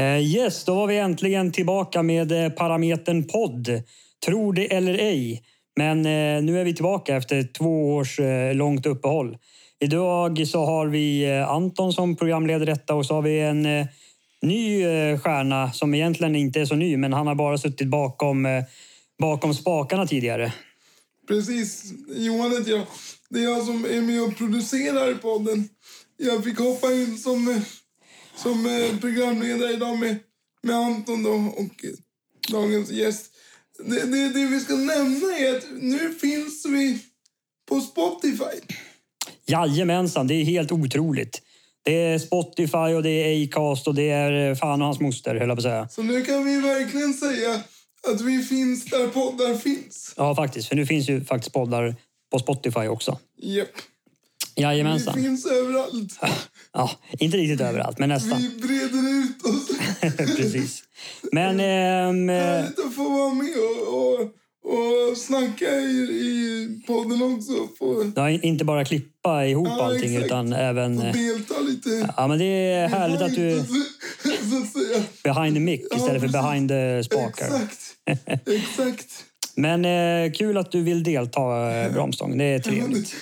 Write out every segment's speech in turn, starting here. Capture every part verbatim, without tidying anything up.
Uh, yes, då var vi äntligen tillbaka med uh, Parametern podd. Tror det eller ej. Men uh, nu är vi tillbaka efter två års uh, långt uppehåll. Idag så har vi uh, Anton som programleder detta och så har vi en uh, ny uh, stjärna som egentligen inte är så ny, men han har bara suttit bakom, uh, bakom spakarna tidigare. Precis, Johan heter jag. Det är jag som är med och producerar podden. Jag fick hoppa in som... Som programledare idag med, med Anton då och dagens gäst. Det, det, det vi ska nämna är att nu finns vi på Spotify. Jajamensan, det är helt otroligt. Det är Spotify och det är Acast och det är fan och hans moster, höll jag på att säga. Så nu kan vi verkligen säga att vi finns där poddar finns. Ja, faktiskt. För nu finns ju faktiskt poddar på Spotify också. Japp. Jajamensan. Vi finns överallt. Ja, inte riktigt överallt, men nästan. Vi breder ut oss. Precis. Men... Ähm, härligt att få vara med och, och, och snacka i, i podden också. Få... Ja, inte bara klippa ihop ja, allting, exakt. Utan även... Få delta lite. Ja, men det är härligt att du... Så att säga. Behind the mic istället ja, för behind the spakar. Exakt. Exakt. Men eh, kul att du vill delta, eh, Bromstång. Det är trevligt.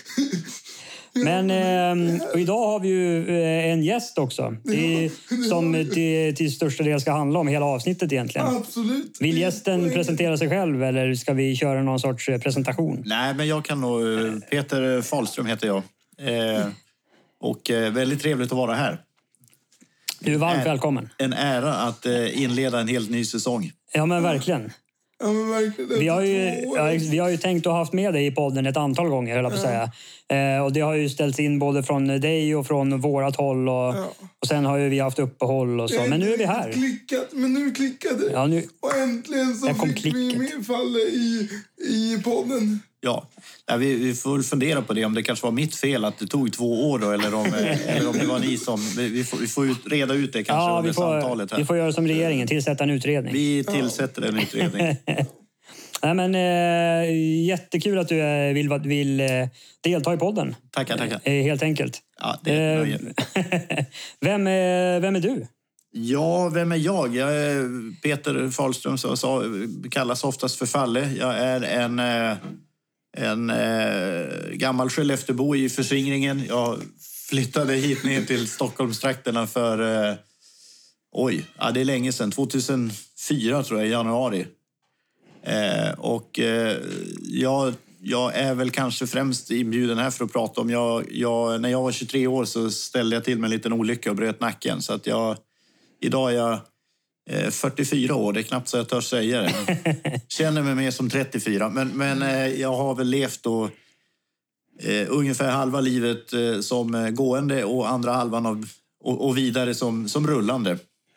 Men eh, och idag har vi ju eh, en gäst också. Det är, som till, till största del ska handla om hela avsnittet egentligen. Absolut. Vill gästen presentera sig själv eller ska vi köra någon sorts presentation? Nej, men jag kan nog... Peter Fahlström heter jag. Eh, och eh, väldigt trevligt att vara här. Du är varmt välkommen. En ära att eh, inleda en helt ny säsong. Ja, men verkligen. Ja, men verkligen. Vi har, ju, ja, vi har ju tänkt att ha haft med dig i podden ett antal gånger, höll jag på att säga. Eh, och det har ju ställts in både från dig och från vårat håll. Och, ja. och sen har ju vi haft uppehåll och så. Men nu är vi här. Klickat, men nu klickade det. Ja, nu... Och äntligen så fick klicket. vi medfall i, i podden. Ja, ja vi, vi får fundera på det. Om det kanske var mitt fel att det tog två år då. Eller om, eller om det var ni som... Vi får, vi får ut, reda ut det kanske ja, under får, samtalet här. Vi får göra som regeringen, tillsätta en utredning. Vi tillsätter en utredning. Nej, men äh, jättekul att du äh, vill, vill äh, delta i podden. Tackar, tackar. Äh, helt enkelt. Ja, det är nöje. vem, är, vem är du? Ja, vem är jag? Jag är Peter Fahlström, som så, kallas oftast för Falle. Jag är en, en, en gammal Skellefteåbo i förskingringen. Jag flyttade hit ner till Stockholmstrakterna för... Oj, ja, det är länge sedan. tjugohundrafyra tror jag, i januari. Eh, och eh, jag, jag är väl kanske främst inbjuden här för att prata om jag, jag, när jag var tjugotre år så ställde jag till med en liten olycka och bröt nacken, så att jag idag är jag eh, fyrtiofyra år, det är knappt så jag törs säga det. Känner mig mer som trettiofyra, men, men eh, jag har väl levt då eh, ungefär halva livet eh, som gående och andra halvan av, och, och vidare som, som rullande.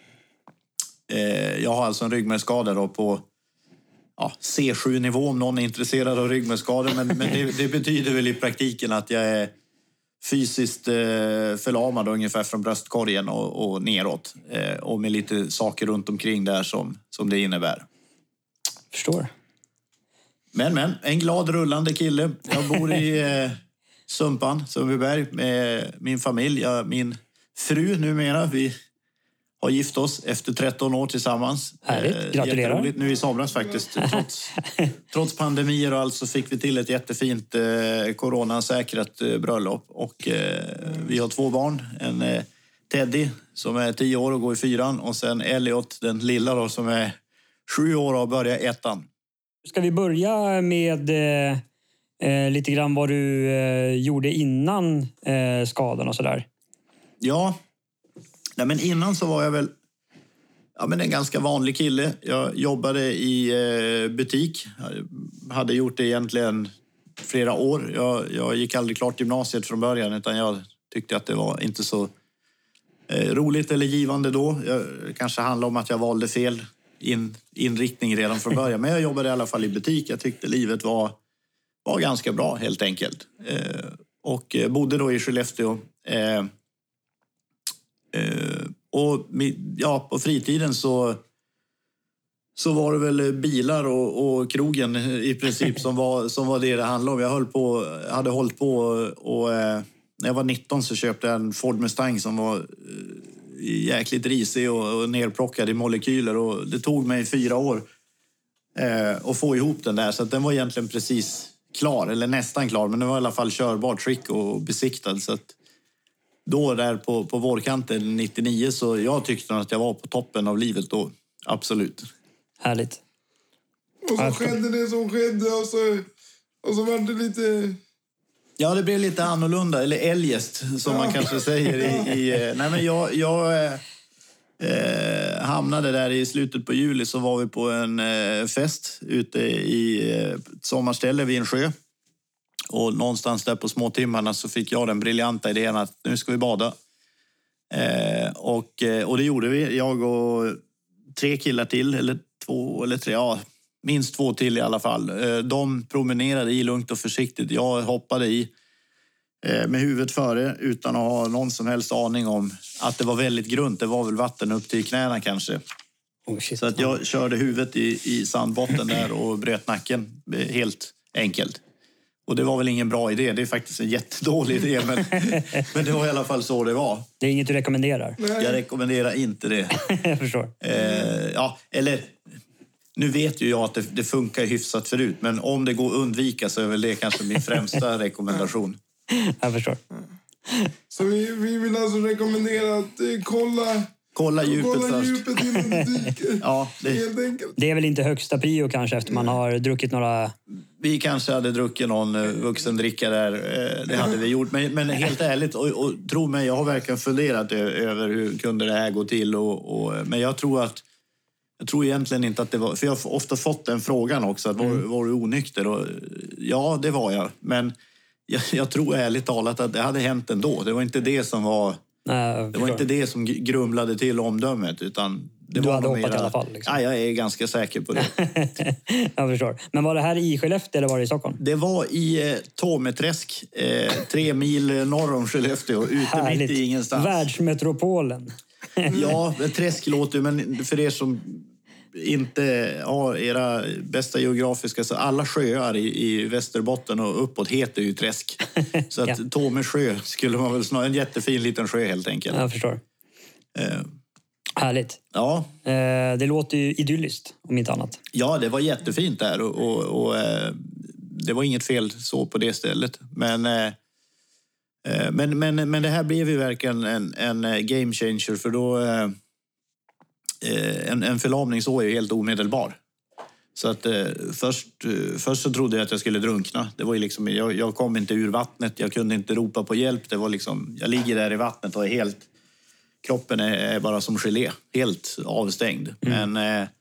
Eh, jag har alltså en ryggmärgsskada då på ja, C sju-nivå om någon är intresserad av ryggmärgsskador. Men, men det, det betyder väl i praktiken att jag är fysiskt eh, förlamad ungefär från bröstkorgen och, och neråt. Eh, och med lite saker runt omkring där som, som det innebär. Förstår. Men, men, en glad rullande kille. Jag bor i eh, Sumpan, Sundbyberg, med min familj. Jag, min fru numera, vi... har gift oss efter tretton år tillsammans. Härligt, gratulerar. Nu i somras faktiskt. Trots, trots pandemier och allt så fick vi till ett jättefint eh, coronasäkrat eh, bröllop. Och eh, vi har två barn. En eh, Teddy som är tio år och går i fyran. Och sen Elliot, den lilla då, som är sju år och börjar ettan. Ska vi börja med eh, lite grann vad du eh, gjorde innan eh, skadan och sådär? Ja, nej, men innan så var jag väl ja, men en ganska vanlig kille. Jag jobbade i eh, butik. Jag hade gjort det egentligen flera år. Jag, jag gick aldrig klart gymnasiet från början, utan jag tyckte att det var inte så eh, roligt eller givande då. Jag, kanske handlade om att jag valde fel in, inriktning redan från början. Men jag jobbade i alla fall i butik. Jag tyckte livet var, var ganska bra helt enkelt. Eh, och bodde då i Skellefteå. Eh, Uh, och ja, på fritiden så så var det väl bilar och, och krogen i princip som var som var det det handlade om. Jag höll på hade hållit på och uh, när jag var nitton så köpte jag en Ford Mustang som var uh, jäkligt risig och, och nerplockad i molekyler. Och det tog mig fyra år eh, att få ihop den där. Så att den var egentligen precis klar, eller nästan klar. Men den var i alla fall körbart skick och besiktad. Så att då där på, på vårkanten nittionio så jag tyckte att jag var på toppen av livet då. Absolut. Härligt. Och så skedde det som skedde och så, och så var det lite... Ja, det blev lite annorlunda, eller eljest som ja. man kanske säger. I, i, nej, men jag jag eh, hamnade där i slutet på juli, så var vi på en eh, fest ute i eh, ett sommarställe vid en sjö. Och någonstans där på småtimmarna så fick jag den briljanta idén att nu ska vi bada. Eh, och, och det gjorde vi, jag och tre killar till, eller två eller tre, ja, minst två till i alla fall. De promenerade i lugnt och försiktigt. Jag hoppade i med huvudet före utan att ha någon som helst aning om att det var väldigt grunt. Det var väl vatten upp till knäna kanske. Oh, shit. Så att jag körde huvudet i, i sandbotten där och bröt nacken. Helt enkelt. Och det var väl ingen bra idé. Det är faktiskt en jättedålig idé. Men, men det var i alla fall så det var. Det är inget du rekommenderar? Jag rekommenderar inte det. Jag förstår. Eh, ja, eller... Nu vet ju jag att det, det funkar hyfsat förut. Men om det går att undvika så är väl det kanske min främsta rekommendation. Jag förstår. Så vi, vi vill alltså rekommendera att eh, kolla... Kolla djupet kolla först. djupet innan du dyker. Ja, det, helt enkelt. Det är väl inte högsta prio kanske efter man har druckit några... Vi kanske hade druckit någon uh, vuxendricka där. Uh, det hade vi gjort. Men, men helt ärligt, och, och tro mig, jag har verkligen funderat över hur kunde det här gå till. Och, och, men jag tror att Jag tror egentligen inte att det var... För jag har ofta fått den frågan också. Att var, mm. var du onykter? Och, ja, det var jag. Men jag, jag tror ärligt talat att det hade hänt ändå. Det var inte det som var... Nej, det var inte det som grumlade till omdömet. Utan det du var hade hoppat mera, i alla fall? Liksom. Ja, jag är ganska säker på det. Jag förstår. Men var det här i Skellefteå eller var det i Stockholm? Det var i eh, Tåmeträsk. Eh, tre mil norr om Skellefteå. Ute Härligt. mitt i ingenstans. Världsmetropolen. Ja, träsk låter, men för er som inte har era bästa geografiska, så alla sjöar i, i Västerbotten och uppåt heter ju träsk. Så att ja. Tåme sjö skulle man väl snarare, en jättefin liten sjö helt enkelt. Jag förstår. Eh. Härligt. Ja. Eh, det låter ju idylliskt, om inte annat. Ja, det var jättefint där och, och, och eh, det var inget fel så på det stället. Men eh, Men, men, men det här blev ju verkligen en, en game changer, för då eh, en, en förlamning så är ju helt omedelbar. Så att eh, först, först så trodde jag att jag skulle drunkna. Det var ju liksom, jag, jag kom inte ur vattnet, jag kunde inte ropa på hjälp. Det var liksom, jag ligger där i vattnet och är helt, kroppen är, är bara som gelé, helt avstängd. Mm. Men eh,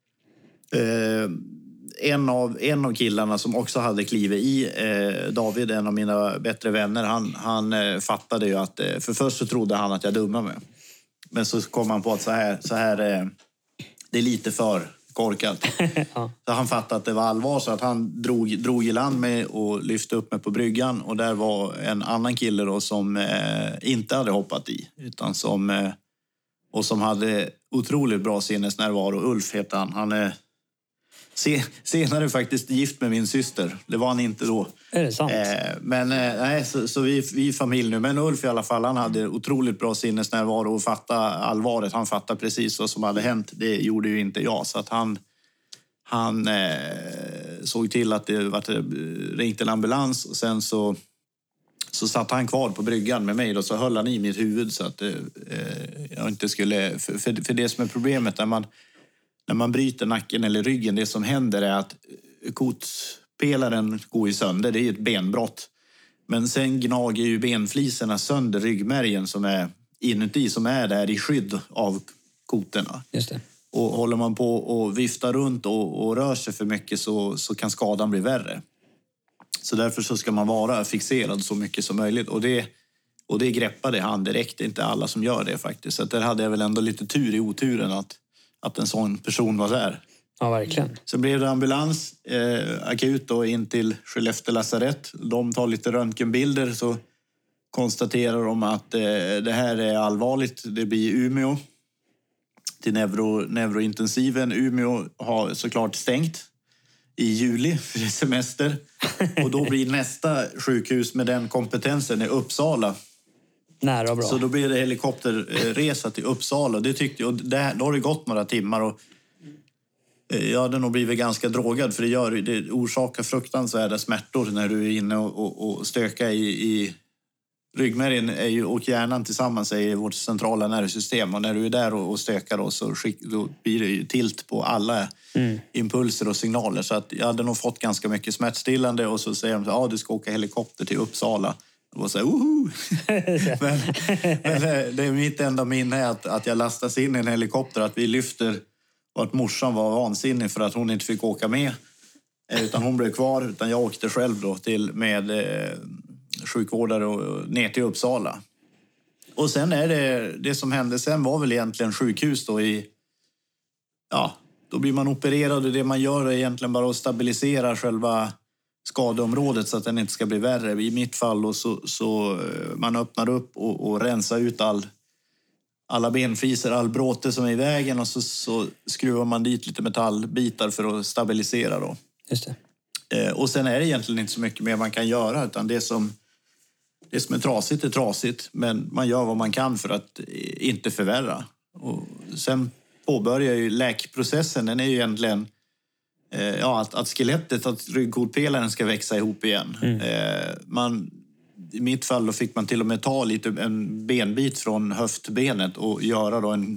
eh, En av, en av killarna som också hade klivit i, eh, David, en av mina bättre vänner, han, han eh, fattade ju att, eh, för först så trodde han att jag dummade mig. Men så kom han på att så här, så här eh, det är lite för korkat. Ja. Så han fattade att det var allvar, så att han drog, drog i land mig och lyfte upp mig på bryggan. Och där var en annan kille då som eh, inte hade hoppat i, utan som, eh, och som hade otroligt bra sinnesnärvaro. Ulf heter han. Han är senare faktiskt gift med min syster. Det var han inte då. Är det sant? Eh, men eh, nej, så, så vi, vi är familj nu. Men Ulf i alla fall, han hade otroligt bra sinnesnärvaro och fatta allvaret. Han fattade precis vad som hade hänt. Det gjorde ju inte jag. Så att han, han eh, såg till att det var ringt en ambulans. Och sen så, så satt han kvar på bryggan med mig. Och så höll han i mitt huvud så att eh, jag inte skulle... För, för, för det som är problemet när man... När man bryter nacken eller ryggen, det som händer är att kotpelaren går ju sönder. Det är ett benbrott. Men sen gnager ju benfliserna sönder ryggmärgen som är inuti, som är där i skydd av koterna. Just det. Och håller man på och viftar runt och, och rör sig för mycket så, så kan skadan bli värre. Så därför så ska man vara fixerad så mycket som möjligt. Och det, och det greppade han direkt. Det är inte alla som gör det faktiskt. Så där hade jag väl ändå lite tur i oturen att att en sån person var där. Ja, verkligen. Så blev det ambulans, eh, akut då, in till Skellefteå lasarett. De tar lite röntgenbilder, så konstaterar de att eh, det här är allvarligt. Det blir Umeå till neuro, neurointensiven. Umeå har såklart stängt i juli för semester. Och då blir nästa sjukhus med den kompetensen i Uppsala. Nära och bra. Så då blev det helikopterresa till Uppsala. Det tyckte jag, och där, då har det gått några timmar och jag hade nog blivit ganska drogad, för det, gör, det orsakar fruktansvärda smärtor när du är inne och, och, och stökar i, i ryggmärgen är ju, och hjärnan tillsammans är vårt centrala nervsystem. Och när du är där och, och stökar då, så skick, då blir det ju tilt på alla mm. impulser och signaler. Så att jag hade nog fått ganska mycket smärtstillande, och så säger de att ah, du ska åka helikopter till Uppsala. Och så oho! men, men det är mitt enda minne att, att jag lastas in i en helikopter, att vi lyfter, och att morsan var vansinnig för att hon inte fick åka med. Utan hon blev kvar, utan jag åkte själv då till, med eh, sjukvårdare och ner till Uppsala. Och sen är det, det som hände sen var väl egentligen sjukhus då i, ja, då blir man opererad, och det man gör är egentligen bara att stabilisera själva skadeområdet så att den inte ska bli värre. I mitt fall då så, så man öppnar upp och, och rensar ut all, alla benfliser, all bråte som är i vägen, och så, så skruvar man dit lite metallbitar för att stabilisera då. Just det. Eh, och sen är det egentligen inte så mycket mer man kan göra, utan det som, det som är trasigt är trasigt, men man gör vad man kan för att inte förvärra. Och sen påbörjar ju läkprocessen, den är ju egentligen ja, att, att skelettet, att ryggkotpelaren ska växa ihop igen. Mm. Eh, man, i mitt fall då fick man till och med ta lite, en benbit från höftbenet och göra då en,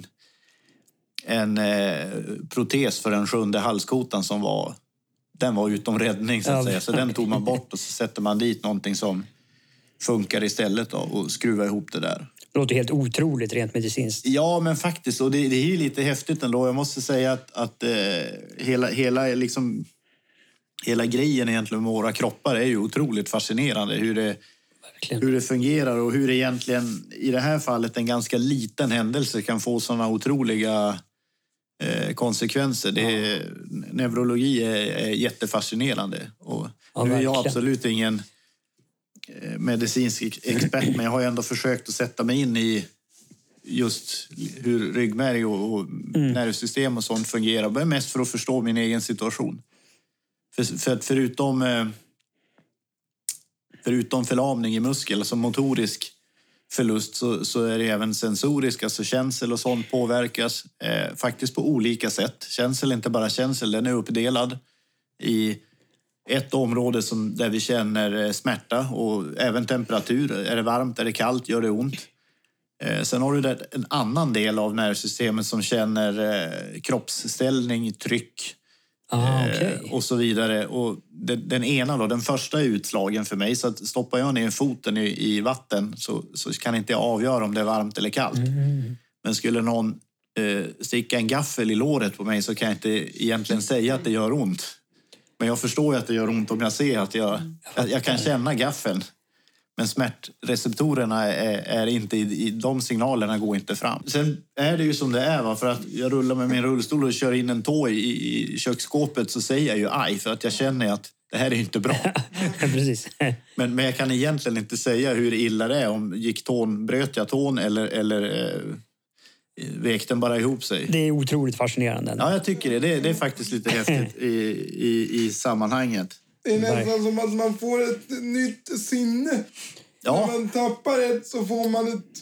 en eh, protes för den sjunde halskotan som var, den var utom räddning så att säga. Så den tog man bort och så sätter man dit någonting som funkar istället då, och skruvar ihop det där. Det låter helt otroligt rent medicinskt. Ja, men faktiskt. Och det, det är ju lite häftigt ändå. Jag måste säga att, att eh, hela, hela, liksom, hela grejen egentligen med våra kroppar är ju otroligt fascinerande. Hur det, hur det fungerar och hur det egentligen, i det här fallet, en ganska liten händelse kan få sådana otroliga eh, konsekvenser. Det är, neurologi är, är jättefascinerande. Och ja, nu är jag absolut ingen medicinsk expert, men jag har ju ändå försökt att sätta mig in i just hur ryggmärg och, och mm. nervsystem och sånt fungerar. Det är mest för att förstå min egen situation. För, för att förutom förutom förlamning i muskel, alltså motorisk förlust, så, så är det även sensorisk, alltså känsel och sånt påverkas eh, faktiskt på olika sätt. Känsel är inte bara känsel, den är uppdelad i ett område som, där vi känner smärta och även temperatur. Är det varmt, är det kallt, gör det ont. Eh, sen har du där en annan del av nervsystemet som känner eh, kroppsställning, tryck ah, okay. eh, och så vidare. Och den, den ena då, den första är utslagen för mig. Så att stoppar jag ner foten i, i vatten så, så kan inte jag avgöra om det är varmt eller kallt. Mm. Men skulle någon eh, sticka en gaffel i låret på mig så kan jag inte egentligen säga att det gör ont. Men jag förstår ju att det gör ont om jag ser att jag, jag, jag kan känna gaffeln. Men smärtreceptorerna är, är inte, i, de signalerna går inte fram. Sen är det ju som det är, va? För att jag rullar med min rullstol och kör in en tå i, i köksskåpet, så säger jag ju aj, för att jag känner att det här är inte bra. Precis. Men, men jag kan egentligen inte säga hur illa det är, om gick tån, bröt jag tån eller... eller eh, vek den bara ihop sig. Det är otroligt fascinerande. Ja, jag tycker det. Det är, det är faktiskt lite häftigt i, i, i sammanhanget. Det är nästan som att man får ett nytt sinne. Ja. När man tappar ett så får man ett,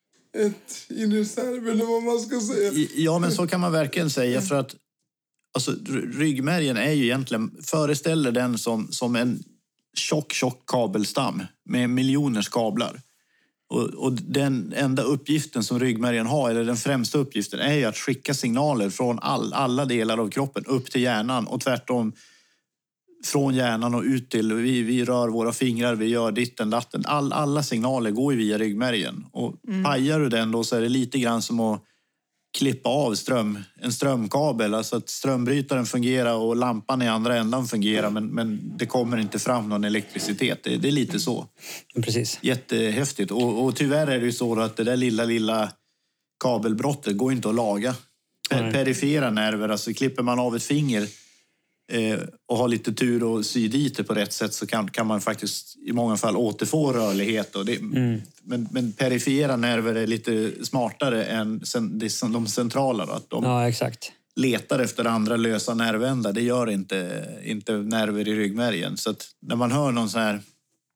ett i reserv, eller vad man ska säga. Ja, men så kan man verkligen säga. För att alltså, ryggmärgen är ju egentligen, föreställer den som, som en tjock, tjock kabelstam med miljoners kablar. Och, och den enda uppgiften som ryggmärgen har, eller den främsta uppgiften, är ju att skicka signaler från all, alla delar av kroppen upp till hjärnan. Och tvärtom från hjärnan och ut till, vi, vi rör våra fingrar, vi gör ditten, datten. All, alla signaler går ju via ryggmärgen. Och mm. pajar du den då, så är det lite grann som att klippa av ström, en strömkabel. Alltså att strömbrytaren fungerar och lampan i andra ändan fungerar, men, men det kommer inte fram någon elektricitet. Det, det är lite så. Precis. Jättehäftigt. Och, och tyvärr är det ju så att det där lilla, lilla kabelbrottet går inte att laga. Per, perifera nerver, alltså klipper man av ett finger eh, och har lite tur och sy dit det på rätt sätt, så kan, kan man faktiskt i många fall återfå rörlighet. Och det, mm. men, men perifera nerver är lite smartare än sen, det, de centrala. Då, att de ja, exakt. letar efter andra lösa nervändar. Det gör inte, inte nerver i ryggmärgen. Så att när man hör någon sån här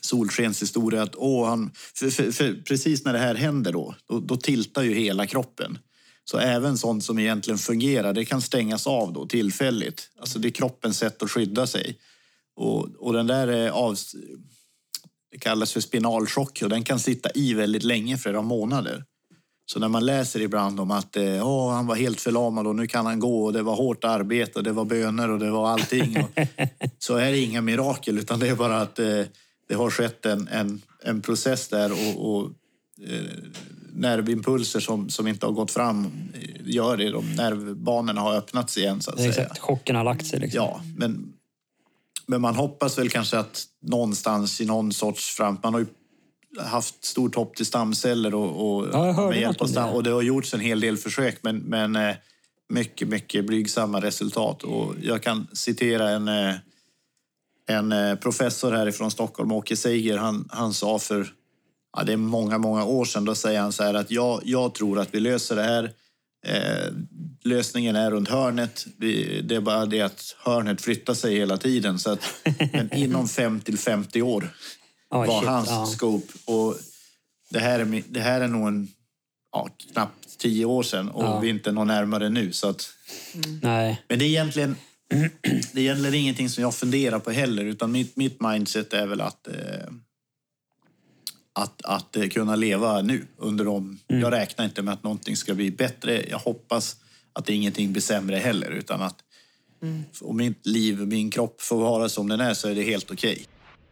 solskenshistoria. Att, åh, han, för, för, för precis när det här händer då, då, då tiltar ju hela kroppen. Så även sånt som egentligen fungerar, det kan stängas av då tillfälligt. Alltså det är kroppens sätt att skydda sig. Och, och den där är av, det kallas för spinalchock och den kan sitta i väldigt länge, flera månader. Så när man läser ibland om att åh, han var helt förlamad och nu kan han gå och det var hårt arbete och det var böner och det var allting. Och, så är det inga mirakel utan det är bara att eh, det har skett en, en, en process där och, och eh, nervimpulser som, som inte har gått fram gör det. De nervbanorna har öppnats igen så att säga. Exakt, chocken har lagt sig liksom. Ja, men, men man hoppas väl kanske att någonstans i någon sorts fram... Man har ju haft stort hopp till stamceller och, och, ja, jag hörde med hjälp av stam, det. och det har gjorts en hel del försök men, men eh, mycket, mycket blygsamma resultat. Och jag kan citera en, eh, en eh, professor härifrån Stockholm, Åke Seiger. Han, han sa för ja, det är många, många år sedan, då säger han så här att jag, jag tror att vi löser det här. Eh, lösningen är runt hörnet. Vi, det är bara det att hörnet flyttar sig hela tiden. Så att, men inom fem till femtio år oh, var shit, hans ja. scope. Och det här är, det här är nog en, ja, knappt tio år sedan. Och ja. vi är inte någon närmare nu. Så att, mm. Nej. Men det är egentligen, det är egentligen ingenting som jag funderar på heller. Utan mitt, mitt mindset är väl att... Eh, Att, att kunna leva nu under dem. Mm. Jag räknar inte med att någonting ska bli bättre. Jag hoppas att ingenting blir sämre heller. Utan att mm. om mitt liv och min kropp får vara som den är så är det helt okej. Okay.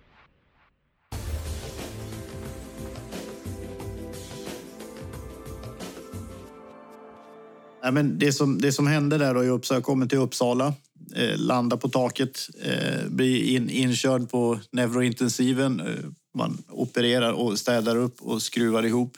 Ja, men det, som, det som hände där då i Uppsala, jag kommer till Uppsala. Eh, landa på taket. Eh, bli in, inkörd på neurointensiven. Eh, Man opererar och städar upp och skruvar ihop.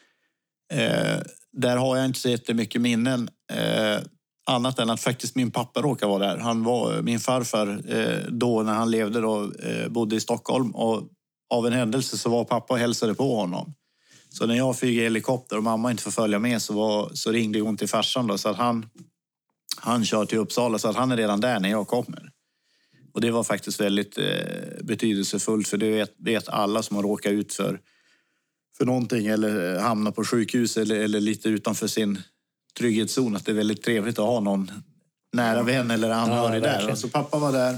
Eh, där har jag inte så jättemycket minnen. Eh, annat än att faktiskt min pappa råkade vara där. Han var min farfar eh, då när han levde då, eh, bodde i Stockholm. Och av en händelse så var pappa och hälsade på honom. Så när jag fick helikopter och mamma inte får följa med så, var, så ringde hon till farsan då. Så att han, han kör till Uppsala så att han är redan där när jag kommer. Och det var faktiskt väldigt eh, betydelsefullt för det vet, vet alla som har råkat ut för, för någonting eller hamnar på sjukhus eller, eller lite utanför sin trygghetszon. Att det är väldigt trevligt att ha någon nära vän eller anhörig ja, där. Alltså pappa var där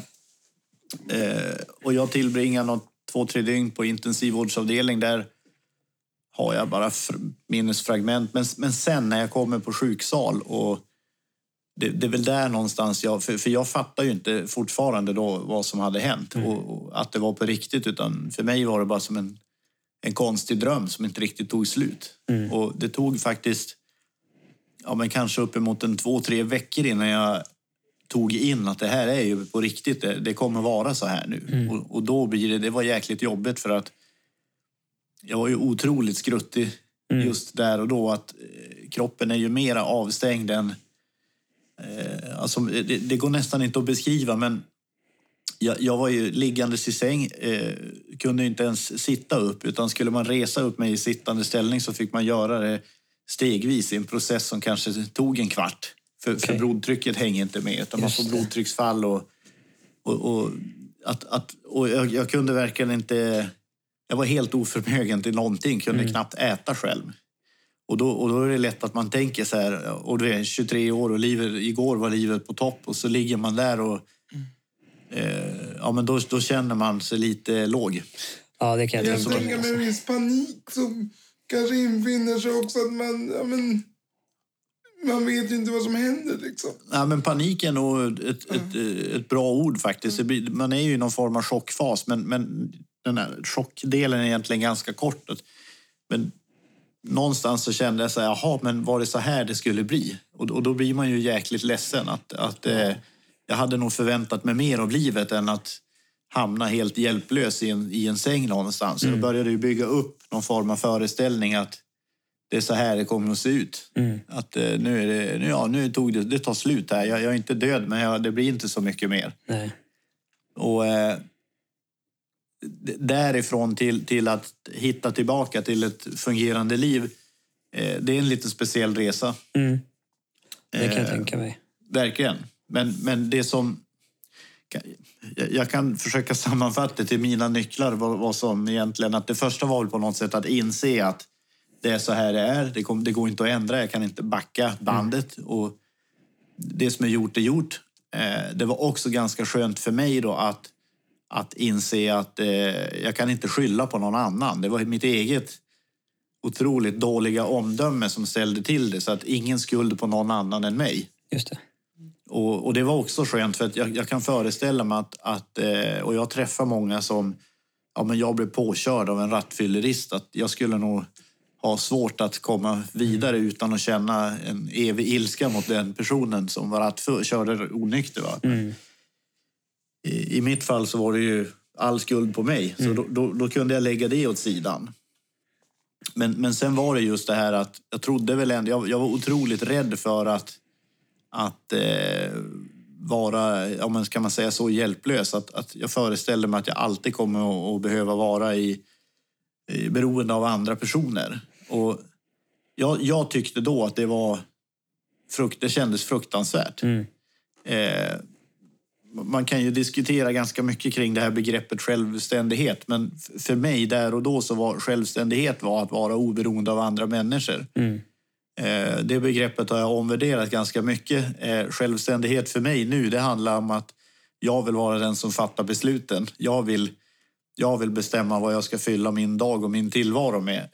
eh, och jag tillbringade något, två, tre dygn på intensivvårdsavdelning. Där har jag bara minnesfragment. Men, men sen när jag kommer på sjuksal och Det, det är väl där någonstans jag... För, för jag fattar ju inte fortfarande då vad som hade hänt. Mm. Och, och att det var på riktigt. Utan för mig var det bara som en, en konstig dröm som inte riktigt tog slut. Mm. Och det tog faktiskt... Ja, men kanske uppemot en två, tre veckor innan jag tog in att det här är ju på riktigt. Det, det kommer vara så här nu. Mm. Och, och då blir det... Det var jäkligt jobbigt för att... Jag var ju otroligt skruttig mm. just där och då. Att eh, kroppen är ju mera avstängd än... Eh, alltså, det, det går nästan inte att beskriva, men jag, jag var ju liggandes i säng, eh, kunde inte ens sitta upp, utan skulle man resa upp mig i sittande ställning så fick man göra det stegvis i en process som kanske tog en kvart. För, okay. för blodtrycket hänger inte med, utan man får blodtrycksfall och, och, och, att, att, och jag, jag kunde verkligen inte, jag var helt oförmögen till någonting, kunde mm. knappt äta själv. Och då, och då är det lätt att man tänker så här, och du är tjugotre år och livet, igår var livet på topp och så ligger man där och mm. eh, ja, men då, då känner man sig lite låg. Ja, det kan jag, jag tänka mig. Jag tänker med en viss panik som kanske infinner sig också att man, ja, men, man vet ju inte vad som händer liksom. Ja, men panik är nog ett, mm. ett, ett bra ord faktiskt. Mm. Man är ju i någon form av chockfas, men, men den här chockdelen är egentligen ganska kort. Men någonstans så kände jag så här, jaha, men var det så här det skulle bli? Och, och då blir man ju jäkligt ledsen att, att eh, jag hade nog förväntat mig mer av livet än att hamna helt hjälplös i en, i en säng någonstans. Mm. Så då började ju bygga upp någon form av föreställning att det är så här det kommer att se ut. Mm. Att eh, nu är det, nu, ja, nu tog det, det tar slut här. Jag, jag är inte död, men jag, det blir inte så mycket mer. Nej. Och eh, därifrån till, till att hitta tillbaka till ett fungerande liv, eh, det är en lite speciell resa. Mm. Det kan jag eh, tänka mig. Verkligen. Men, men det som Jag, jag kan försöka sammanfatta till mina nycklar vad, vad som egentligen... Att det första var väl på något sätt att inse att det är så här det är. Det, kom, det går inte att ändra. Jag kan inte backa bandet. Mm. Och det som är gjort är gjort. Eh, det var också ganska skönt för mig då att, att inse att eh, jag kan inte skylla på någon annan. Det var mitt eget otroligt dåliga omdöme som ställde till det. Så att ingen skuld på någon annan än mig. Just det. Och, och det var också skönt för att jag, jag kan föreställa mig att, att eh, och jag träffar många som, ja men jag blev påkörd av en rattfyllerist, att jag skulle nog ha svårt att komma vidare utan att känna en evig ilska mot den personen som var rattförd, onykter. Va? Mm. I, I mitt fall så var det ju all skuld på mig, mm. så då, då, då kunde jag lägga det åt sidan. Men, men sen var det just det här att jag trodde väl ändå, jag, jag var otroligt rädd för att att eh, vara, ja men ska man säga så, hjälplös. Att, att jag föreställde mig att jag alltid kommer att, att behöva vara i, i beroende av andra personer. Och jag, jag tyckte då att det var frukt, det kändes fruktansvärt. Mm. Eh, man kan ju diskutera ganska mycket kring det här begreppet självständighet. Men för mig där och då så var självständighet var att vara oberoende av andra människor. Mm. Det begreppet har jag omvärderat ganska mycket. Självständighet för mig nu, det handlar om att jag vill vara den som fattar besluten. Jag vill, jag vill bestämma vad jag ska fylla min dag och min tillvaro med.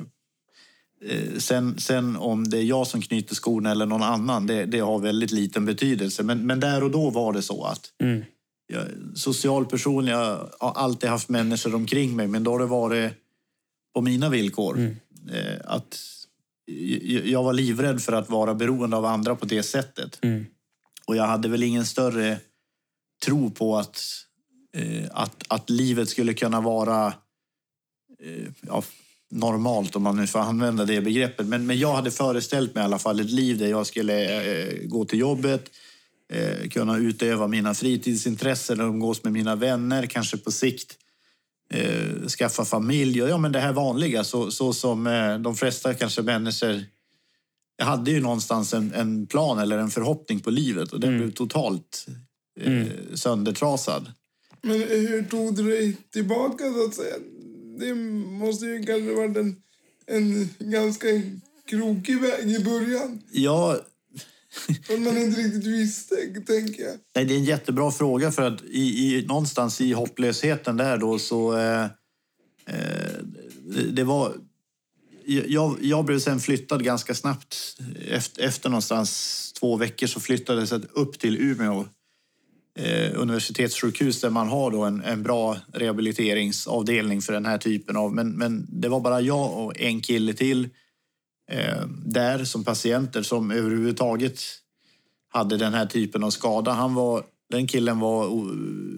Sen, sen om det är jag som knyter skorna eller någon annan, det, det har väldigt liten betydelse. Men, men där och då var det så att mm. jag, social person, jag har alltid haft människor omkring mig, men då har det varit på mina villkor. Mm. Att jag var livrädd för att vara beroende av andra på det sättet. Mm. Och jag hade väl ingen större tro på att, eh, att, att livet skulle kunna vara eh, ja, normalt, om man nu får använda det begreppet. Men, men jag hade föreställt mig i alla fall ett liv där jag skulle eh, gå till jobbet, eh, kunna utöva mina fritidsintressen, umgås med mina vänner, kanske på sikt Eh, skaffa familj och ja, men det här vanliga så, så som eh, de flesta kanske människor. Jag hade ju någonstans en, en plan eller en förhoppning på livet och den mm. blev totalt eh, mm. söndertrasad. Men hur tog du dig tillbaka så att säga? Det måste ju kanske varit en, en ganska krokig väg i början. Ja. Som man inte riktigt visste, tänker jag. Nej, det är en jättebra fråga för att i, i, någonstans i hopplösheten där då så eh, eh, det, det var jag, jag blev sen flyttad ganska snabbt efter, efter någonstans två veckor så flyttades jag upp till Umeå eh, universitetssjukhus där man har då en, en bra rehabiliteringsavdelning för den här typen av, men, men det var bara jag och en kille till Eh, där som patienter som överhuvudtaget hade den här typen av skada. Han var, den killen var o,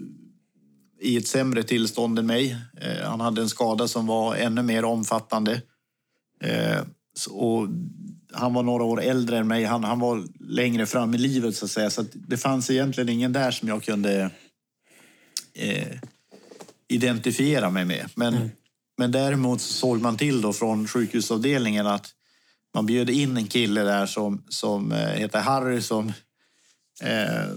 i ett sämre tillstånd än mig. Eh, han hade en skada som var ännu mer omfattande. Eh, så, och han var några år äldre än mig. Han, han var längre fram i livet så att säga. Så att det fanns egentligen ingen där som jag kunde eh, identifiera mig med. Men, mm. men däremot så såg man till då från sjukhusavdelningen att man bjöd in en kille där som, som heter Harry som eh, eh,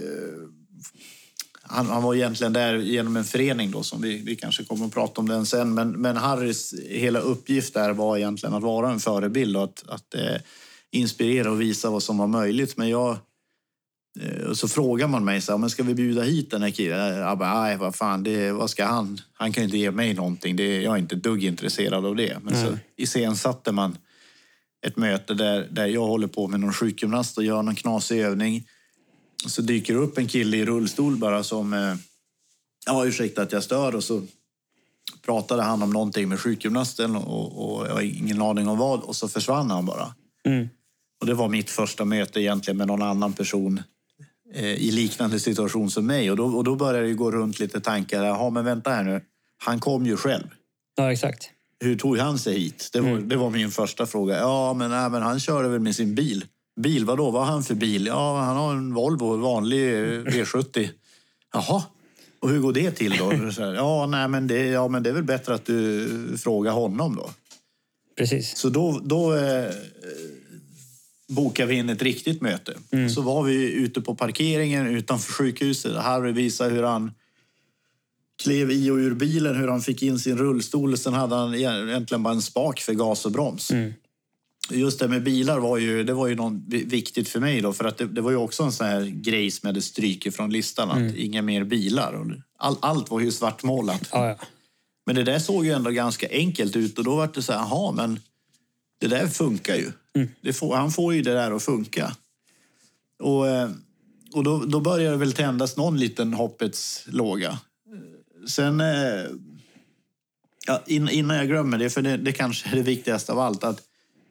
han, han var egentligen där genom en förening då som vi, vi kanske kommer att prata om den sen. Men, men Harrys hela uppgift där var egentligen att vara en förebild och att, att eh, inspirera och visa vad som var möjligt. Men jag, eh, så frågar man mig så här, men ska vi bjuda hit den här killen? Jag bara, nej vad fan, det, vad ska han? Han kan ju inte ge mig någonting, det, jag är inte dugg intresserad av det. Men mm. så iscensatte man ett möte där, där jag håller på med någon sjukgymnast och gör någon knasig övning. Så dyker upp en kille i rullstol bara som, eh, ja ursäkta att jag stör. Och så pratade han om någonting med sjukgymnasten och, och jag har ingen aning om vad. Och så försvann han bara. Mm. Och det var mitt första möte egentligen med någon annan person eh, i liknande situation som mig. Och då, och då började det gå runt lite tankar. Ja men vänta här nu, han kom ju själv. Ja exakt. Hur tog han sig hit? Det var, mm. det var min första fråga. Ja, men, nej, men han körde väl med sin bil. Bil, vadå? Vad har han för bil? Ja, han har en Volvo, en vanlig V sjuttio. Jaha, och hur går det till då? Så här, ja, nej, men det, ja, men det är väl bättre att du frågar honom då. Precis. Så då, då eh, bokade vi in ett riktigt möte. Mm. Så var vi ute på parkeringen utanför sjukhuset. Harry visade hur han klev i och ur bilen, hur han fick in sin rullstol. Sen hade han egentligen bara en spak för gas och broms. Mm. Just det med bilar var ju, det var ju något viktigt för mig då. För att det, det var ju också en sån här grej som hade stryker från listan. Att mm. inga mer bilar. All, allt var ju svartmålat. Ja, ja. Men det där såg ju ändå ganska enkelt ut. Och då var det så här, aha, men det där funkar ju. Mm. Det får, han får ju det där att funka. Och, och då, då börjar det väl tändas någon liten hoppets låga. Sen, ja, innan jag glömmer det, för det, det kanske är det viktigaste av allt, att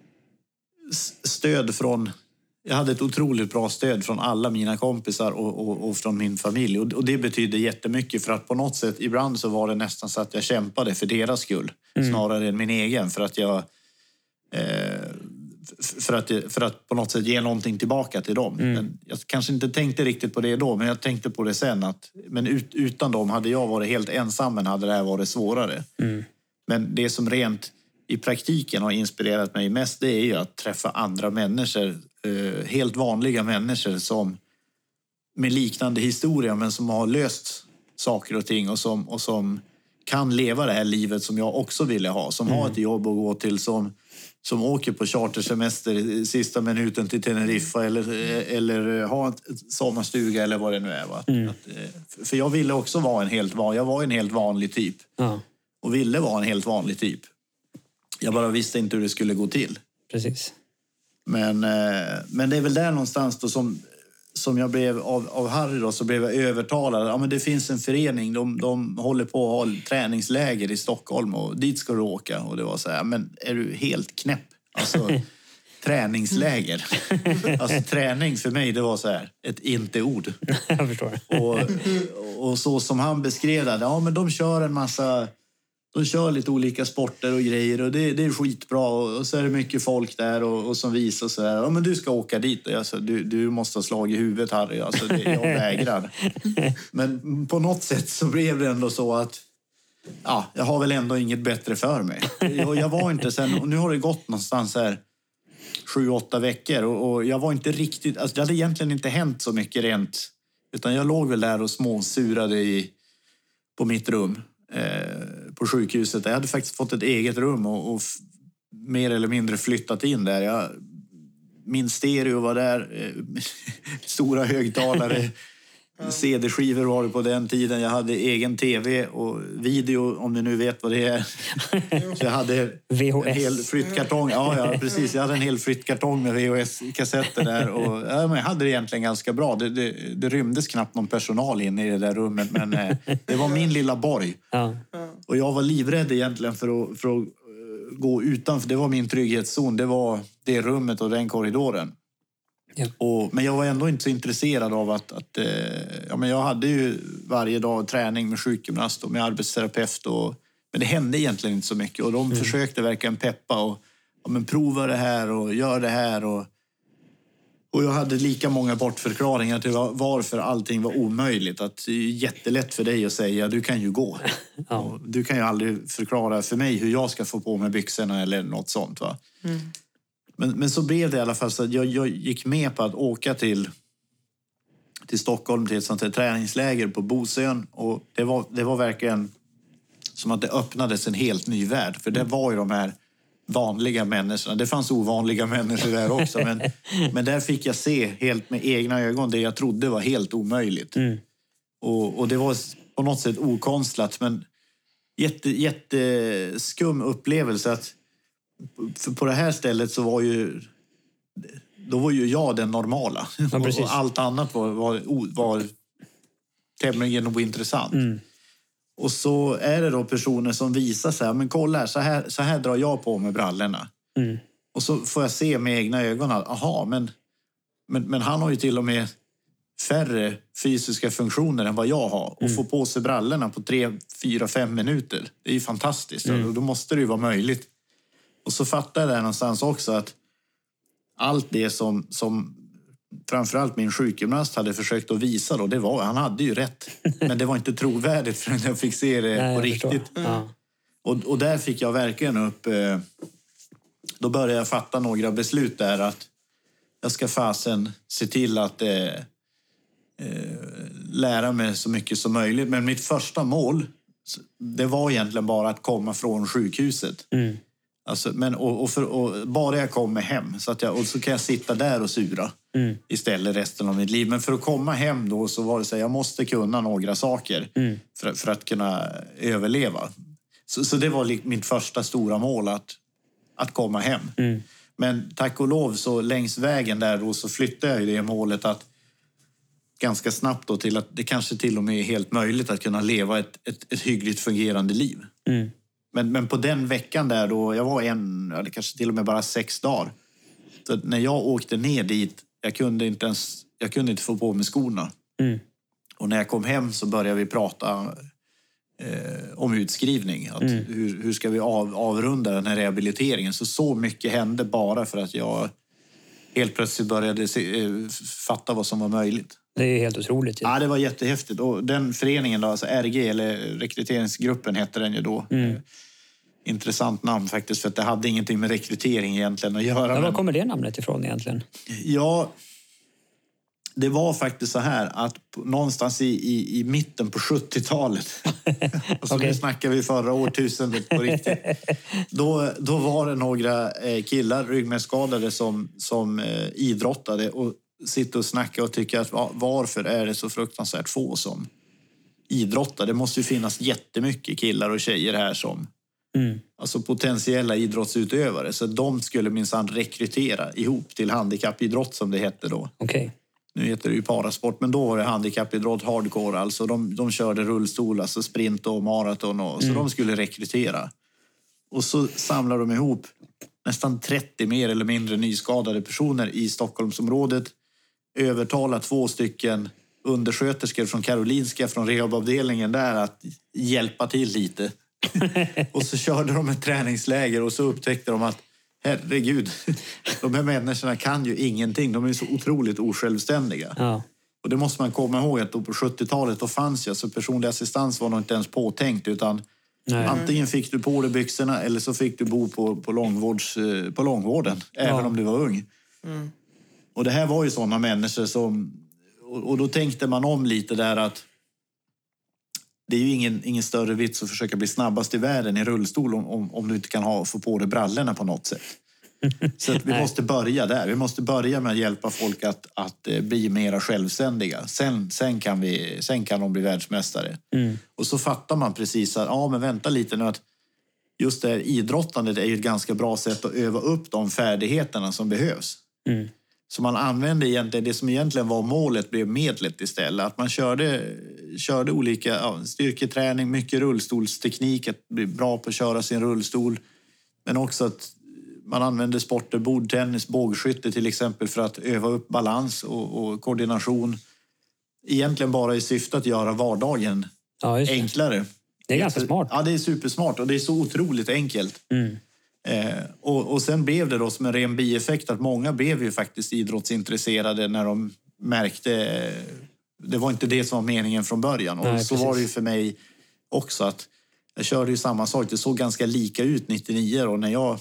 stöd från, jag hade ett otroligt bra stöd från alla mina kompisar och, och, och från min familj. Och, och det betyder jättemycket, för att på något sätt, ibland så var det nästan så att jag kämpade för deras skull. Mm. Snarare än min egen, för att jag eh, för, att, för att på något sätt ge någonting tillbaka till dem. Mm. Men jag kanske inte tänkte riktigt på det då, men jag tänkte på det sen. Att, men ut, utan dem hade jag varit helt ensam, men hade det här varit svårare. Mm. Men det som rent i praktiken har inspirerat mig mest, det är ju att träffa andra människor. Eh, helt vanliga människor som med liknande historia, men som har löst saker och ting och som, och som kan leva det här livet som jag också ville ha. Som mm. har ett jobb att gå till, som, som åker på chartersemester i sista minuten till Teneriffa eller, eller har ett sommarstuga eller vad det nu är. Va? Mm. Att, för jag ville också vara en helt van, jag var en helt vanlig typ. Mm. Och ville vara en helt vanlig typ. Jag bara visste inte hur det skulle gå till. Precis. Men, men det är väl där någonstans då som, som jag blev av, av Harry då, så blev jag övertalad. Ja, men det finns en förening, de, de håller på att ha träningsläger i Stockholm och dit ska du åka. Och det var så här, men är du helt knäpp? Alltså, träningsläger. Alltså träning för mig, det var så här, ett inte-ord. Jag förstår. Och, och så som han beskrev det, ja men de kör en massa... De kör lite olika sporter och grejer och det, det är skitbra. Och så är det mycket folk där och, och som visar så här, ja men du ska åka dit. Och jag sa, du, du måste ha slag i huvudet, Harry. Alltså, det, jag vägrar. Men på något sätt så blev det ändå så att ja, jag har väl ändå inget bättre för mig. Och jag var inte sen, och nu har det gått någonstans här sju, åtta veckor. Och, och jag var inte riktigt, alltså det hade egentligen inte hänt så mycket rent. Utan jag låg väl där och småsurade i, på mitt rum. Eh, på sjukhuset. Jag hade faktiskt fått ett eget rum och, och f- mer eller mindre flyttat in där. Jag, min stereo var där. Eh, stora högtalare. C D-skivor var det på den tiden. Jag hade egen tv och video, om ni nu vet vad det är. Så jag hade V H S. En hel flyttkartong. Ja, ja, precis. Jag hade en hel flyttkartong med V H S-kassetter där. Och, ja, men jag hade det egentligen ganska bra. Det, det, det rymdes knappt någon personal inne i det där rummet. Men eh, det var min lilla borg. Ja. Och jag var livrädd egentligen för att, för att gå utanför. Det var min trygghetszon. Det var det rummet och den korridoren. Ja. Och, men jag var ändå inte så intresserad av att... att eh, ja, men jag hade ju varje dag träning med sjukgymnast och med arbetsterapeut. Och, men det hände egentligen inte så mycket. Och de mm. försökte verkligen peppa och ja, men prova det här och gör det här. Och, och jag hade lika många bortförklaringar till varför allting var omöjligt. Att det är jättelätt för dig att säga, du kan ju gå. Ja. Och du kan ju aldrig förklara för mig hur jag ska få på mig byxorna eller något sånt, va? Mm. Men, men så blev det i alla fall så att jag, jag gick med på att åka till, till Stockholm till ett sånt här träningsläger på Bosön. Och det var, det var verkligen som att det öppnades en helt ny värld. För det var ju de här vanliga människorna. Det fanns ovanliga människor där också. Men, men där fick jag se helt med egna ögon det jag trodde var helt omöjligt. Mm. Och, och det var på något sätt okonstlat. Men jätte, jätteskum upplevelse att för på det här stället så var ju då var ju jag den normala. Ja, och allt annat var, var, var tämligen ointressant. Mm. Och så är det då personer som visar så här, men kolla här, så här, så här drar jag på med brallorna. Mm. Och så får jag se med egna ögon att aha, men, men, men han har ju till och med färre fysiska funktioner än vad jag har. Och mm. få på sig brallorna på tre, fyra, fem minuter. Det är ju fantastiskt. Mm. Och då måste det ju vara möjligt. Och så fattar jag där någonstans också att allt det som, som framförallt min sjukgymnast hade försökt att visa då, det var, han hade ju rätt. Men det var inte trovärdigt förrän jag fick se det Nej, på riktigt. Ja. Och, och där fick jag verkligen upp, eh, då började jag fatta några beslut där att jag ska fasen se till att eh, eh, lära mig så mycket som möjligt. Men mitt första mål, det var egentligen bara att komma från sjukhuset. Mm. Alltså, men, och, och, för, och bara jag kommer hem så, att jag, och så kan jag sitta där och sura mm. istället resten av mitt liv. Men för att komma hem då så var det så att jag måste kunna några saker mm. för, för att kunna överleva. Så, så det var mitt första stora mål, att, att komma hem. Mm. Men tack och lov så längs vägen där då så flyttade jag ju det målet att ganska snabbt då till att det kanske till och med är helt möjligt att kunna leva ett, ett, ett hyggligt fungerande liv. Mm. Men, men på den veckan där då, jag var en, eller kanske till och med bara sex dagar. Så när jag åkte ner dit, jag kunde inte ens, jag kunde inte få på mig skorna. Mm. Och när jag kom hem så började vi prata eh, om utskrivning. Att mm. hur, hur ska vi av, avrunda den här rehabiliteringen? Så så mycket hände bara för att jag helt plötsligt började se, eh, fatta vad som var möjligt. Det är helt otroligt. Ja, det var jättehäftigt. Och den föreningen då, alltså R G, eller rekryteringsgruppen hette den ju då. Mm. Intressant namn faktiskt, för att det hade ingenting med rekrytering egentligen att göra. Men var kommer det namnet ifrån egentligen? Ja, det var faktiskt så här att någonstans i, i, i mitten på sjuttiotalet, alltså okay. Nu snackar vi förra årtusendet på riktigt, då, då var det några killar, ryggmärgsskadade, som, som eh, idrottade och sitter och snackar och tycker att varför är det så fruktansvärt få som idrottar? Det måste ju finnas jättemycket killar och tjejer här som mm. alltså potentiella idrottsutövare. Så de skulle minsann rekrytera ihop till handikappidrott, som det hette då. Okay. Nu heter det ju parasport, men då var det handikappidrott hardcore. Alltså de, de körde rullstol, alltså sprint och maraton. Och, mm. Så de skulle rekrytera. Och så samlade de ihop nästan trettio mer eller mindre nyskadade personer i Stockholmsområdet. Övertala två stycken undersköterskor från Karolinska, från rehabavdelningen där, att hjälpa till lite. Och så körde de ett träningsläger och så upptäckte de att herregud, de här människorna kan ju ingenting. De är så otroligt osjälvständiga. Ja. Och det måste man komma ihåg, att då på sjuttiotalet då fanns ju, alltså personlig assistans var nog inte ens påtänkt, utan nej. Antingen fick du på dig byxorna eller så fick du bo på, på, långvårds, på långvården, ja. Även om du var ung. Mm. Och det här var ju sådana människor som... Och, och då tänkte man om lite där att det är ju ingen, ingen större vits att försöka bli snabbast i världen i rullstol om, om, om du inte kan ha, få på dig brallorna på något sätt. Så att vi måste börja där. Vi måste börja med att hjälpa folk att, att bli mera självständiga. Sen, sen, kan vi, sen kan de bli världsmästare. Mm. Och så fattar man precis att, ja men vänta lite nu, att just det här idrottandet är ju ett ganska bra sätt att öva upp de färdigheterna som behövs. Mm. Så man använde egentligen, det som egentligen var målet blev medlet istället. Att man körde, körde olika ja, styrketräning, mycket rullstolsteknik, att bli bra på att köra sin rullstol. Men också att man använde sporter, bordtennis, bågskytte till exempel, för att öva upp balans och, och koordination. Egentligen bara i syfte att göra vardagen ja, enklare. Det är ganska smart. Ja, det är supersmart och det är så otroligt enkelt. Mm. Eh, och, och sen blev det då som en ren bieffekt att många blev ju faktiskt idrottsintresserade när de märkte, eh, det var inte det som var meningen från början. Och nej, så precis. Var det ju för mig också, att jag körde ju samma sak. Det såg ganska lika ut nittionio och när jag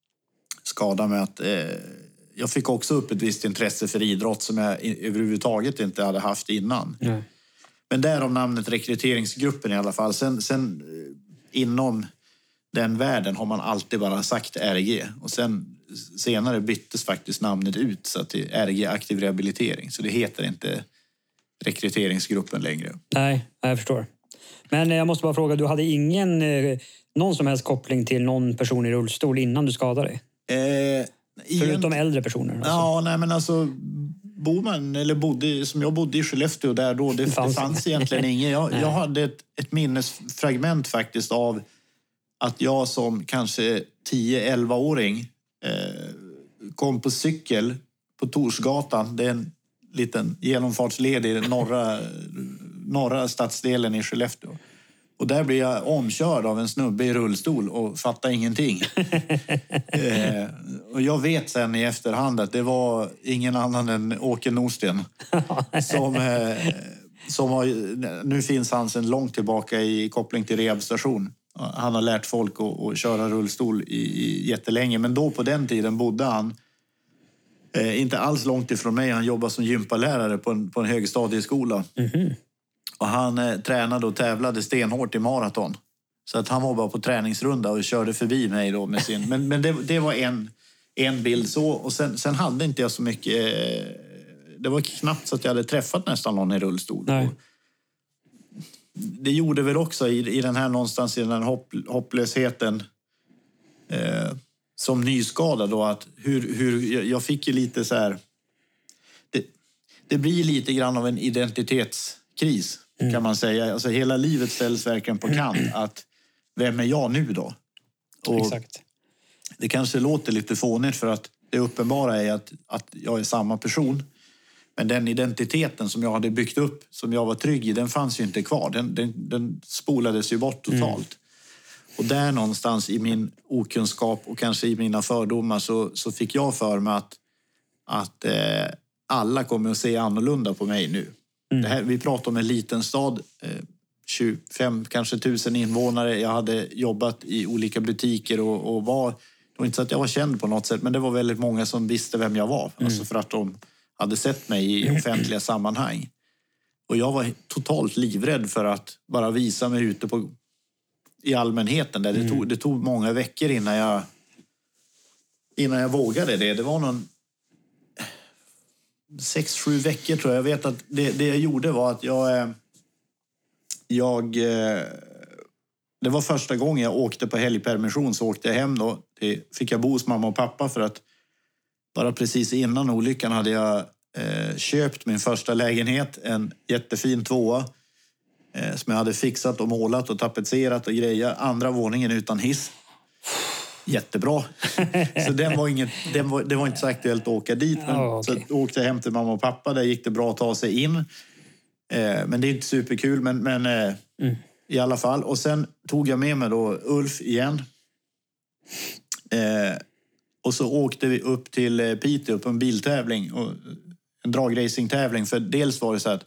skadade mig, att eh, jag fick också upp ett visst intresse för idrott som jag överhuvudtaget inte hade haft innan. Mm. Men därav namnet rekryteringsgruppen i alla fall. Sen, sen eh, inom den världen har man alltid bara sagt R G. Och sen senare byttes faktiskt namnet ut så till R G aktiv rehabilitering. Så det heter inte rekryteringsgruppen längre. Nej, jag förstår. Men jag måste bara fråga, du hade ingen någon som helst koppling till någon person i rullstol innan du skadade dig? Eh, Förutom igen... äldre personer? Alltså. Ja, nej men alltså... Bor man, eller bodde, som jag bodde i Skellefteå där då, det, det fanns, det fanns egentligen ingen. Jag, jag hade ett, ett minnesfragment faktiskt av att jag som kanske tio elva-åring eh, kom på cykel på Torsgatan. Det är en liten genomfartsled i norra, norra stadsdelen i Skellefteå. Och där blev jag omkörd av en snubbe i rullstol och fattade ingenting. eh, och jag vet sen i efterhand att det var ingen annan än Åke Norsten. som, eh, som har, nu finns han sedan långt tillbaka i koppling till rehabstation. Han har lärt folk att, att köra rullstol i, i jättelänge. Men då på den tiden bodde han Eh, inte alls långt ifrån mig. Han jobbar som gympalärare på en, på en högstadieskola. Mm-hmm. Och han eh, tränade och tävlade stenhårt i maraton. Så att han var bara på träningsrunda och körde förbi mig då med sin... Men, men det, det var en, en bild så. Och sen, sen hade inte jag så mycket... Eh, det var knappt så att jag hade träffat nästan någon i rullstol. Nej. Det gjorde väl också i, i den här någonstans i den här hopp, hopplösheten eh, som nyskadad då att hur, hur jag fick ju lite så här... Det, det blir lite grann av en identitetskris mm. kan man säga. Alltså hela livet ställs verkligen på kant att vem är jag nu då? Och exakt. Det kanske låter lite fånigt för att det uppenbara är att, att jag är samma person. Men den identiteten som jag hade byggt upp, som jag var trygg i, den fanns ju inte kvar. Den, den, den spolades ju bort totalt. Mm. Och där någonstans i min okunskap och kanske i mina fördomar så, så fick jag för mig att, att eh, alla kommer att se annorlunda på mig nu. Mm. Det här, vi pratar om en liten stad, eh, tjugofem kanske tusen invånare. Jag hade jobbat i olika butiker och, och var, det var inte så att jag var känd på något sätt, men det var väldigt många som visste vem jag var. Mm. Alltså för att de hade sett mig i offentliga sammanhang. Och jag var totalt livrädd för att bara visa mig ute på, i allmänheten. Där. Det, tog, det tog många veckor innan jag, innan jag vågade det. Det var någon sex, sju veckor tror jag. Jag vet att det, det jag gjorde var att jag... jag det var första gången jag åkte på helgpermission, så åkte jag hem då. Det fick jag bo hos mamma och pappa för att bara precis innan olyckan hade jag eh, köpt min första lägenhet. En jättefin tvåa eh, som jag hade fixat och målat och tapetserat och grejer. Andra våningen utan hiss. Jättebra. Så den var inget, den var, det var inte så aktuellt att åka dit. Men, oh, okay. Så åkte jag hem till mamma och pappa. Där gick det bra att ta sig in. Eh, men det är inte superkul. Men, men eh, mm. i alla fall. Och sen tog jag med mig då Ulf igen. Eh, Och så åkte vi upp till Piteå på en biltävling och en dragracingtävling. För dels var det så att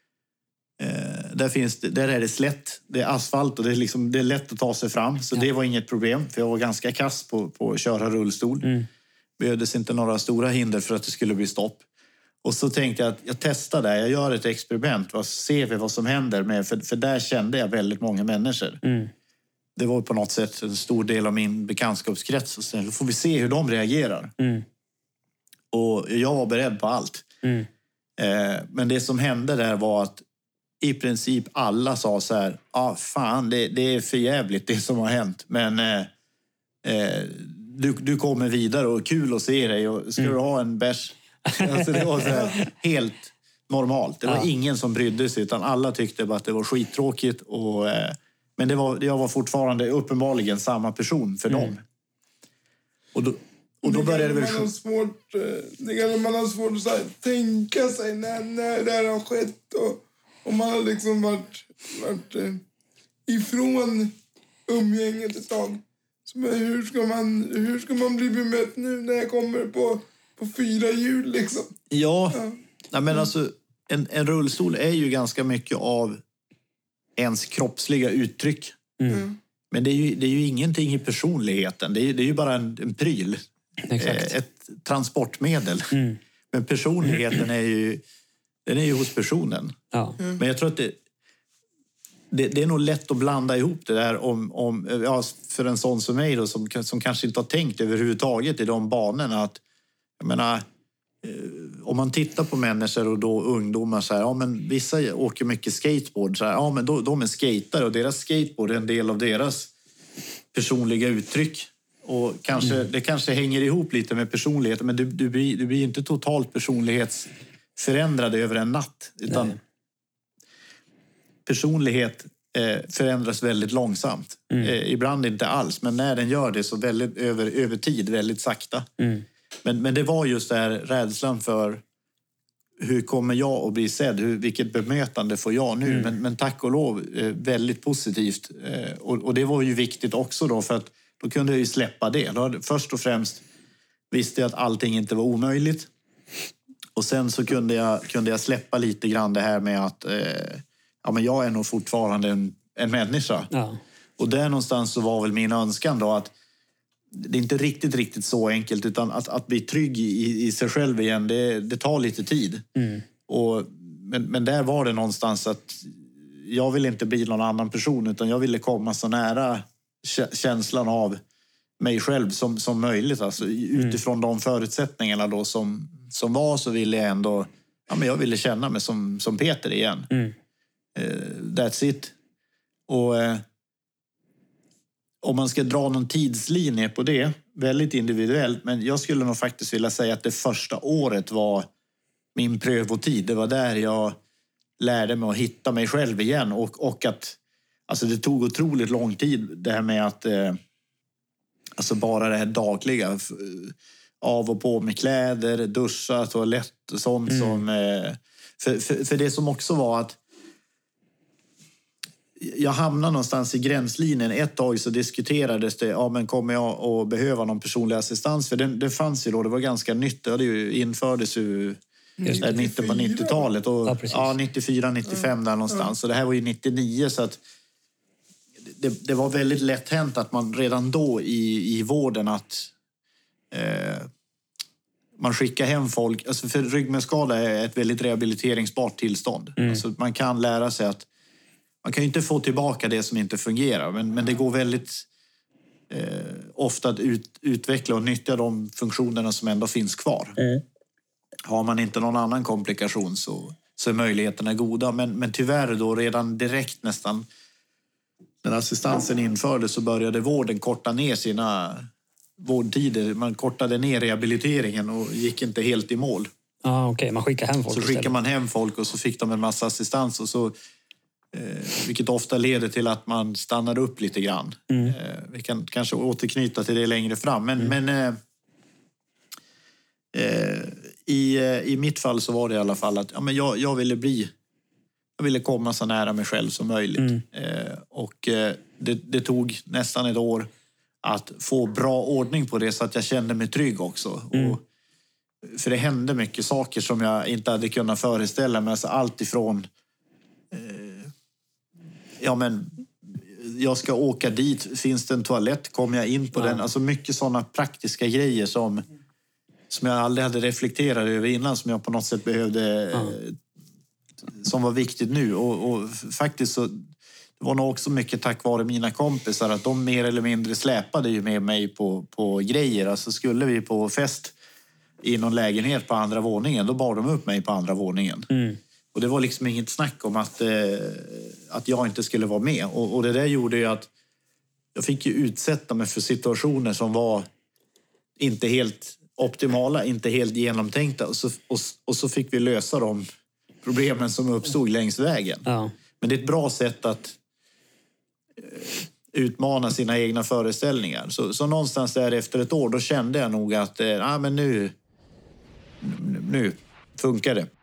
eh, där, finns det, där är det slätt, det är asfalt och det är, liksom, det är lätt att ta sig fram. Så ja. Det var inget problem för jag var ganska kass på, på att köra rullstol. Mm. Behövdes inte några stora hinder för att det skulle bli stopp. Och så tänkte jag att jag testar det, jag gör ett experiment. Vad ser vi vad som händer med, för, för där kände jag väldigt många människor. Mm. Det var på något sätt en stor del av min bekantskapskrets. Och sen får vi se hur de reagerar. Mm. Och jag var beredd på allt. Mm. Eh, men det som hände där var att i princip alla sa så här: ah, fan, det, det är för jävligt det som har hänt. Men eh, eh, du, du kommer vidare och kul att se dig. Och ska mm. du ha en bärs? Alltså, det var så här, helt normalt. Det var ja. ingen som brydde sig, utan alla tyckte bara att det var skittråkigt. Och... Eh, Men det var, jag var fortfarande uppenbarligen samma person för mm. dem. Och då, och då började det väl... Man har svårt, det kan man ha svårt att så här, tänka sig när, när det här har skett. Och, och man har liksom varit, varit eh, ifrån umgänget ett tag. Så, men hur, ska man, hur ska man bli bemött nu när jag kommer på, på fyra hjul liksom? Ja, ja. Nej, men alltså en, en rullstol är ju ganska mycket av ens kroppsliga uttryck. Mm. Men det är, ju, det är ju ingenting i personligheten. Det är, det är ju bara en, en pryl. Exakt. Ett transportmedel. Mm. Men personligheten är ju, den är ju hos personen. Ja. Mm. Men jag tror att det, det, det är nog lätt att blanda ihop det där om, om, ja, för en sån som mig då, som, som kanske inte har tänkt överhuvudtaget i de banorna. Att, jag menar, om man tittar på människor och då ungdomar så här, ja men vissa åker mycket skateboard så här, ja men då, de är skatare och deras skateboard är en del av deras personliga uttryck och kanske, mm. det kanske hänger ihop lite med personligheten, men du, du, blir, du blir inte totalt personlighetsförändrad över en natt, utan Nej. personlighet eh, förändras väldigt långsamt. Mm. Eh, ibland inte alls, men när den gör det så väldigt över, över tid, väldigt sakta. Mm. Men, men det var just det här rädslan för hur kommer jag att bli sedd? Hur, vilket bemötande får jag nu? Mm. Men, men tack och lov eh, väldigt positivt. Eh, och, och det var ju viktigt också då, för att då kunde jag ju släppa det. Då, först och främst visste jag att allting inte var omöjligt. Och sen så kunde jag, kunde jag släppa lite grann det här med att eh, ja, men jag är nog fortfarande en, en människa. Ja. Och där någonstans så var väl min önskan då att det är inte riktigt, riktigt så enkelt. Utan att, att bli trygg i, i sig själv igen, det, det tar lite tid. Mm. Och, men, men där var det någonstans att jag ville inte bli någon annan person. Utan jag ville komma så nära känslan av mig själv som, som möjligt. Alltså, utifrån mm. de förutsättningarna då som, som var, så ville jag ändå... Ja, men jag ville känna mig som, som Peter igen. Mm. Uh, that's it. Och... Uh, om man ska dra någon tidslinje på det, väldigt individuellt, men jag skulle nog faktiskt vilja säga att det första året var min prövotid. Det var där jag lärde mig att hitta mig själv igen. Och, och att, alltså det tog otroligt lång tid det här med att, eh, alltså bara det här dagliga, av och på med kläder, duscha, toalett och sånt mm. som, eh, för, för, för det som också var att jag hamnade någonstans i gränslinjen. Ett tag så diskuterades det, ja men kommer jag att behöva någon personlig assistans? För det, det fanns ju då, det var ganska nytt. Det hade ju infördes ju mm. mitten på nittiotalet. Och, ja, ja, nittiofyra, nittiofem mm. där någonstans. Mm. Så det här var ju nittionio, så att det, det var väldigt lätt hänt att man redan då i, i vården att eh, man skickar hem folk. Alltså för ryggmärgsskada är ett väldigt rehabiliteringsbart tillstånd. Mm. Alltså man kan lära sig att man kan ju inte få tillbaka det som inte fungerar, men, men det går väldigt eh, ofta att ut, utveckla och nyttja de funktionerna som ändå finns kvar. Mm. Har man inte någon annan komplikation så, så är möjligheterna goda. Men, men tyvärr då redan direkt nästan när assistansen infördes så började vården korta ner sina vårdtider. Man kortade ner rehabiliteringen och gick inte helt i mål. Ah, okej, okay. Man skickar hem folk Så istället. skickar man hem folk och så fick de en massa assistans och så... Eh, vilket ofta leder till att man stannar upp lite grann. Mm. Eh, vi kan kanske återknyta till det längre fram. Men, mm. men eh, eh, i, i mitt fall så var det i alla fall att ja, men jag, jag ville bli... Jag ville komma så nära mig själv som möjligt. Mm. Eh, och eh, det, det tog nästan ett år att få bra ordning på det så att jag kände mig trygg också. Mm. Och, för det hände mycket saker som jag inte hade kunnat föreställa mig. Alltså allt ifrån... Eh, ja men jag ska åka dit, finns det en toalett, kommer jag in på ja. den? Alltså mycket sådana praktiska grejer som, som jag aldrig hade reflekterat över innan, som jag på något sätt behövde, ja. som var viktigt nu. Och, och faktiskt så, det var nog också mycket tack vare mina kompisar att de mer eller mindre släpade ju med mig på, på grejer. Alltså skulle vi på fest i någon lägenhet på andra våningen, då bar de upp mig på andra våningen. Mm. Och det var liksom inget snack om att, eh, att jag inte skulle vara med. Och, och det där gjorde ju att jag fick ju utsätta mig för situationer som var inte helt optimala, inte helt genomtänkta. Och så, och, och så fick vi lösa de problemen som uppstod längs vägen. Ja. Men det är ett bra sätt att eh, utmana sina egna föreställningar. Så, så någonstans där efter ett år, då kände jag nog att eh, ah, men nu, nu funkar det.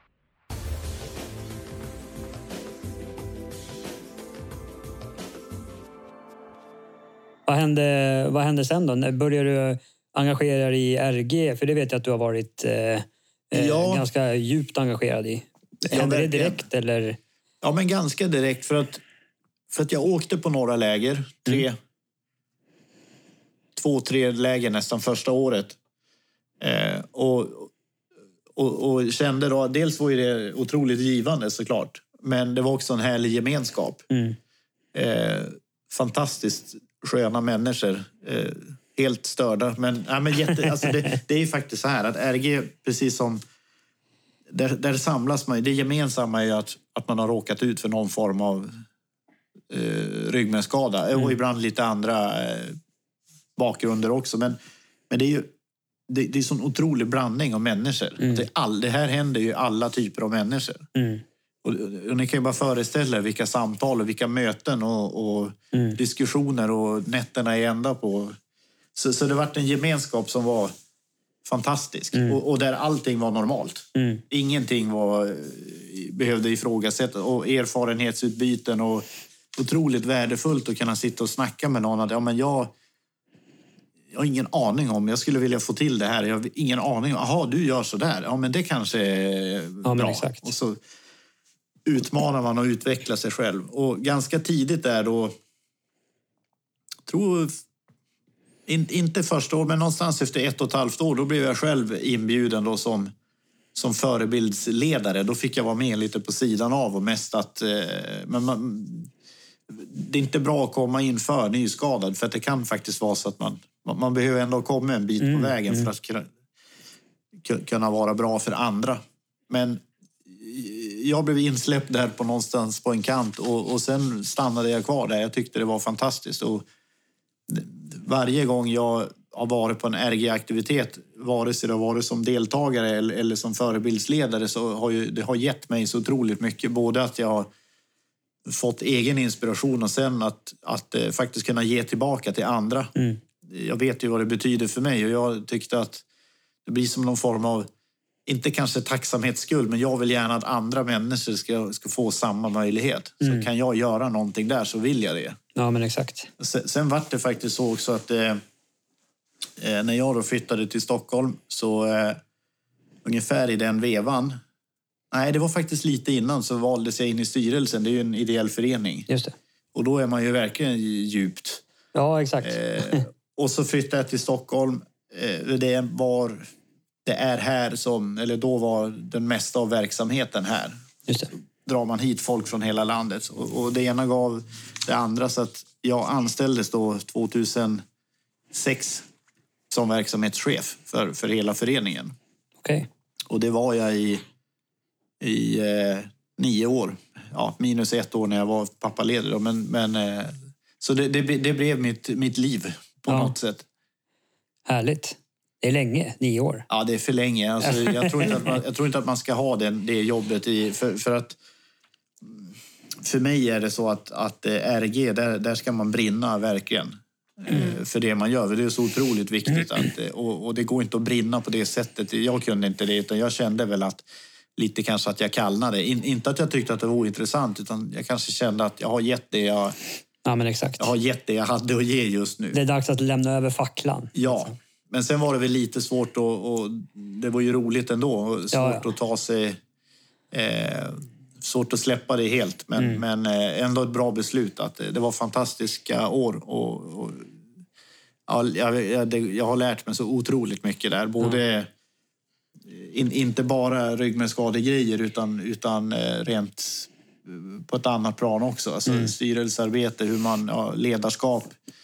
Vad hände, vad hände sen då? Började du engagera dig i R G? För det vet jag att du har varit eh, ja. ganska djupt engagerad i. Hände ja, det direkt eller? Ja, men ganska direkt för att, för att jag åkte på några läger. Tre, mm. Två, tre läger nästan första året. Eh, och, och, och kände då, dels var det otroligt givande såklart. Men det var också en härlig gemenskap. Mm. Eh, fantastiskt sköna människor. Eh, helt störda. Men, ja, men jätte, alltså det, det är ju faktiskt så här att R G, precis som där, där samlas man. Det gemensamma är att, att man har råkat ut för någon form av eh, ryggmärgsskada. Mm. Och ibland lite andra eh, bakgrunder också. Men, men det är ju det, det är sån otrolig blandning av människor. Mm. Det, all, det här händer ju alla typer av människor. Mm. Och, och ni kan ju bara föreställa er vilka samtal och vilka möten och, och mm. diskussioner och nätterna är ända på. Så, så det var en gemenskap som var fantastisk. Mm. Och, och där allting var normalt. Mm. Ingenting var, behövde ifrågasättas. Och erfarenhetsutbyten och otroligt värdefullt att kunna sitta och snacka med någon. Att, ja, men jag, jag har ingen aning om, jag skulle vilja få till det här. Jag har ingen aning om, jaha, du gör så där. Ja, men det kanske är ja, bra. Exakt. Och så utmanar man och utvecklar sig själv. Och ganska tidigt där då, tror In, inte första år, men någonstans efter ett och ett halvt år, då blev jag själv inbjuden då som, som förebildsledare. Då fick jag vara med lite på sidan av och mest att... Eh, men man, det är inte bra att komma in för nyskadad, för att det kan faktiskt vara så att man, man behöver ändå komma en bit Mm, på vägen mm. för att kunna, kunna vara bra för andra. Men jag blev insläppt där på någonstans på en kant och, och sen stannade jag kvar där. Jag tyckte det var fantastiskt. Och varje gång jag har varit på en R G-aktivitet, vare sig det har varit som deltagare eller, eller som förebildsledare, så har ju, det har gett mig så otroligt mycket. Både att jag har fått egen inspiration och sen att, att eh, faktiskt kunna ge tillbaka till andra. Mm. Jag vet ju vad det betyder för mig och jag tyckte att det blir som någon form av, inte kanske tacksamhetsskuld, men jag vill gärna att andra människor ska, ska få samma möjlighet. Mm. Så kan jag göra någonting där så vill jag det. Ja, men exakt. Sen, sen var det faktiskt så också att eh, när jag då flyttade till Stockholm så eh, ungefär i den vevan, nej det var faktiskt lite innan, så valdes jag in i styrelsen. Det är ju en ideell förening. Just det. Och då är man ju verkligen djupt. Ja, exakt. Eh, och så flyttade jag till Stockholm. Eh, det var... Det är här som, eller då var den mesta av verksamheten här. Just det. Drar man hit folk från hela landet. Och, och det ena gav det andra, så att jag anställdes då tjugohundrasex som verksamhetschef för, för hela föreningen. Okej. Okay. Och det var jag i, i eh, nio år. Ja, minus ett år när jag var pappaledig då. Men, men, eh, så det, det, det blev mitt, mitt liv på Ja. något sätt. Härligt. Det är länge, nio år. Ja, det är för länge. Alltså, jag, tror inte att man, jag tror inte att man ska ha det, det jobbet i... För, för att för mig är det så att, att R G, där, där ska man brinna verkligen mm. för det man gör. Det är så otroligt viktigt. Att, och, och det går inte att brinna på det sättet. Jag kunde inte det, utan jag kände väl att lite kanske att jag kallnade. In, inte att jag tyckte att det var ointressant, utan jag kanske kände att jag har gett det jag... Ja, men exakt. Jag har gett det jag hade att ge just nu. Det är dags att lämna över facklan. Ja. Men sen var det väl lite svårt och, och det var ju roligt ändå. Svårt ja, ja. att ta sig... Eh, svårt att släppa det helt. Men, mm. men eh, ändå ett bra beslut. Att det, det var fantastiska år. Och, och, ja, jag, jag, det, jag har lärt mig så otroligt mycket där. Både... Mm. In, inte bara ryggmärgsskadegrejer utan, utan eh, rent på ett annat plan också. Alltså mm. styrelsearbete, hur man... Ja, ledarskap...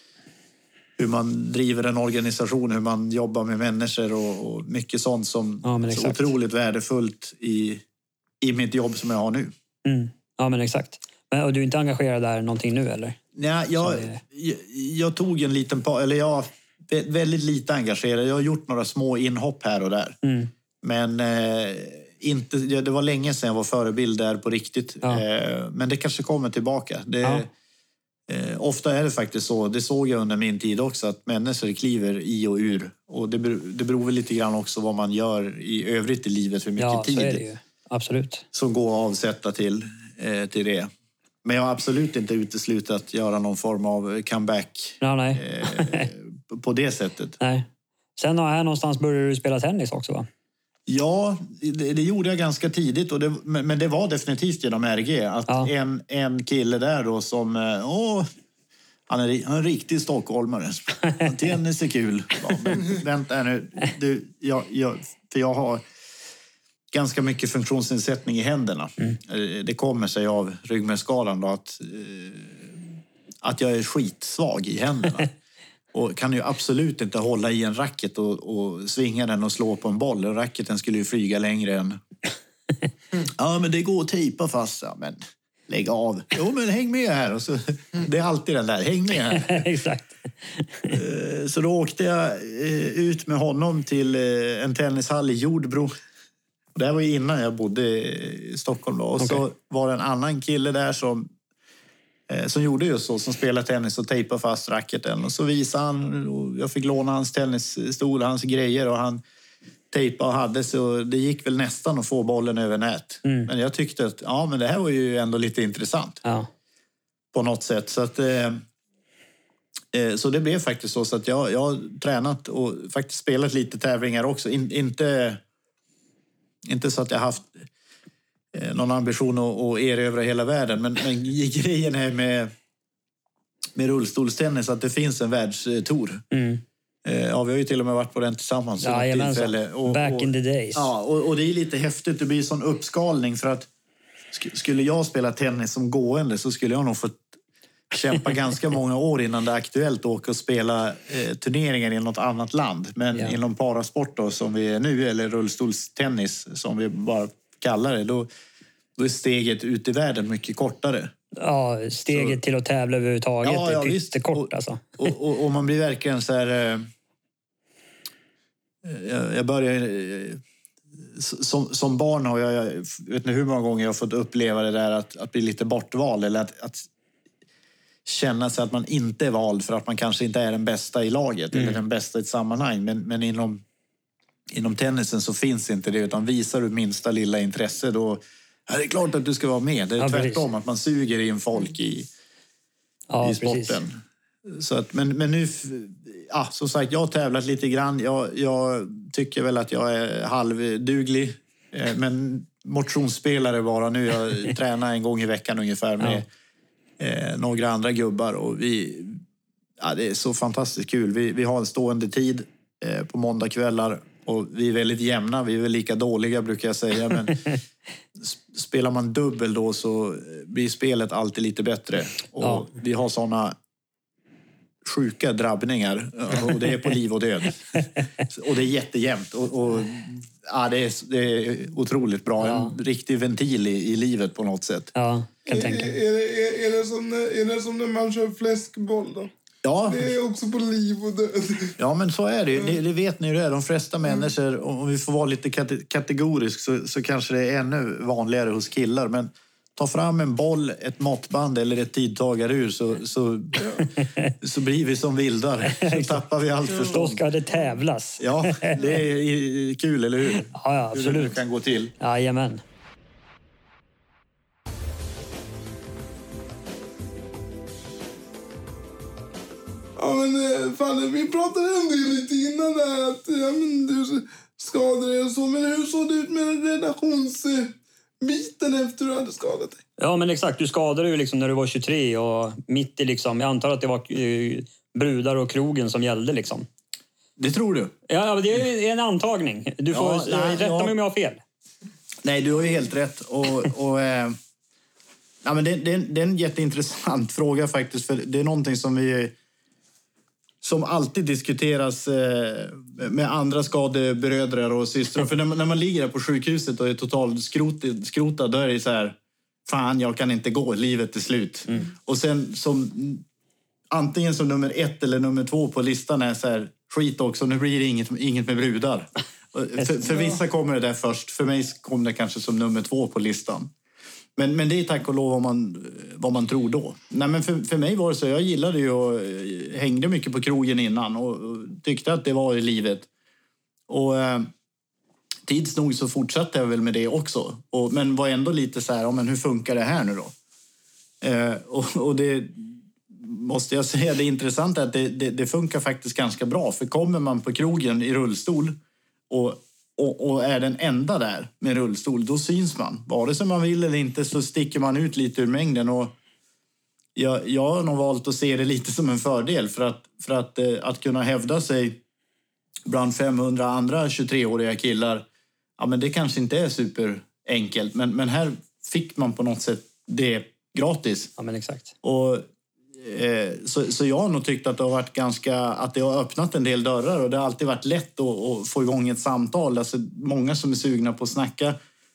Hur man driver en organisation, hur man jobbar med människor och, och mycket sånt som ja, är så otroligt värdefullt i, i mitt jobb som jag har nu. Mm. Ja, men exakt. Men, och du är inte engagerad där någonting nu, eller? Nej, jag, är... jag, jag tog en liten... Eller jag är väldigt lite engagerad. Jag har gjort några små inhopp här och där. Mm. Men eh, inte, det var länge sedan jag var förebild där på riktigt. Ja. Eh, men det kanske kommer tillbaka. Det ja. Eh, ofta är det faktiskt så, det såg jag under min tid också, att människor kliver i och ur. Och det, beror, det beror väl lite grann också vad man gör i övrigt i livet, för mycket ja, tid. Så är det ju. Absolut. Som går att avsätta till, eh, till det. Men jag har absolut inte uteslutat att göra någon form av comeback ja, nej. eh, på det sättet. Nej. Sen här någonstans började du spela tennis också, va? Ja, det, det gjorde jag ganska tidigt. Och det, men det var definitivt genom R G. Att ja. en, en kille där då som... Åh, han, är, han är en riktig stockholmare. Tennis är kul. Ja, men vänta nu. Du, jag, jag, för jag har ganska mycket funktionsnedsättning i händerna. Mm. Det kommer sig av ryggmärgsskadan då att, att jag är skitsvag i händerna. Och kan ju absolut inte hålla i en racket och, och svinga den och slå på en boll. Racketen skulle ju flyga längre än... Ja, men det går att tejpa fast. Ja, men lägg av. Jo, men häng med här. Och så, det är alltid den där. Häng med här. Exakt. Så då åkte jag ut med honom till en tennishall i Jordbro. Det här var ju innan jag bodde i Stockholm då. Och okay. så var det en annan kille där som... som gjorde just så, som spelade tennis och tejpade fast racketen. Och så visade han, och jag fick låna hans tennisstol, hans grejer, och han tejpade och hade, så det gick väl nästan att få bollen över nät. Mm. Men jag tyckte att ja, men det här var ju ändå lite intressant. Ja. På något sätt. Så att eh, så det blev faktiskt så, så att jag, jag har tränat och faktiskt spelat lite tävlingar också. In, inte, inte så att jag haft någon ambition att, att erövra hela världen. Men, men grejen är med, med rullstolstennis att det finns en världstour. Mm. Ja, vi har ju till och med varit på den tillsammans. Ja, och, back och, in the days. Ja, och, och det är lite häftigt. Det blir sån uppskalning för att sk- skulle jag spela tennis som gående så skulle jag nog få kämpa ganska många år innan det är aktuellt att åka och spela eh, turneringar i något annat land. Men ja. Inom parasport då, som vi är nu, eller rullstolstennis som vi bara kallar det, då, då är steget ut i världen mycket kortare. Ja, steget så, till att tävla överhuvudtaget ja, ja, är pyttekort alltså. Och, och, och man blir verkligen så här... Eh, jag, jag börjar... Eh, som, som barn har jag, jag vet inte hur många gånger jag har fått uppleva det där att, att bli lite bortvald eller att, att känna sig att man inte är vald för att man kanske inte är den bästa i laget mm. eller den bästa i ett sammanhang. Men, men inom, inom tennisen så finns inte det, utan visar du minsta lilla intresse då är det klart att du ska vara med. Det är ja, tvärtom precis. Att man suger in folk i, ja, i sporten. Precis. Så att, men, men nu, ja, som sagt, jag har tävlat lite grann. Jag, jag tycker väl att jag är halvduglig. Men motionsspelare bara nu. Jag tränar en gång i veckan ungefär med ja. eh, några andra gubbar. Och vi, ja, det är så fantastiskt kul. Vi, vi har en stående tid eh, på måndagkvällar. Och vi är väldigt jämna. Vi är väl lika dåliga brukar jag säga. Men spelar man dubbel då så blir spelet alltid lite bättre. Och ja. Vi har såna sjuka drabbningar. Och det är på liv och död. Och det är jättejämnt. Och, och ja, det, är, det är otroligt bra. Ja. En riktig ventil i, i livet på något sätt. Ja, kan tänka. Är, är, är, är, det som, är det som när man kör fläskboll då? Ja. Det är också på liv och död. Ja, men så är det. Det, det vet ni ju det. De flesta människor, om vi får vara lite kategorisk så, så kanske det är ännu vanligare hos killar. Men ta fram en boll, ett måttband eller ett tidtagarur så, så, så blir vi som vildar. Så tappar vi allt förstånd. Då ska det tävlas. Ja, det är kul, eller hur? Ja, ja absolut. Hur det kan gå till. Jajamän. Ja, men fan, vi pratade en del lite innan där att ja, men du skadade dig och så. Men hur såg det ut med relationsbiten efter du hade skadat dig? Ja, men exakt. Du skadade ju liksom när du var tjugotre och mitt i liksom, jag antar att det var uh, brudar och krogen som gällde liksom. Det tror du? Ja, det är en antagning. Du får ja, nej, rätta ja. mig om jag har fel. Nej, du har ju helt rätt. Och, och, eh, ja, men det, det, det är en jätteintressant fråga faktiskt. För det är någonting som vi... som alltid diskuteras eh, med andra skadebrödrar och systrar. För när man, när man ligger där på sjukhuset och är totalt skrot, skrotad, då är det så här, fan, jag kan inte gå, livet är slut. Mm. Och sen som antingen som nummer ett eller nummer två på listan är så här, skit också, nu blir det inget, inget med brudar. För, för vissa kommer det där först, för mig kom det kanske som nummer två på listan. Men, men det är tack och lov vad man, vad man tror då. Nej, men för, för mig var det så, jag gillade ju och hängde mycket på krogen innan och, och tyckte att det var i livet. Och eh, tids nog så fortsatte jag väl med det också. Och, men var ändå lite så här, ja, men hur funkar det här nu då? Eh, och, och det måste jag säga, det är intressant att det, det, det funkar faktiskt ganska bra. För kommer man på krogen i rullstol och Och, och är den enda där med rullstol, då syns man. Vare sig man vill eller inte så sticker man ut lite ur mängden. Och jag, jag har nog valt att se det lite som en fördel för att, för att, eh, att kunna hävda sig bland femhundra andra tjugotreåriga killar. Ja, men det kanske inte är superenkelt, men, men här fick man på något sätt det gratis. Ja, men exakt. Och Så, så jag har nog tyckt att det har varit ganska, att det har öppnat en del dörrar och det har alltid varit lätt att, att få igång ett samtal. Alltså många som är sugna på att snacka,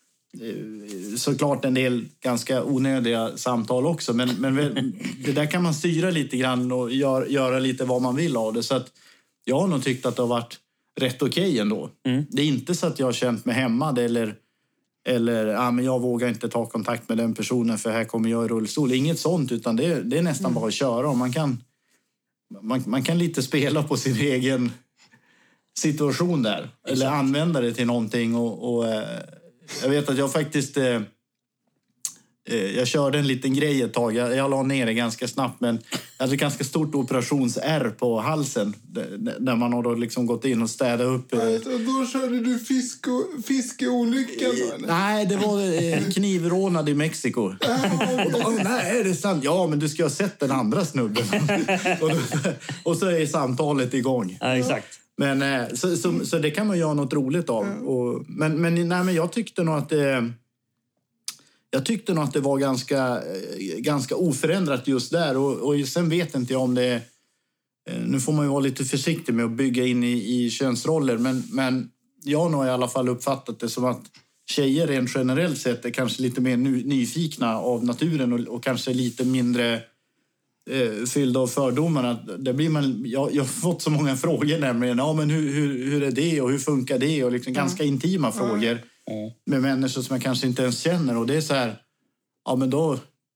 såklart en del ganska onödiga samtal också, men, men det där kan man styra lite grann och gör, göra lite vad man vill av det. Så att jag har nog tyckt att det har varit rätt okej okay ändå. Mm. Det är inte så att jag har känt mig hämmad eller Eller, ja, men jag vågar inte ta kontakt med den personen för här kommer jag i rullstol. Inget sånt, utan det är, det är nästan mm. bara att köra. Och man, kan, man, man kan lite spela på sin egen situation där. Exakt. Eller använda det till någonting. Och, och, jag vet att jag faktiskt... eh, jag körde en liten grej ett tag. Jag, jag la ner det ganska snabbt, men jag hade ett ganska stort operations-R på halsen. Där man har då liksom gått in och städat upp. Eh. Alltså, då körde du fisk och, fiskeolyckan? Eh, nej, det var eh, knivrånad i Mexiko. Och då, nej, är det sant? Ja, men du ska ha sett den andra snubben. och, då, och så är samtalet igång. Ja, exakt. Men, eh, så, så, så det kan man göra något roligt av. Och, men, men, nej, men jag tyckte nog att det... Jag tyckte nog att det var ganska, ganska oförändrat just där. Och, och sen vet inte jag om det... Nu får man ju vara lite försiktig med att bygga in i, i könsroller. Men, men jag har nog i alla fall uppfattat det som att tjejer rent generellt sett är kanske lite mer ny, nyfikna av naturen. Och, och kanske lite mindre eh, fyllda av fördomar. Det blir man, jag, jag har fått så många frågor nämligen. Ja, men hur, hur, hur är det och hur funkar det? Och liksom ganska intima frågor. Mm. Med människor som jag kanske inte ens känner. Och det är så här, ja men då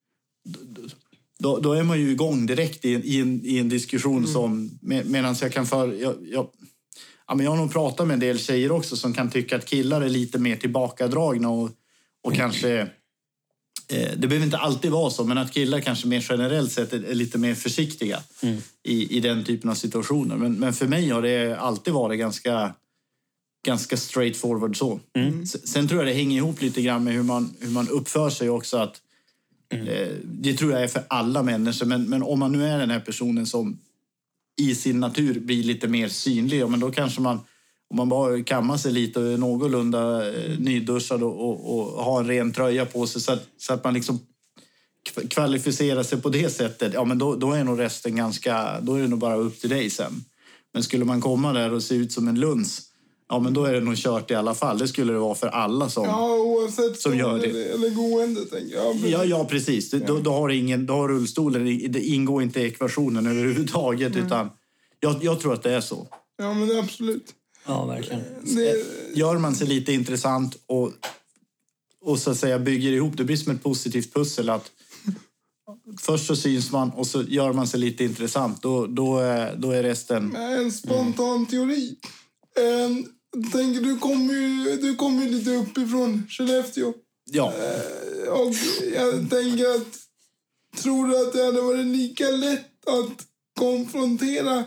då, då är man ju igång direkt i, i, en, i en diskussion mm. som, med, medan jag kan för jag, jag, ja, men jag har nog pratat med en del tjejer också som kan tycka att killar är lite mer tillbakadragna och, och mm. kanske eh, det behöver inte alltid vara så, men att killar kanske mer generellt sett är, är lite mer försiktiga mm. i, i den typen av situationer. Men, men för mig har det alltid varit ganska ganska straightforward så. Mm. Sen tror jag det hänger ihop lite grann med hur man, hur man uppför sig också. Att, mm. eh, det tror jag är för alla människor. Men, men om man nu är den här personen som i sin natur blir lite mer synlig. Ja, men då kanske man, om man bara kammar sig lite och är någorlunda eh, nyduschad och, och, och har en ren tröja på sig. Så att, så att man liksom kvalificerar sig på det sättet. Ja, men då, då är nog resten ganska... Då är det nog bara upp till dig sen. Men skulle man komma där och se ut som en luns, ja, men då är det nog kört i alla fall. Det skulle det vara för alla som, ja, oavsett som gör det. Eller, eller gående, tänker jag. Ja, ja, precis. Ja. Då, då har ingen, då har rullstolen, det ingår inte i ekvationen överhuvudtaget. Mm. Utan jag, jag tror att det är så. Ja, men det är absolut. Ja, verkligen. Det... Gör man sig lite intressant och, och så att säga bygger ihop, det blir som ett positivt pussel att först så syns man och så gör man sig lite intressant. Då, då, då är resten... En spontan mm. teori. En... Tänker, du kommer ju, du kommer ju lite uppifrån Skellefteå. Ja. Eh, och jag tänker att... Tror du att det hade varit lika lätt att konfrontera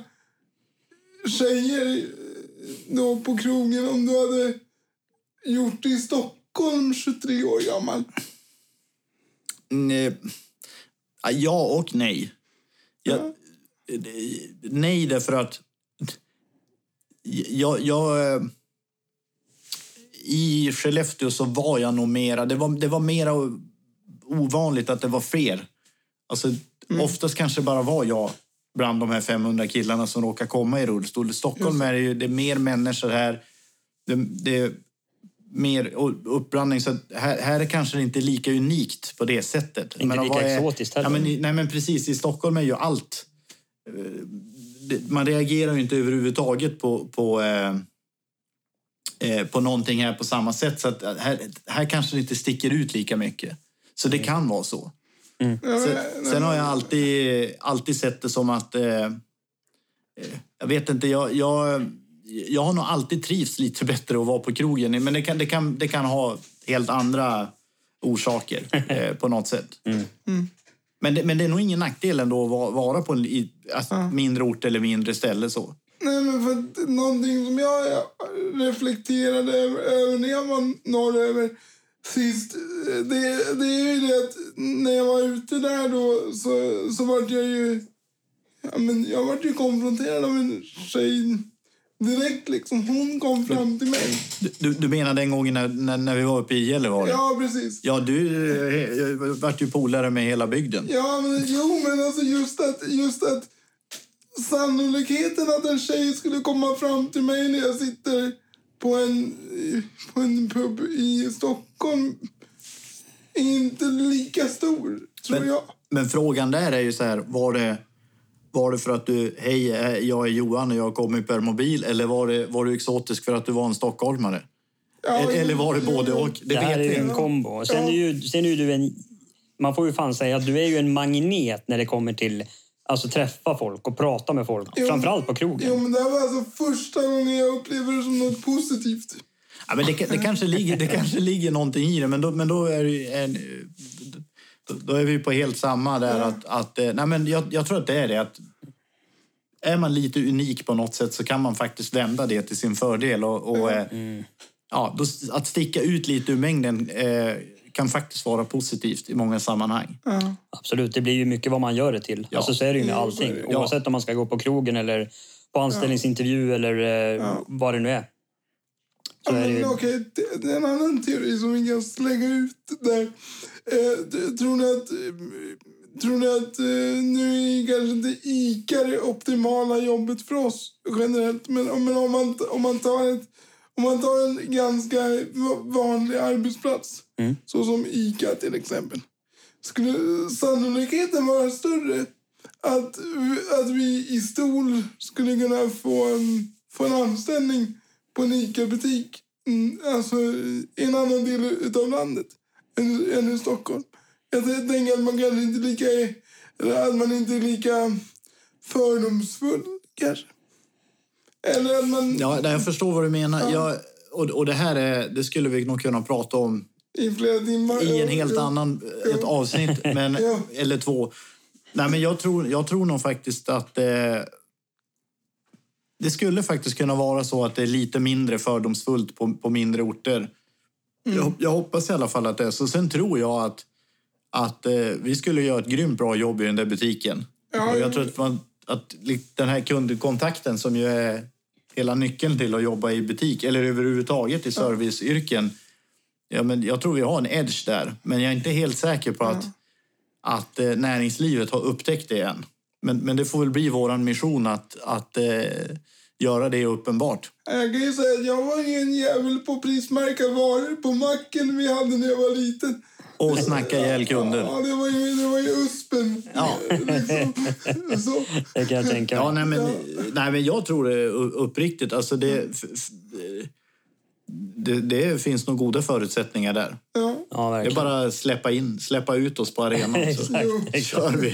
tjejer då på krogen om du hade gjort det i Stockholm tjugotre år gammal? Nej. Ja och nej. Jag, ja. Nej, därför att... Jag, jag, i Skellefteå så var jag nog mera... Det var, det var mera ovanligt att det var fler. Alltså, mm. oftast kanske bara var jag bland de här femhundra killarna som råkar komma i rullstol. I Stockholm är det, ju, det är mer människor här. Det, det är mer uppblandning. Så här, här är kanske inte lika unikt på det sättet. Inte men lika exotiskt heller. Ja, men, nej, men precis. I Stockholm är ju allt... Man reagerar ju inte överhuvudtaget på, på, eh, på någonting här på samma sätt. Så att här, här kanske det inte sticker ut lika mycket. Så det kan vara så. Mm. Sen, sen har jag alltid, alltid sett det som att... Eh, jag vet inte, jag, jag, jag har nog alltid trivs lite bättre att vara på krogen. Men det kan, det kan, det kan ha helt andra orsaker eh, på något sätt. Mm. Mm. Men, det, men det är nog ingen nackdel ändå att vara, vara på en i, alltså, ja. mindre ort eller mindre ställe så. Nej, men för att någonting som jag reflekterade över när jag var norröver sist, det, det är ju det att när jag var ute där då så, så var jag ju ja, men jag var ju konfronterad av en tjej direkt liksom. Hon kom fram till mig. Du, du menar den gången när, när, när vi var uppe i Gällivare? Ja, precis. Ja, du vart ju polare med hela bygden. Ja, men jo, men alltså just att, just att sannolikheten att en tjej skulle komma fram till mig när jag sitter på en, på en pub i Stockholm är inte lika stor, tror men, jag. Men frågan där är ju så här, var det... Var det för att du, hej, jag är Johan och jag kommer per mobil? Eller var det, var du exotisk för att du var en stockholmare? Ja, eller var det både och? Det, det här vet är ju en kombo. Sen är ju, sen är du en... Man får ju fan säga att du är ju en magnet när det kommer till alltså träffa folk och prata med folk. Jo, framförallt på krogen. Jo, men det var alltså första gången jag upplever det som något positivt. Ja, men det, det, kanske ligger, det kanske ligger någonting i det. Men då, men då är det en... Då är vi på helt samma där. Att, att, nej men jag, jag tror att det är det. Att är man lite unik på något sätt så kan man faktiskt vända det till sin fördel. Och, och mm. ja, då, att sticka ut lite ur mängden eh, kan faktiskt vara positivt i många sammanhang. Mm. Absolut, det blir ju mycket vad man gör det till. Ja. Alltså så är det ju med allting. Ja. Oavsett om man ska gå på krogen eller på anställningsintervju ja. eller eh, ja. vad det nu är. Ja, men, ju... okej, det, det är en annan teori som vi kan slänga ut där. Eh, tror ni att, tror ni att eh, nu är kanske inte ICA det optimala jobbet för oss generellt, men, men om, man, om, man tar ett, om man tar en ganska vanlig arbetsplats, mm. så som ICA till exempel, skulle sannolikheten vara större att, att vi i stol skulle kunna få en, få en anställning på en ICA-butik, alltså i en annan del av landet än, än i Stockholm. Jag tänker att man kanske inte lika är, eller att man inte är lika fördomsfull kanske. Eller att man... Ja, jag förstår vad du menar. Ja. Jag, och, och det här är, det skulle vi nog kunna prata om i flera timmar. I en helt ja. annan ja. ett avsnitt, men, ja. eller två. Nej, men jag tror, jag tror nog faktiskt att eh, det skulle faktiskt kunna vara så att det är lite mindre fördomsfullt på, på mindre orter. Mm. Jag, jag hoppas i alla fall att det är så. Sen tror jag att, att eh, vi skulle göra ett grymt bra jobb i den där butiken. Ja, och jag tror att, man, att den här kundkontakten som ju är hela nyckeln till att jobba i butik eller överhuvudtaget i serviceyrken. Ja, men jag tror vi har en edge där. Men jag är inte helt säker på att, ja. att eh, näringslivet har upptäckt det än. Men, men det får väl bli våran mission att, att eh, göra det uppenbart. Jag kan ju säga att jag var en jävel på prismärka varor på macken vi hade när jag var liten. Och snacka ihjäl kunder. Ja, det var ju, det var ju uspen. Ja. Liksom. Så. Det kan jag tänka mig. Ja, nej, men, ja. nej, men jag tror det uppriktigt. Alltså det, det, det finns nog goda förutsättningar där. Ja. Ja, det är bara att släppa in, släppa ut oss på arenan. Så exakt, kör vi.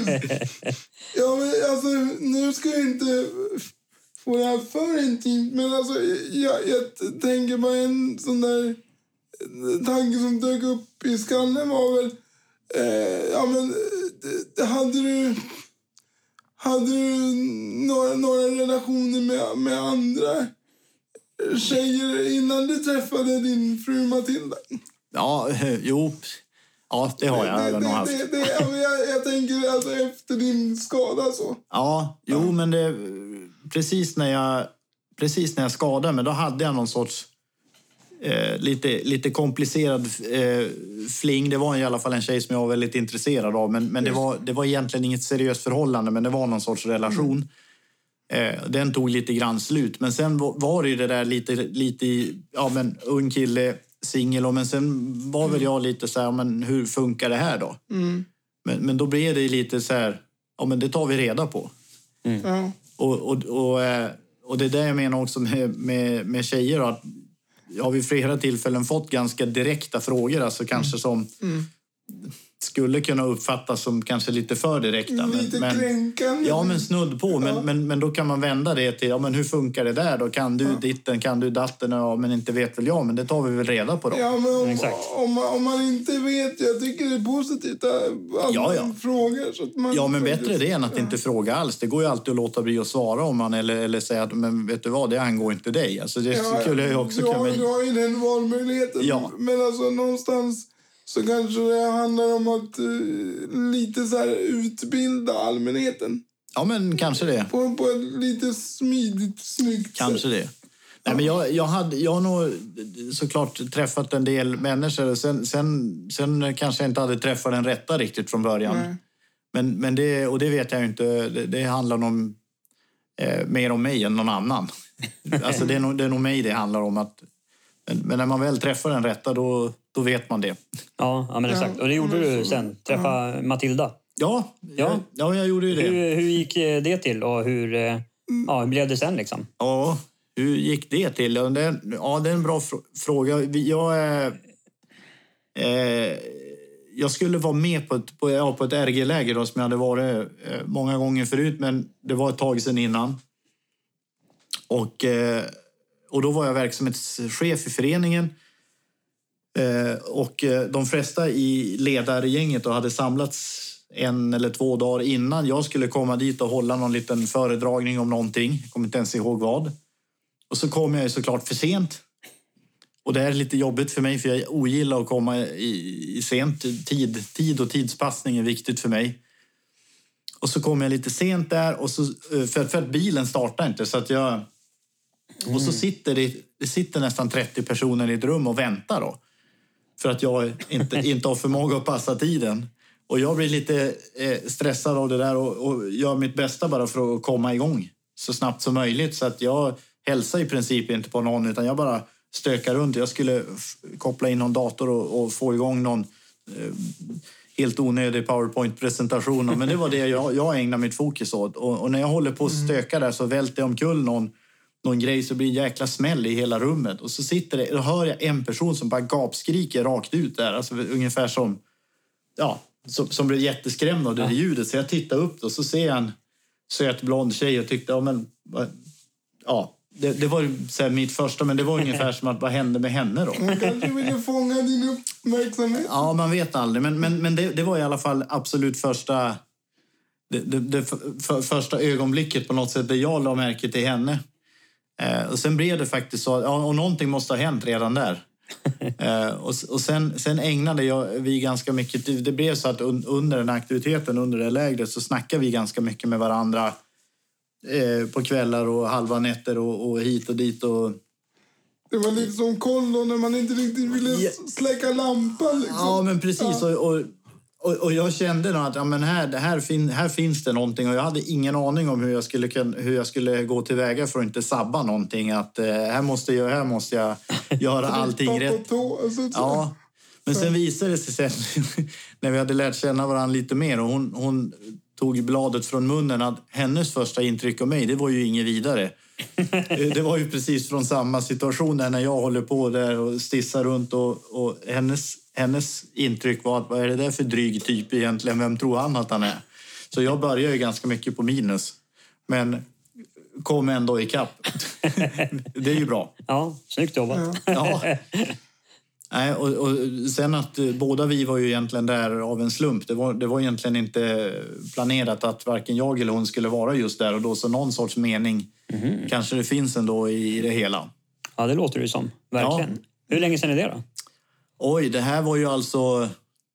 Ja, men alltså, nu ska jag inte få det här för intimt, men alltså, jag, jag tänker bara en sån där tanke som dök upp i skallen var väl, eh, ja men, det, hade du, hade du några, några relationer med, med andra tjejer innan du träffade din fru Matilda? Ja, jo. Ja, det har jag det, nog haft. Det, det, det, jag, jag tänker alltså efter din skada så. Ja, jo, ja. men det, precis när jag precis när jag skadade mig, då hade jag någon sorts eh, lite, lite komplicerad eh, fling. Det var i alla fall en tjej som jag var väldigt intresserad av, men, men det, var, det var egentligen inget seriöst förhållande, men det var någon sorts relation. Mm. Eh, den tog lite grann slut, men sen var, var det ju det där lite, lite ja men ung kille, singel, men sen var väl jag lite så här, men hur funkar det här då? Mm. Men, men då blev det lite så här, ja men det tar vi reda på. Mm. Ja. Och, och, och, och det är det jag menar också med, med, med tjejer. Att jag har vid flera tillfällen fått ganska direkta frågor. Alltså kanske som mm. skulle kunna uppfattas som kanske lite för direkta. Lite men, kränkande. Ja, men snudd på. Men, ja. men, men då kan man vända det till, ja men hur funkar det där då? Kan du ja. ditten, kan du datten? Ja, men inte vet väl jag. Men det tar vi väl reda på då. Ja, men om, om, man, om man inte vet, jag tycker det är positivt att ja, ja. frågar. Så att man ja, men bättre det än att ja. inte fråga alls. Det går ju alltid att låta bli att svara om man eller, eller säga att, men vet du vad, det angår inte dig. Alltså det ja, skulle jag också ja, kunna... Du har ju den valmöjligheten. Ja. Men alltså någonstans så kanske det handlar om att uh, lite så här utbilda allmänheten. Ja, men kanske det. På, på ett lite smidigt, snyggt Kanske sätt. det. Nej, men jag, jag, hade, jag har nog såklart träffat en del människor. Sen, sen, sen kanske jag inte hade träffat den rätta riktigt från början. Nej. Men, men det, och det vet jag ju inte. Det, det handlar om, eh, mer om mig än någon annan. Alltså det är, nog, det är nog mig det handlar om. Att, men, men när man väl träffar den rätta, då, då vet man det. Ja, ja men exakt. Och det gjorde du sen. Träffa ja. Matilda. Ja, ja. Jag, ja, jag gjorde ju det. Hur, hur gick det till och hur, ja, hur blev det sen liksom? Ja, hur gick det till? Ja, det är, ja, det är en bra fr- fråga. Jag, eh, eh, jag skulle vara med på ett, på, ja, på ett R G-läger då, som jag hade varit eh, många gånger förut, men det var ett tag sedan innan. Och, eh, och då var jag verksamhetschef i föreningen. Eh, och eh, de flesta i ledargänget då hade samlats en eller två dagar innan jag skulle komma dit och hålla någon liten föredragning om någonting. Jag kommer inte ens ihåg vad. Och så kom jag ju såklart för sent. Och det är lite jobbigt för mig för jag ogillar att komma i, i sent. Tid, tid och tidspassning är viktigt för mig. Och så kom jag lite sent där och så, för, för att bilen startar inte så att jag... Mm. Och så sitter det, det sitter nästan trettio personer i ett rum och väntar då. För att jag inte, inte har förmåga att passa tiden. Och jag blir lite eh, stressad av det där och, och gör mitt bästa bara för att komma igång så snabbt som möjligt. Så att jag hälsar i princip inte på någon utan jag bara stökar runt. Jag skulle f- koppla in någon dator och, och få igång någon eh, helt onödig PowerPoint-presentation. Men det var det jag, jag ägnar mitt fokus åt. Och, och när jag håller på att stöka där så välter jag omkull någon, någon grej så blir det en jäkla smäll i hela rummet. Och så sitter det, då hör jag en person som bara gapskriker rakt ut där. Alltså ungefär som... Ja, som, som blev jätteskrämd av det ja. ljudet. Så jag tittar upp och så ser jag en söt blond tjej och tyckte, ja men... Ja, det, det var så här, mitt första, men det var ungefär som att vad hände med henne då? Hon kanske ville fånga din uppmärksamhet. Ja, man vet aldrig. Men, men, men det, det var i alla fall absolut första... Det, det, det för, första ögonblicket på något sätt där jag la märke till henne. Eh, och sen blev det faktiskt så, ja, och någonting måste ha hänt redan där. eh, och och sen, sen ägnade jag, vi ganska mycket, det blev så att un, under den aktiviteten, under det lägret så snackade vi ganska mycket med varandra eh, på kvällar och halva nätter och, och hit och dit. Och, det var lite som kollo när man inte riktigt ville ja. släcka lampan. Liksom. Ja, men precis. Ja. Och, och, och, och jag kände nog att ja, men här, här, fin, här finns det någonting. Och jag hade ingen aning om hur jag skulle, hur jag skulle gå tillväga för att inte sabba någonting. Att eh, här, måste jag, här måste jag göra allting rätt. Tå, alltså, ja, men sen visade det sig sen, när vi hade lärt känna varandra lite mer. Och hon, hon tog bladet från munnen att hennes första intryck av mig, det var ju inget vidare. Det var ju precis från samma situation där när jag håller på där och stissar runt. Och, och hennes, hennes intryck var att vad är det där för dryg typ egentligen? Vem tror han att han är? Så jag började ju ganska mycket på minus. Men kom ändå i kapp. Det är ju bra. Ja, snyggt jobbat. Ja. Nej, och, och sen att båda vi var ju egentligen där av en slump. Det var, det var egentligen inte planerat att varken jag eller hon skulle vara just där. Och då så någon sorts mening mm. kanske det finns ändå i det hela. Ja, det låter det som. Verkligen. Ja. Hur länge sedan är det då? Oj, det här var ju alltså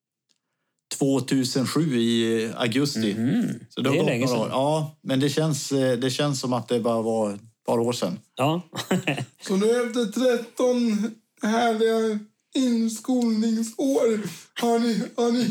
tvåtusensju i augusti. Mm. Så det, det är länge sedan. Ja, men det känns, det känns som att det bara var ett par år sedan. Ja. Så nu efter tretton härliga inskolningsår har ni... Har ni...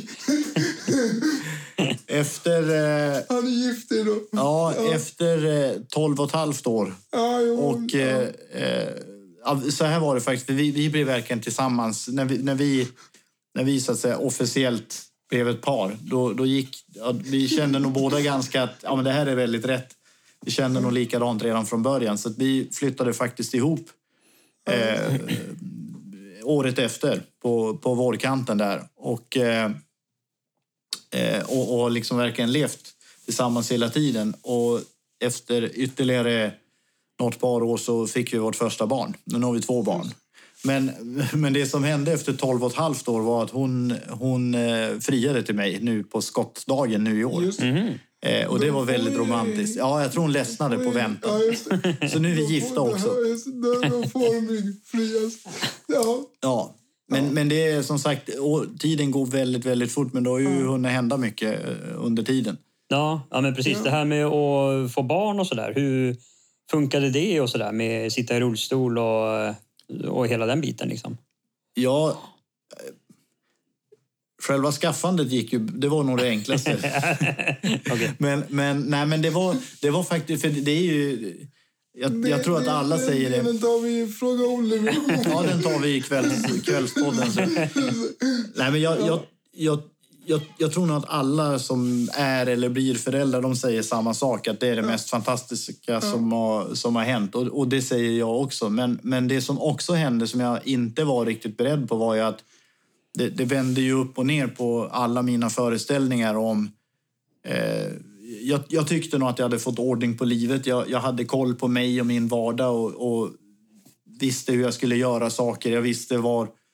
efter... Eh, har ni gift er då? Ja, ja. efter eh, tolv och ett halvt år. Ja, jo, och eh, eh, så här var det faktiskt. Vi, vi blev verkligen tillsammans. När vi, när vi, när vi så att säga, officiellt blev ett par, då, då gick... Ja, vi kände nog båda ganska att ja, men det här är väldigt rätt. Vi kände nog likadant redan från början. Så att vi flyttade faktiskt ihop eh, året efter på, på vårkanten där. Och, eh, och, och liksom verkligen levt tillsammans hela tiden. Och efter ytterligare något par år så fick vi vårt första barn. Nu har vi två barn. Men, men det som hände efter tolv och ett halvt år var att hon, hon eh, friade till mig nu på skottdagen nu i år. Mm. Eh, och det var väldigt romantiskt. Ja, jag tror hon ledsnade på väntan. Ja, så nu är vi gifta också. Då får vi frias. Ja. Ja. Men, men det är som sagt, tiden går väldigt, väldigt fort. Men då har ju hunnit hända mycket under tiden. Ja, ja men precis. Ja. Det här med att få barn och sådär. Hur funkade det och sådär med att sitta i rullstol och, och hela den biten liksom? Ja, själva skaffandet gick ju, det var nog det enklaste. Okay. Men, men, nej, men det var, det var faktiskt, för det är ju... Jag, det, jag tror att alla det, säger det. Den tar vi i Fråga Oliver. Ja, den tar vi i kvälls, kvällspodden. Så. Nej, men jag, jag, jag, jag, jag tror nog att alla som är eller blir föräldrar, de säger samma sak. Att det är det mest fantastiska ja. som, har, som har hänt. Och, och det säger jag också. Men, men det som också hände som jag inte var riktigt beredd på var ju att det, det vände ju upp och ner på alla mina föreställningar om... Eh, Jag, jag tyckte nog att jag hade fått ordning på livet. Jag, jag hade koll på mig och min vardag och, och visste hur jag skulle göra saker. Jag visste var,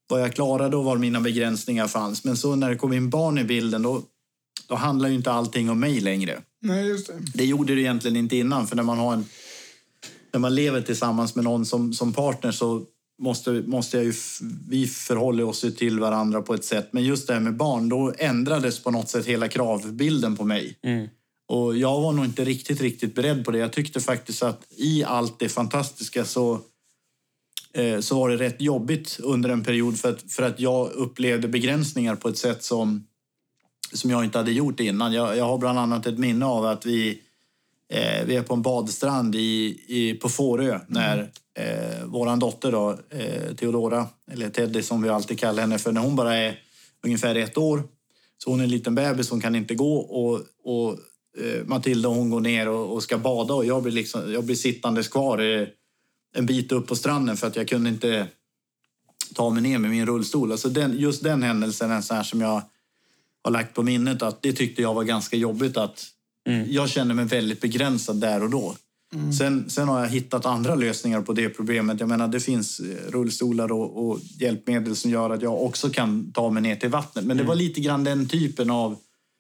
vad jag klarade och var mina begränsningar fanns. Men så när det kom in barn i bilden, då, då handlar ju inte allting om mig längre. Nej, just det. Det gjorde det egentligen inte innan, för när man har en när man lever tillsammans med någon som, som partner så måste, måste jag ju, vi förhåller oss till varandra på ett sätt. Men just det här med barn, då ändrades på något sätt hela kravbilden på mig. Mm. Och jag var nog inte riktigt, riktigt beredd på det. Jag tyckte faktiskt att i allt det fantastiska så, eh, så var det rätt jobbigt under en period. För att, för att jag upplevde begränsningar på ett sätt som, som jag inte hade gjort innan. Jag, jag har bland annat ett minne av att vi, eh, vi är på en badstrand i, i, på Fårö. När eh, våran dotter då, eh, Theodora, eller Teddy som vi alltid kallar henne för, när hon bara är ungefär ett år. Så hon är en liten bebis, hon kan inte gå och... och Matilda hon går ner och, och ska bada och jag blir, liksom, jag blir sittandes kvar en bit upp på stranden för att jag kunde inte ta mig ner med min rullstol. Alltså den, just den händelsen är så här som jag har lagt på minnet, att det tyckte jag var ganska jobbigt, att mm. jag kände mig väldigt begränsad där och då. Mm. Sen, sen har jag hittat andra lösningar på det problemet. Jag menar, det finns rullstolar och, och hjälpmedel som gör att jag också kan ta mig ner till vattnet. Men mm. det var lite grann den typen av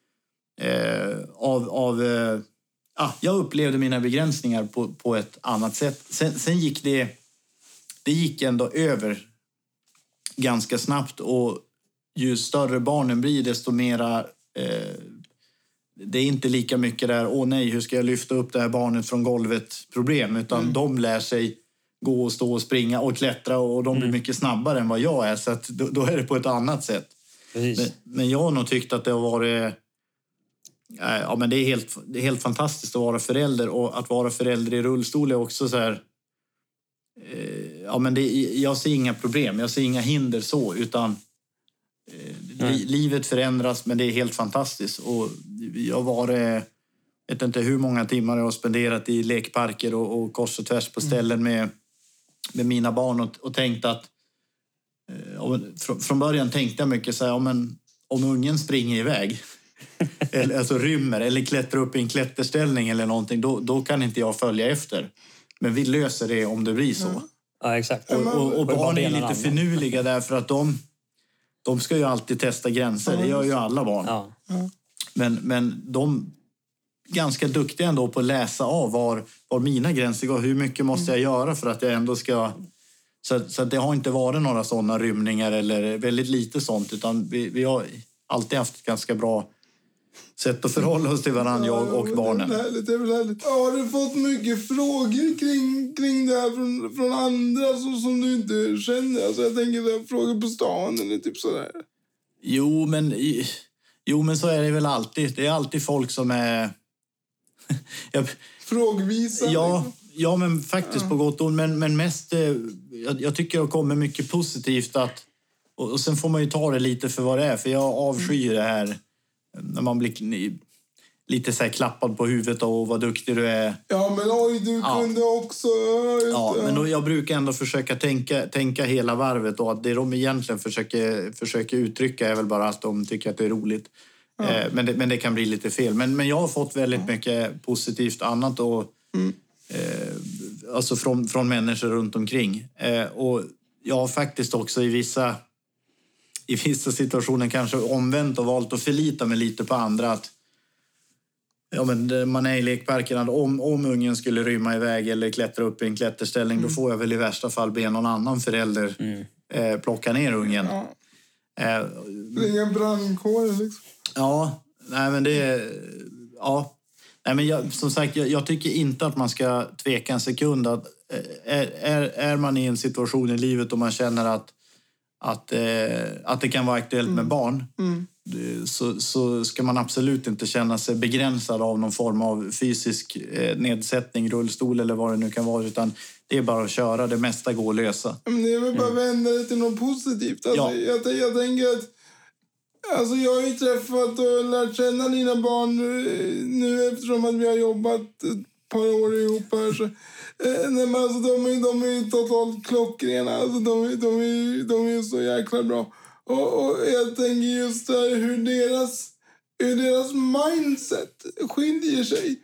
Eh, av, av eh, ah, jag upplevde mina begränsningar på, på ett annat sätt. Sen, sen gick det det gick ändå över ganska snabbt, och ju större barnen blir desto mera eh, det är inte lika mycket där, åh nej, hur ska jag lyfta upp det här barnet från golvet problem, utan mm. de lär sig gå och stå och springa och klättra, och de blir mm. mycket snabbare än vad jag är, så att då, då är det på ett annat sätt. Men, men jag har nog tyckt att det har varit Ja, men det är helt, det är helt fantastiskt att vara förälder, och att vara förälder i rullstol är också så här, eh, ja, men det, jag ser inga problem, jag ser inga hinder så, utan eh, li, livet förändras, men det är helt fantastiskt. Och jag var eh, vet inte hur många timmar jag har spenderat i lekparker och, och kors och tvärs på ställen med, med mina barn, och, och tänkt att eh, och från, från början tänkte jag mycket så här, ja, men om ungen springer iväg eller, alltså rymmer eller klättrar upp i en klätterställning eller någonting, då, då kan inte jag följa efter. Men vi löser det om det blir så. Ja, exakt. Och, och, och barn är lite finurliga därför att de, de ska ju alltid testa gränser. Det gör ju alla barn. Ja. Men, men de är ganska duktiga ändå på att läsa av var, var mina gränser går. Hur mycket måste jag göra för att jag ändå ska... Så, så att det har inte varit några sådana rymningar eller väldigt lite sånt, utan vi, vi har alltid haft ett ganska bra sätt att förhålla oss till varandra, jag och barnen. Det är härligt, det är härligt. Har du fått mycket frågor kring, kring det här från, från andra så, som du inte känner? Alltså jag tänker där, frågor på stan eller typ sådär. Jo, men, jo, men så är det väl alltid. Det är alltid folk som är... jag... Frågvisa. Ja, liksom. Ja, men faktiskt ja. På gott och ont. Men, men mest, jag, jag tycker det kommer mycket positivt att... Och, och sen får man ju ta det lite för vad det är. För jag avskyr det här när man blir lite så här klappad på huvudet och vad duktig du är. Ja, men oj, du ja. kunde också... Ja, men då, jag brukar ändå försöka tänka, tänka hela varvet, och att det de egentligen försöker, försöker uttrycka är väl bara att de tycker att det är roligt. Ja. Eh, men, det, men det kan bli lite fel. Men, men jag har fått väldigt ja. mycket positivt annat och, mm. eh, alltså från, från människor runt omkring. Eh, och jag har faktiskt också i vissa... i vissa situationer kanske omvänt och valt att förlita mig lite på andra. Att, ja, men man är i lekparken, om, om ungen skulle rymma iväg eller klättra upp i en klätterställning, mm. då får jag väl i värsta fall be någon annan förälder mm. eh, plocka ner ungen. Ja. Eh, det är en brandkår liksom. Ja, nej men det är... Ja. Nej, men jag, som sagt, jag, jag tycker inte att man ska tveka en sekund. Att, är, är, är man i en situation i livet och man känner att Att, eh, att det kan vara aktuellt med barn, mm. så, så ska man absolut inte känna sig begränsad av någon form av fysisk eh, nedsättning, rullstol eller vad det nu kan vara, utan det är bara att köra, det mesta går att lösa. Men det är väl bara att vända det till något positivt. Alltså, ja. jag, jag tänker att alltså, jag har ju träffat och lärt känna dina barn nu eftersom att vi har jobbat ett par år ihop här, så Eh, nej, men alltså, de, är, de är totalt klockrena. Alltså, de, de, är, de är så jäkla bra. Och, och jag tänker just där hur deras, hur deras mindset skiljer sig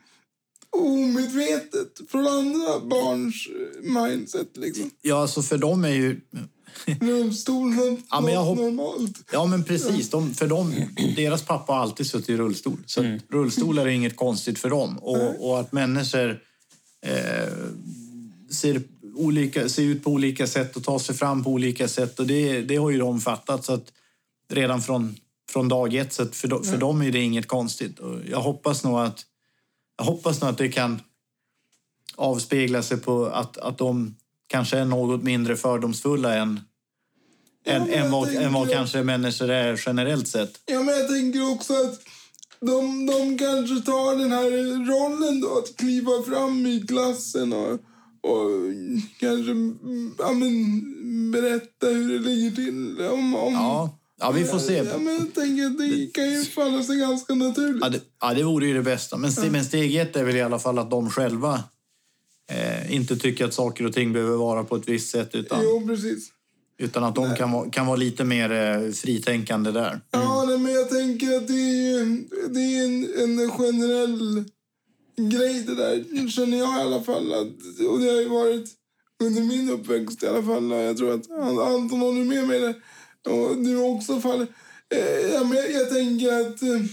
omedvetet från andra barns mindset. Liksom. Ja, alltså för dem är ju... rullstol något, ja, men jag hopp... normalt. Ja, men precis. De, för dem, deras pappa har alltid suttit i rullstol. Så mm. rullstolar är inget konstigt för dem. Och, och att människor eh, ser, olika, ser ut på olika sätt och tar sig fram på olika sätt. Och det, det har ju de fattat. Så att redan från, från dag ett. Så för, för mm. dem är det inget konstigt. Och jag hoppas nog att, jag hoppas nog att det kan avspegla sig på att, att de kanske är något mindre fördomsfulla än, ja, än, än, vad, tänker, än vad kanske människor är generellt sett. Ja, men jag tänker också att de, de kanske tar den här rollen då, att kliva fram i klassen och, och kanske ja, men, berätta hur det ligger till. Om, om, ja. Ja, vi får se. Ja, men jag tänker att det kan ju falla sig ganska naturligt. Ja, det, ja, det vore ju det bästa. Men, ja. men steg ett är väl i alla fall att de själva Eh, inte tycker att saker och ting behöver vara på ett visst sätt. Utan, jo, precis. Utan att de kan vara, kan vara lite mer eh, fritänkande där. Mm. Ja, nej, men jag tänker att det är, det är en, en generell grej det där. Känner jag i alla fall. Att, och det har ju varit under min uppväxt i alla fall. Jag tror att Anton håller med mig där. Och du också fall. Eh, ja, men jag, jag tänker att eh,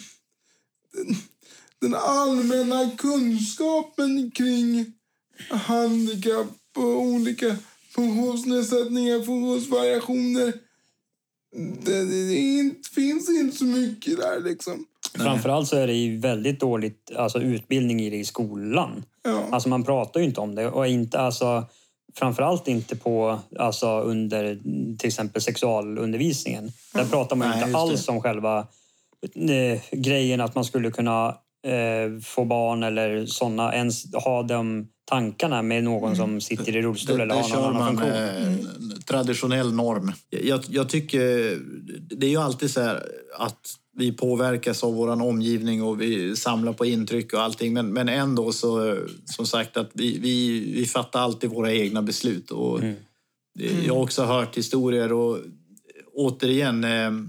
den allmänna kunskapen kring handikapp och olika funktionsnedsättningar, funktionsvariationer. Det, det, det inte, finns inte så mycket där liksom. Framförallt så är det ju väldigt dåligt alltså, utbildning i det i skolan. Ja. Alltså man pratar ju inte om det. Och inte, alltså, framförallt inte på, alltså, under till exempel sexualundervisningen. Där pratar man Nej, inte alls det. om själva eh, grejen att man skulle kunna eh, få barn eller sådana, ens ha de tankarna med någon mm. som sitter i rullstol det, eller har någon annan funktion. Mm. Traditionell norm. Jag, jag tycker det är ju alltid så här att vi påverkas av våran omgivning och vi samlar på intryck och allting. Men, men ändå så, som sagt, att vi, vi, vi fattar alltid våra egna beslut. Och mm. Jag har också hört historier och återigen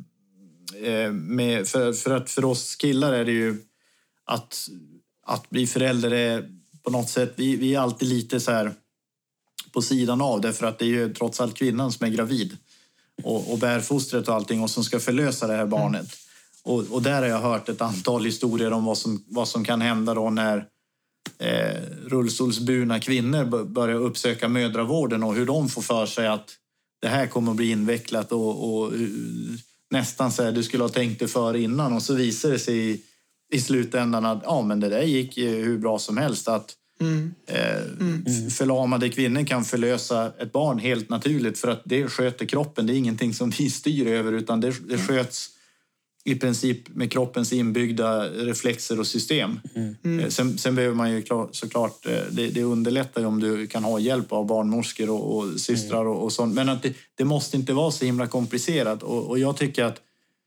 eh, med, för, för att för oss killar är det ju att, att bli förälder är på något sätt, vi, vi är alltid lite så här på sidan av det, för att det är ju trots allt kvinnan som är gravid och, och bär fostret och allting och som ska förlösa det här barnet. Mm. Och, och där har jag hört ett antal historier om vad som, vad som kan hända då när eh, rullstolsburna kvinnor börjar uppsöka mödravården och hur de får för sig att det här kommer att bli invecklat och, och nästan så här, du skulle ha tänkt det för innan, och så visar det sig i i slutändan att ja, men det där gick hur bra som helst. Att mm. Eh, mm. förlamade kvinnor kan förlösa ett barn helt naturligt, för att det sköter kroppen. Det är ingenting som vi styr över, utan det, det sköts i princip med kroppens inbyggda reflexer och system. Mm. Mm. Sen, sen behöver man ju klar, såklart, det, det underlättar om du kan ha hjälp av barnmorskor och, och systrar och, och sånt. Men att det, det måste inte vara så himla komplicerat. Och, och jag tycker att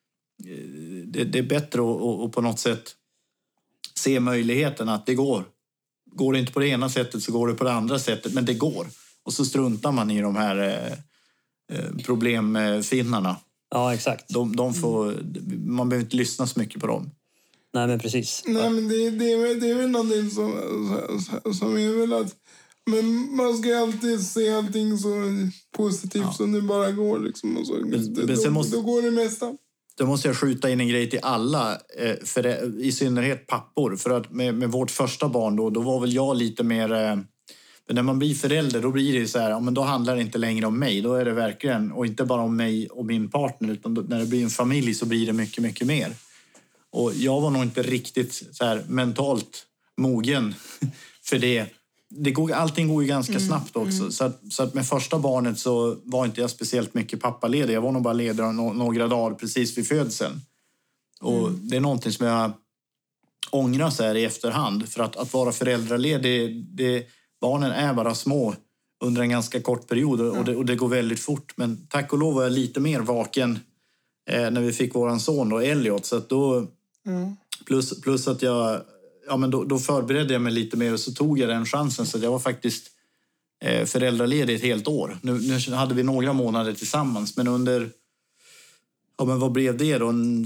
det, det är bättre att, att på något sätt se möjligheten att det går. Går det inte på det ena sättet så går det på det andra sättet. Men det går. Och så struntar man i de här eh, problemfinnarna. Ja, exakt. De, de får, man behöver inte lyssna så mycket på dem. Nej, men precis. Nej, men det, det, är, det är väl någonting som, som är väl att men man ska alltid se allting så positivt ja. som det bara går. Liksom, och så. Men, det, men då, måste, då går det mesta. Då måste jag skjuta in en grej till alla, för det, i synnerhet pappor. För att med, med vårt första barn då, då var väl jag lite mer... Men när man blir förälder, då blir det så här, ja, men då handlar det inte längre om mig. Då är det verkligen, och inte bara om mig och min partner, utan då, när det blir en familj så blir det mycket, mycket mer. Och jag var nog inte riktigt så här mentalt mogen för det. Det går, allting går ju ganska mm, snabbt också. Mm. Så, att, så att med första barnet så var inte jag speciellt mycket pappaledig. Jag var nog bara ledig no- några dagar precis vid födseln. Och mm. det är någonting som jag ångrar så här i efterhand. För att, att vara föräldraledig, det, barnen är bara små under en ganska kort period. Mm. Och, det, och det går väldigt fort. Men tack och lov var jag lite mer vaken eh, när vi fick våran son då, Elliot. Så att då, mm. plus, plus att jag... Ja, men då, då förberedde jag mig lite mer och så tog jag den chansen. Så jag var faktiskt eh, föräldraledig ett helt år. Nu, nu hade vi några månader tillsammans. Men under, ja men vad blev det då? En,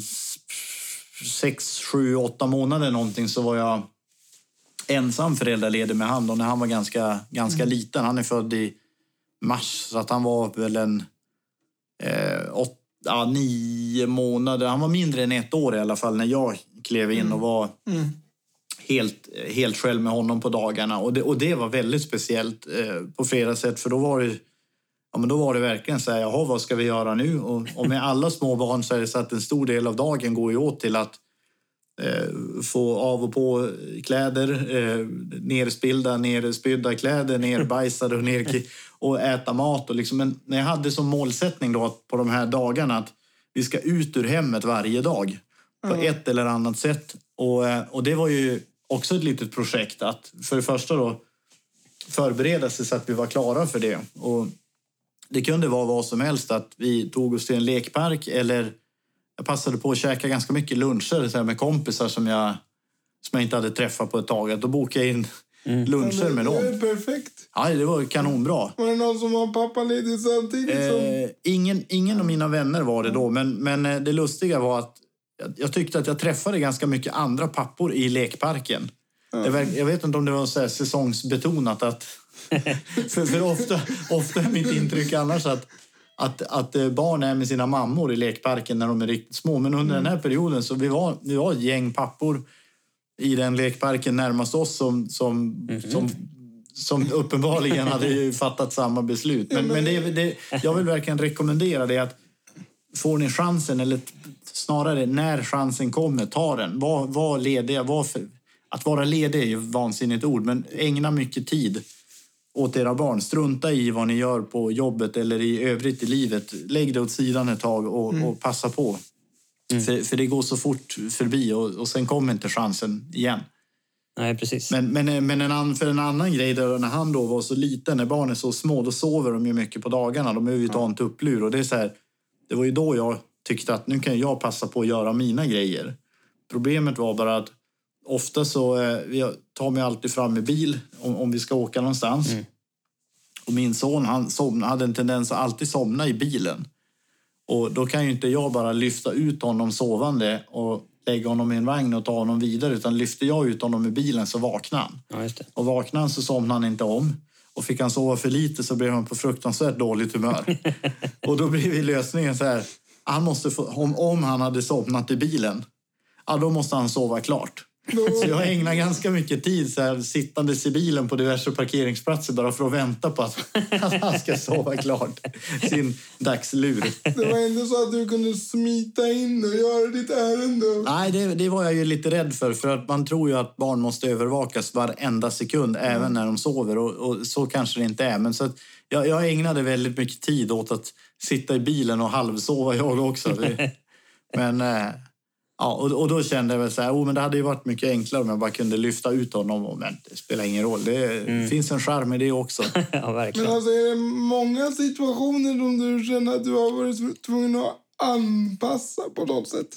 sex, sju, åtta månader någonting så var jag ensam föräldraledig med han. Och när han var ganska, ganska mm. liten. Han är född i mars så att han var väl en eh, åt, ja, nio månader. Han var mindre än ett år i alla fall när jag klev in och var mm. helt, helt själv med honom på dagarna. Och det, och det var väldigt speciellt eh, på flera sätt. För då var det, ja, men då var det verkligen så här, jaha, vad ska vi göra nu? Och, och med alla små barn så är det så att en stor del av dagen går ju åt till att eh, få av och på kläder, eh, nerspilda, nerspydda kläder, nerbajsade och, ner, och äta mat. Och liksom, men när jag hade som målsättning då att på de här dagarna att vi ska ut ur hemmet varje dag på mm. ett eller annat sätt. Och, och det var ju också ett litet projekt att för det första då förbereda sig så att vi var klara för det. Och det kunde vara vad som helst, att vi tog oss till en lekpark eller jag passade på att käka ganska mycket luncher så här, med kompisar som jag, som jag inte hade träffat på ett tag. Då bokade jag in mm. luncher med dem. Det är perfekt. Ja, det var kanonbra. Var det någon som var pappaledig samtidigt? Som... Eh, ingen, ingen av mina vänner var det då, men, men det lustiga var att jag, jag tyckte att jag träffade ganska mycket andra pappor i lekparken. Mm. Jag, jag vet inte om det var så här säsongsbetonat att för, för ofta, ofta är mitt intryck annars att, att, att barn är med sina mammor i lekparken när de är riktigt små. Men under mm. den här perioden så vi var vi var ett gäng pappor i den lekparken närmast oss som, som, mm. som, som uppenbarligen hade ju fattat samma beslut. Men, men det, det, jag vill verkligen rekommendera det att får ni chansen, eller snarare när chansen kommer, ta den. Var, var lediga, var för, att vara ledig är ju vansinnigt ord, men ägna mycket tid åt era barn. Strunta i vad ni gör på jobbet eller i övrigt i livet. Lägg det åt sidan ett tag och, mm. och passa på. Mm. För, för det går så fort förbi och, och sen kommer inte chansen igen. Nej, precis. Men, men, men en, för en annan grej, där när han då var så liten, när barn är så små, då sover de ju mycket på dagarna. De behöver ju ta en tupplur. Och det är så här, det var ju då jag tyckte att nu kan jag passa på att göra mina grejer. Problemet var bara att ofta så jag tar mig alltid fram med bil om, om vi ska åka någonstans. Mm. Och min son, han somna, hade en tendens att alltid somna i bilen. Och då kan ju inte jag bara lyfta ut honom sovande och lägga honom i en vagn och ta honom vidare. Utan lyfter jag ut honom i bilen så vaknar han. Ja, just det. Och vaknar han så somnar han inte om. Och fick han sova för lite så blev han på fruktansvärt dåligt humör. Och då blev lösningen så här. Han måste få, om, om han hade somnat i bilen, ja, då måste han sova klart. Så jag ägnar ganska mycket tid så här, sittandes i bilen på diverse parkeringsplatser bara för att vänta på att, att han ska sova klart sin dagslur. Det var ändå så att du kunde smita in och göra ditt ärende. Nej, det, det var jag ju lite rädd för. För att man tror ju att barn måste övervakas varenda sekund, mm. även när de sover. Och, och så kanske det inte är. Men så att jag, jag ägnade väldigt mycket tid åt att sitta i bilen och halvsova jag också. Men... Ja, och, och då kände jag väl så här, oh, men det hade ju varit mycket enklare om jag bara kunde lyfta ut honom. Men det spelar ingen roll, det mm. finns en charm i det också. Ja, verkligen. Men alltså är det många situationer som du känner att du har varit tvungen att anpassa på något sätt?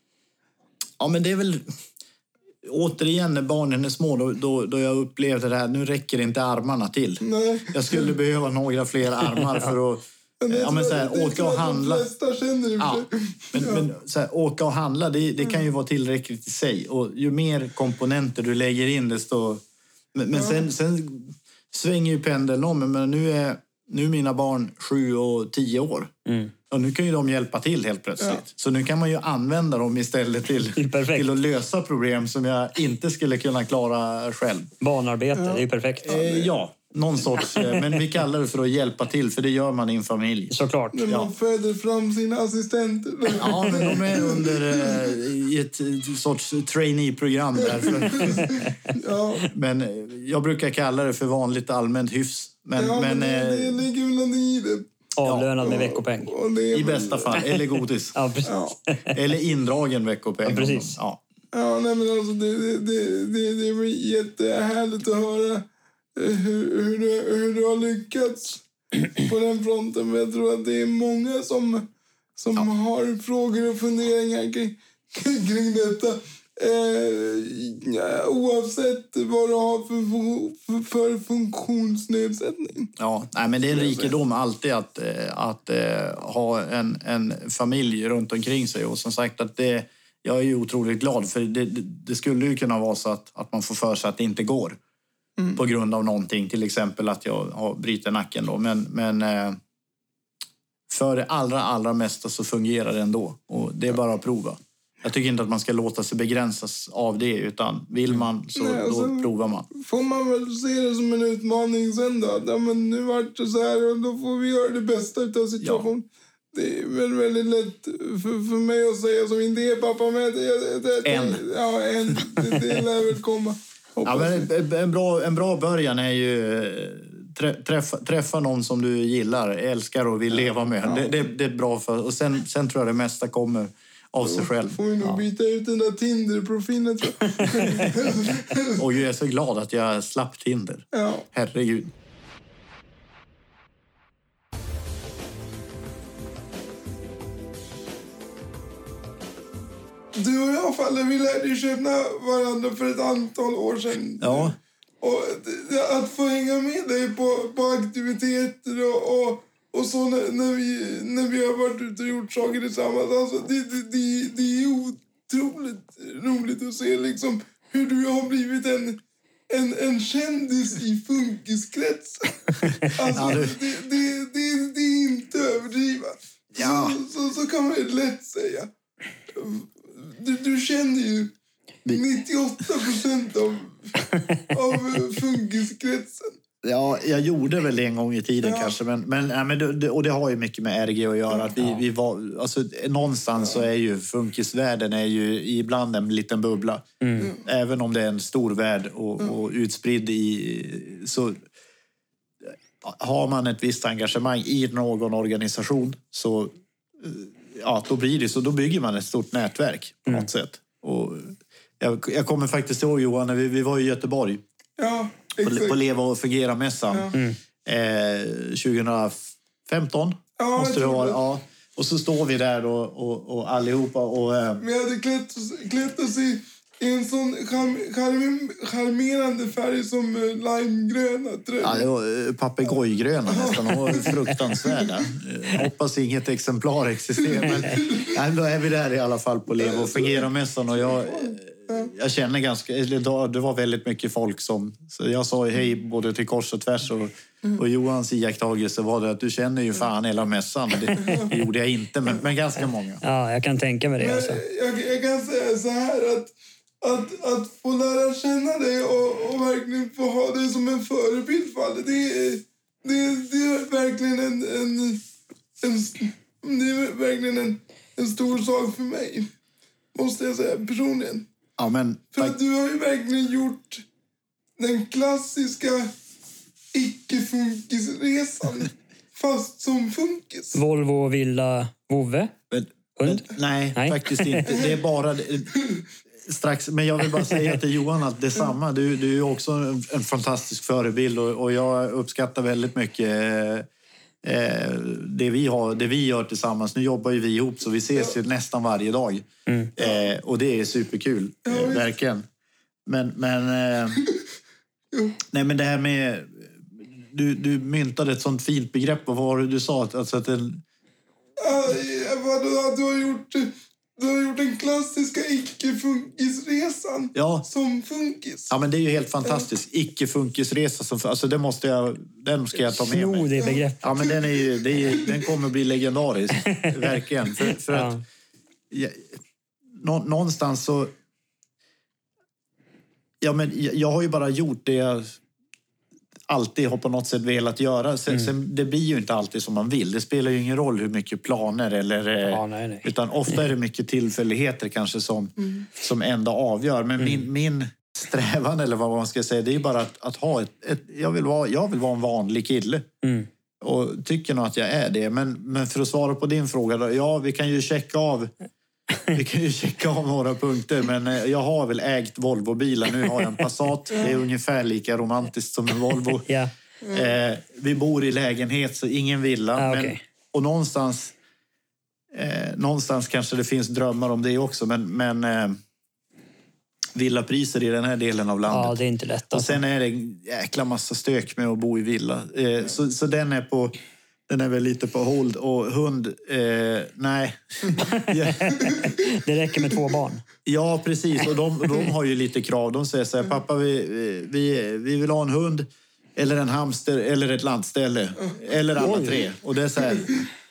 Ja, men det är väl... Återigen, när barnen är små, då, då, då jag upplevde det här, nu räcker inte armarna till. Nej. Jag skulle behöva några fler armar för att... Ja, men så här, åka och handla. Ja, men, men så här, åka och handla, det, det kan ju vara tillräckligt i sig. Och ju mer komponenter du lägger in, desto... Men, men sen, sen svänger ju pendeln om. Men nu är, nu är mina barn sju och tio år. Mm. Och nu kan ju de hjälpa till helt plötsligt. Ja. Så nu kan man ju använda dem istället till, till att lösa problem som jag inte skulle kunna klara själv. Barnarbete, ja. Det är ju perfekt. Eh, ja. Någon sorts, men vi kallar det för att hjälpa till, för det gör man i en familj. Såklart. När man ja. föder fram sina assistenter. Ja, men de är under i ett sorts trainee-program där. Ja. Men jag brukar kalla det för vanligt allmänt hyfs. Men, ja, men, men det, det ligger väl något i det. Avlönad med veckopeng. I bästa fall, eller godis. Ja, precis. Ja. Eller indragen veckopeng. Ja, precis. Ja. Ja, nej, men alltså det, det, det, det, det är jättehärligt att höra hur, hur, du, hur du har lyckats på den fronten. Men jag tror att det är många som, som ja. har frågor och funderingar kring, kring detta. Eh, oavsett vad du har för, för, för funktionsnedsättning. Ja, nej, men det är en rikedom alltid att, att, att ha en, en familj runt omkring sig. Och som sagt, att det, jag är ju otroligt glad, för det, det skulle ju kunna vara så att, att man får för sig att det inte går. Mm. På grund av någonting, till exempel att jag har bryter nacken då. Men, men för det allra, allra mesta så fungerar det ändå. Och det är bara att prova. Jag tycker inte att man ska låta sig begränsas av det, utan vill man så Nej, då sen provar man. Får man väl se det som en utmaning sen då. Ja, men nu vart det så här och då får vi göra det bästa av situationen. Ja. Det är väl väldigt lätt för, för mig att säga som inte är pappa med. Det, det, en. Ja, en. Det, det lär väl komma. Ja, men en, bra, en bra början är ju träffa, träffa någon som du gillar, älskar och vill leva med. Ja. Det, det, det är bra för, och sen, sen tror jag det mesta kommer av sig själv. Får vi nog ja. byta ut den där Tinder-profilen. Och jag är så glad att jag slapp Tinder. Ja. Herregud. Du och jag, Falle, vi lärde ju känna varandra för ett antal år sedan. Ja. Och att få hänga med dig på, på aktiviteter och, och, och så när, när, vi, när vi har varit ute och gjort saker tillsammans. Alltså, det, det, det, det är otroligt roligt att se liksom, hur du har blivit en, en, en kändis i funkiskrets. Alltså, ja, du... det, det, det, det är inte överdrivet. Ja. Så, så, så kan man ju lätt säga. Du, du känner ju nittioåtta procent av, av funkiskretsen. Ja, jag gjorde väl det en gång i tiden ja. kanske. Men, men, ja, men det, och det har ju mycket med R G att göra. Att vi, ja. vi var, alltså, någonstans ja. så är ju funkisvärlden är ju ibland en liten bubbla. Mm. Även om det är en stor värld och, ja. och utspridd i... Så, har man ett visst engagemang i någon organisation så... Ja, då blir det så. Då bygger man ett stort nätverk på något mm. sätt. Och jag, jag kommer faktiskt ihåg, Johan, när vi, vi var i Göteborg. Ja, exakt. På, på Leva och Fungera-mässan. Ja. Mm. Eh, tjugohundrafemton. Ja, måste det vara. Ja. Och så står vi där och, och, och allihopa. Och, eh... Vi hade klätt, klätt oss i, i en sån charm, charm, charmerande färg som uh, limegröna tröjor. Ja, det var papegojgröna nästan. De var fruktansvärda. Jag hoppas inget exemplar existerar. Men nej, då är vi där i alla fall på Leva och Fungera-mässan. Och jag, jag känner ganska... Det var väldigt mycket folk som... Så jag sa hej både till kors och tvärs. Och, och Johans iakttagelse var det att du känner ju fan hela mässan. Det, det gjorde jag inte, men, men ganska många. Ja, jag kan tänka mig det. Alltså. Jag, jag kan säga så här att Att, att få lära känna dig och, och verkligen få ha dig som en förebild för det, är, det, det är verkligen en, en, en, det är verkligen en, en stor sak för mig. Måste jag säga personligen. Ja, men... För att du har ju verkligen gjort den klassiska icke-funkisresan fast som funkis. Volvo, villa, vovve? Men, men, nej, nej, faktiskt inte. Det är bara... Strax, men jag vill bara säga till Johan att det är samma. Du, du är också en, en fantastisk förebild och, och jag uppskattar väldigt mycket eh, det, vi har, det vi gör tillsammans. Nu jobbar ju vi ihop så vi ses ju nästan varje dag. Mm. Eh, och det är superkul, eh, verkligen. Men, men, eh, nej, men det här med... Du, du myntade ett sånt fint begrepp. Vad var det du sa? Alltså att en... Ja, vadå, du har gjort... Du har gjort den klassiska icke-funkisresan ja. som funkis. Ja, men det är ju helt fantastiskt. Icke-funkisresa som... Alltså, det måste jag... Den ska jag ta med mig. Det begreppet. Ja, men den, är ju, det är, den kommer att bli legendarisk. Verkligen. För, för ja. att... Ja, nå, någonstans så... Ja, men jag har ju bara gjort det jag alltid har på något sätt velat göra. Sen, mm. sen, det blir ju inte alltid som man vill. Det spelar ju ingen roll hur mycket planer eller... Ja, nej, nej. Utan ofta är det mycket tillfälligheter kanske som, mm. som ändå avgör. Men mm. min, min strävan, eller vad man ska säga, det är bara att, att ha ett... ett jag, vill vara, jag vill vara en vanlig kille. Mm. Och tycker nog att jag är det. Men, men för att svara på din fråga då, ja, vi kan ju checka av... Vi kan ju checka av några punkter, men jag har väl ägt Volvo-bilar. Nu har jag en Passat. Det är ungefär lika romantiskt som en Volvo. Ja. Eh, vi bor i lägenhet, så ingen villa. Ah, okay. men, och någonstans, eh, någonstans kanske det finns drömmar om det också. Men, men eh, villapriser i den här delen av landet. Ja, det är inte lätt. Alltså. Och sen är det en jäkla massa stök med att bo i villa. Eh, så, så den är på... Den är väl lite på hold. Och hund, eh, nej. Det räcker med två barn. Ja, precis. Och de, de har ju lite krav. De säger så här, pappa, vi, vi, vi vill ha en hund. Eller en hamster, eller ett landställe. Eller alla tre. Och det är så här,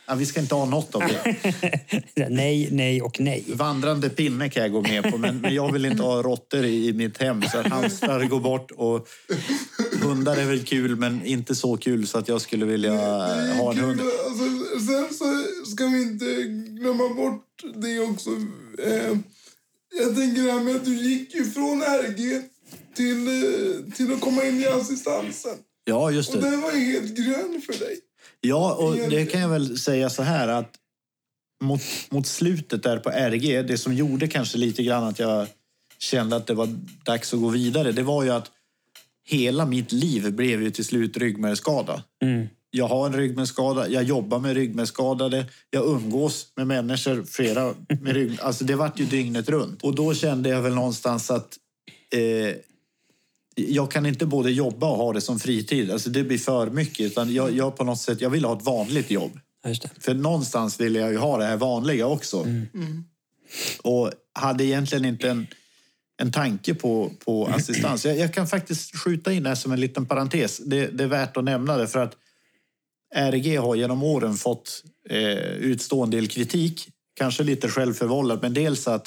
Ja, vi ska inte ha något av det. nej, nej och nej. Vandrande pinne kan jag gå med på, men, men jag vill inte ha råttor i, i mitt hem så att hamstrar går bort. Och hundar är väl kul, men inte så kul så att jag skulle vilja ha en hund. Alltså, sen så ska vi inte glömma bort det också. Eh, jag tänker det här med att du gick ju från R G till, till att komma in i assistansen. Ja, just det. Och den var helt grön för dig. Ja, och det kan jag väl säga så här att mot, mot slutet där på R G, det som gjorde kanske lite grann att jag kände att det var dags att gå vidare, det var ju att hela mitt liv blev ju till slut ryggmärgsskada. Mm. Jag har en ryggmärgsskada, jag jobbar med ryggmärgsskadade, jag umgås med människor, flera med rygg... Alltså det vart ju dygnet runt. Och då kände jag väl någonstans att eh, jag kan inte både jobba och ha det som fritid. Alltså det blir för mycket. Utan jag, jag på något sätt, jag vill ha ett vanligt jobb. Just det. För någonstans vill jag ju ha det här vanliga också. Mm. Mm. Och hade egentligen inte en, en tanke på, på assistans. Jag, jag kan faktiskt skjuta in det här som en liten parentes. Det, det är värt att nämna det för att R G har genom åren fått eh, utstå en del kritik. Kanske lite självförvållat, men dels att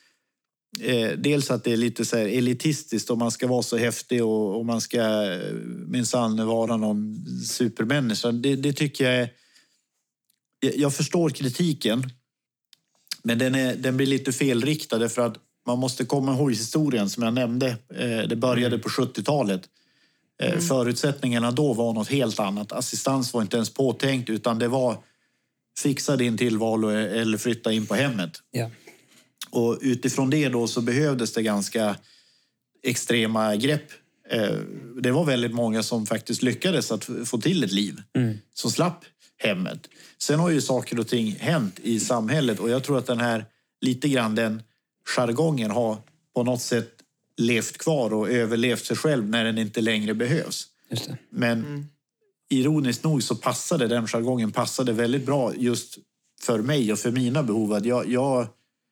Eh, dels att det är lite så här elitistiskt och man ska vara så häftig och, och man ska eh, minsann vara någon supermänniska. Det, det tycker jag är... Jag, jag förstår kritiken, men den, är, den blir lite felriktad för att man måste komma ihåg historien som jag nämnde. Eh, det började på sjuttiotalet. Eh, mm. Förutsättningarna då var något helt annat. Assistans var inte ens påtänkt utan det var fixa din tillval eller flytta in på hemmet. Ja. Och utifrån det då så behövdes det ganska extrema grepp. Det var väldigt många som faktiskt lyckades att få till ett liv. Mm. Som slapp hemmet. Sen har ju saker och ting hänt i samhället. Och jag tror att den här, lite grann den jargongen har på något sätt levt kvar och överlevt sig själv när den inte längre behövs. Just det. Men mm. ironiskt nog så passade den jargongen passade väldigt bra just för mig och för mina behov. Att jag... jag